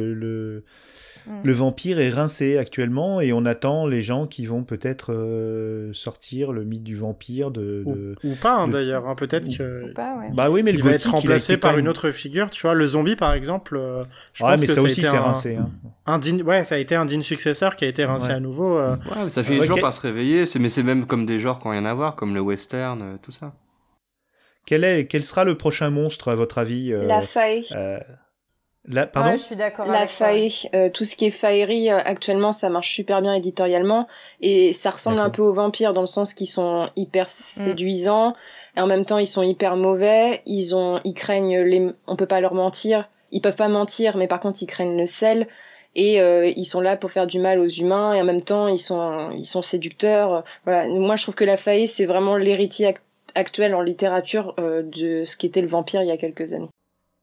le vampire est rincé actuellement, et on attend les gens qui vont peut-être sortir le mythe du vampire
ou pas d'ailleurs, hein, peut-être que
pas, ouais.
Bah oui, mais
il va être remplacé par une autre figure, tu vois, le zombie par exemple. Je pense que
ça aussi c'est rincé.
Ça a été un digne successeur qui a été rincé à nouveau.
Ouais, ça finit toujours par se réveiller. Mais c'est même comme des genres qui n'ont rien à voir, comme le western, tout ça.
Quel sera le prochain monstre à votre avis?
La faille.
Pardon?
Ouais, je suis d'accord.
La faille, tout ce qui est faillerie actuellement, ça marche super bien éditorialement, et ça ressemble un peu aux vampires dans le sens qu'ils sont hyper séduisants, et en même temps ils sont hyper mauvais. Ils craignent on peut pas leur mentir. Ils peuvent pas mentir, mais par contre ils craignent le sel, et ils sont là pour faire du mal aux humains, et en même temps ils sont séducteurs. Voilà, moi je trouve que la faille c'est vraiment l'héritier actuel en littérature de ce qu'était le vampire il y a quelques années.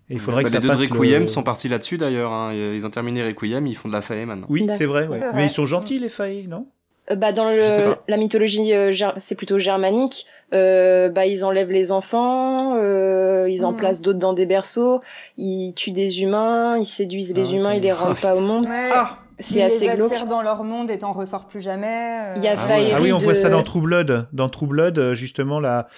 Et il faudrait que
les
ça
deux de
passe
Requiem sont partis là-dessus d'ailleurs. Hein. Ils ont terminé Requiem, ils font de la fae maintenant.
Oui,
D'accord.
c'est vrai, ouais.
C'est vrai.
Mais ils sont gentils, les faillis, non?
Dans
Je sais pas.
la mythologie, c'est plutôt germanique. Ils enlèvent les enfants, ils en placent d'autres dans des berceaux, ils tuent des humains, ils séduisent les humains, ils les rendent pas au monde.
Ouais.
Ah
C'est
Ils
assez
les
glauque.
attirent dans leur monde et t'en ressors plus jamais.
Il y a
Ah
Faerie
ouais.
Ah oui, on voit ça
de-
dans True Blood. Dans True Blood, justement,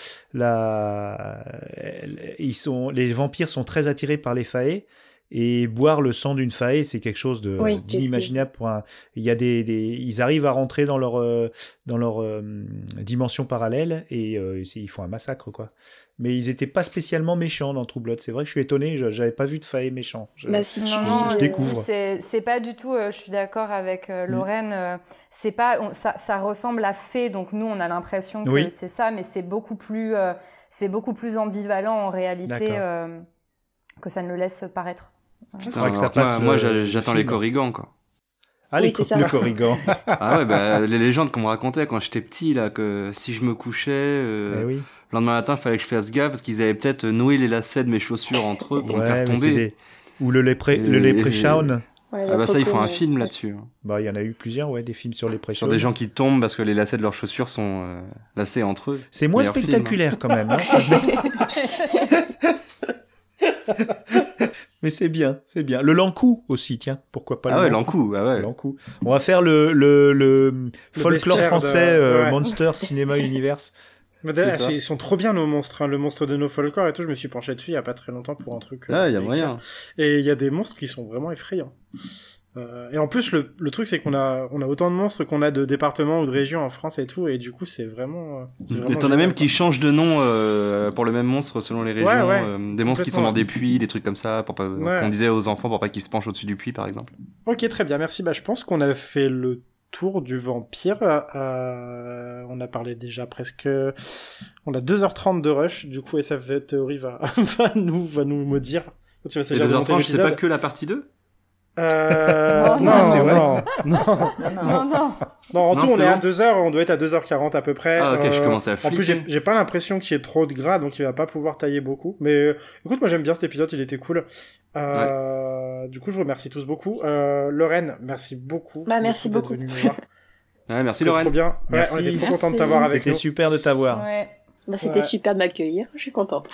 les vampires sont très attirés par les faées. Et boire le sang d'une faée, c'est quelque chose
Oui,
d'inimaginable. Il y a ils arrivent à rentrer dans leur dimension parallèle et ils font un massacre, quoi. Mais ils étaient pas spécialement méchants dans True Blood. C'est vrai que je suis étonné, j'avais pas vu de faée méchant.
Si tu...
Non,
je découvre.
C'est pas du tout. Je suis d'accord avec Lorraine. C'est pas. Ça ressemble à fée, donc nous on a l'impression que
Oui.
c'est ça, mais c'est beaucoup plus ambivalent en réalité que ça ne le laisse paraître.
Faudrait que ça
alors
passe
moi,
le
j'attends
film.
les corrigans, quoi.
Ah,
Oui, c'est ça.
le corrigan.
Ah ouais, bah, les légendes qu'on me racontait quand j'étais petit, là, que si je me couchais,
Eh oui.
le lendemain matin, il fallait que je fasse gaffe parce qu'ils avaient peut-être noué les lacets de mes chaussures entre eux pour me
Ouais,
faire
mais c'est
tomber.
Ou le Leprechaun.
Ouais,
Ah bah ça, ils font un
Coco,
film là-dessus. Hein.
Bah, il y en a eu plusieurs, ouais, des films sur les
Sur
Leprechaun.
des gens qui tombent parce que les lacets de leurs chaussures sont lacés entre eux.
C'est moins
Meilleur film,
spectaculaire quand même. Hein, faut admettre. Mais c'est bien, c'est bien. Le Lankou aussi, tiens, pourquoi pas
Ah
le
ouais,
Lankou.
l'encou, ah ouais.
Lankou. On va faire le folklore
bestiaire
français
ouais.
Monster Cinema Universe.
Mais
C'est ça.
ils sont trop bien nos monstres, hein. Le monstre de nos folklore et tout, je me suis penché dessus il y a pas très longtemps pour un truc.
Ah, il y a
écrire.
moyen.
Et il y a des monstres qui sont vraiment effrayants. Et en plus, le truc, c'est qu'on a autant de monstres qu'on a de départements ou de régions en France et tout, et du coup, c'est vraiment.
Et t'en as même qui changent de nom pour le même monstre selon les régions.
Ouais,
des monstres qui sont dans
complètement.
des puits, des trucs comme ça, pour pas, qu'on disait aux enfants pour pas qu'ils se penchent au-dessus du puits, par exemple.
Ok, très bien, merci. Bah, je pense qu'on a fait le tour du vampire. On a parlé déjà presque. On a 2h30 de rush. Du coup, SF Theory va nous maudire. Quand il va
Et
s'agir de monter
2h30, c'est pas
l'épisode.
que la partie 2
Non,
c'est vrai.
Non. Non, en
Non,
tout, on
c'est
est à
bon.
2h, on doit être à 2h40 à peu près.
Ah ok, je commençais à
En
flipper.
plus, j'ai pas l'impression qu'il y ait trop de gras, donc il va pas pouvoir tailler beaucoup. Mais écoute, moi j'aime bien cet épisode, il était cool. Du coup, je vous remercie tous beaucoup. Lorraine, merci beaucoup.
Merci
d'être
beaucoup.
venue nous voir.
Ouais, merci
C'était trop
Lorraine.
bien. Ouais,
Merci.
on était trop
Merci.
contents de t'avoir avec
C'était
nous.
super de t'avoir.
Ouais.
C'était
Ouais.
super de m'accueillir, je suis contente.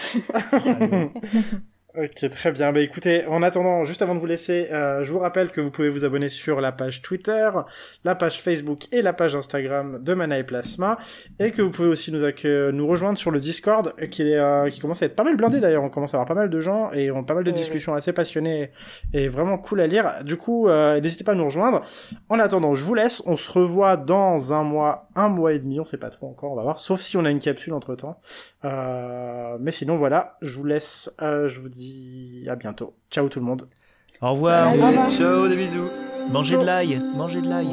Ok, très bien. Bah écoutez, en attendant, juste avant de vous laisser, je vous rappelle que vous pouvez vous abonner sur la page Twitter, la page Facebook et la page Instagram de Mana et Plasma, et que vous pouvez aussi nous rejoindre sur le Discord, qui commence à être pas mal blindé d'ailleurs. On commence à avoir pas mal de gens et on a pas mal de discussions assez passionnées et vraiment cool à lire. Du coup, n'hésitez pas à nous rejoindre. En attendant, je vous laisse. On se revoit dans un mois et demi. On sait pas trop encore, on va voir. Sauf si on a une capsule entre temps. Mais sinon, voilà. Je vous laisse. Je vous dis à bientôt. Ciao tout le monde.
Au revoir.
Salut. Au revoir.
Ciao, des bisous.
Mangez de l'ail. Mangez de l'ail.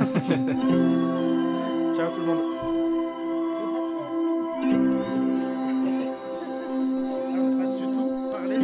Ciao tout le monde. Ça, on traite du tout parler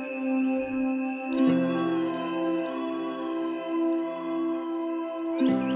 Thank you.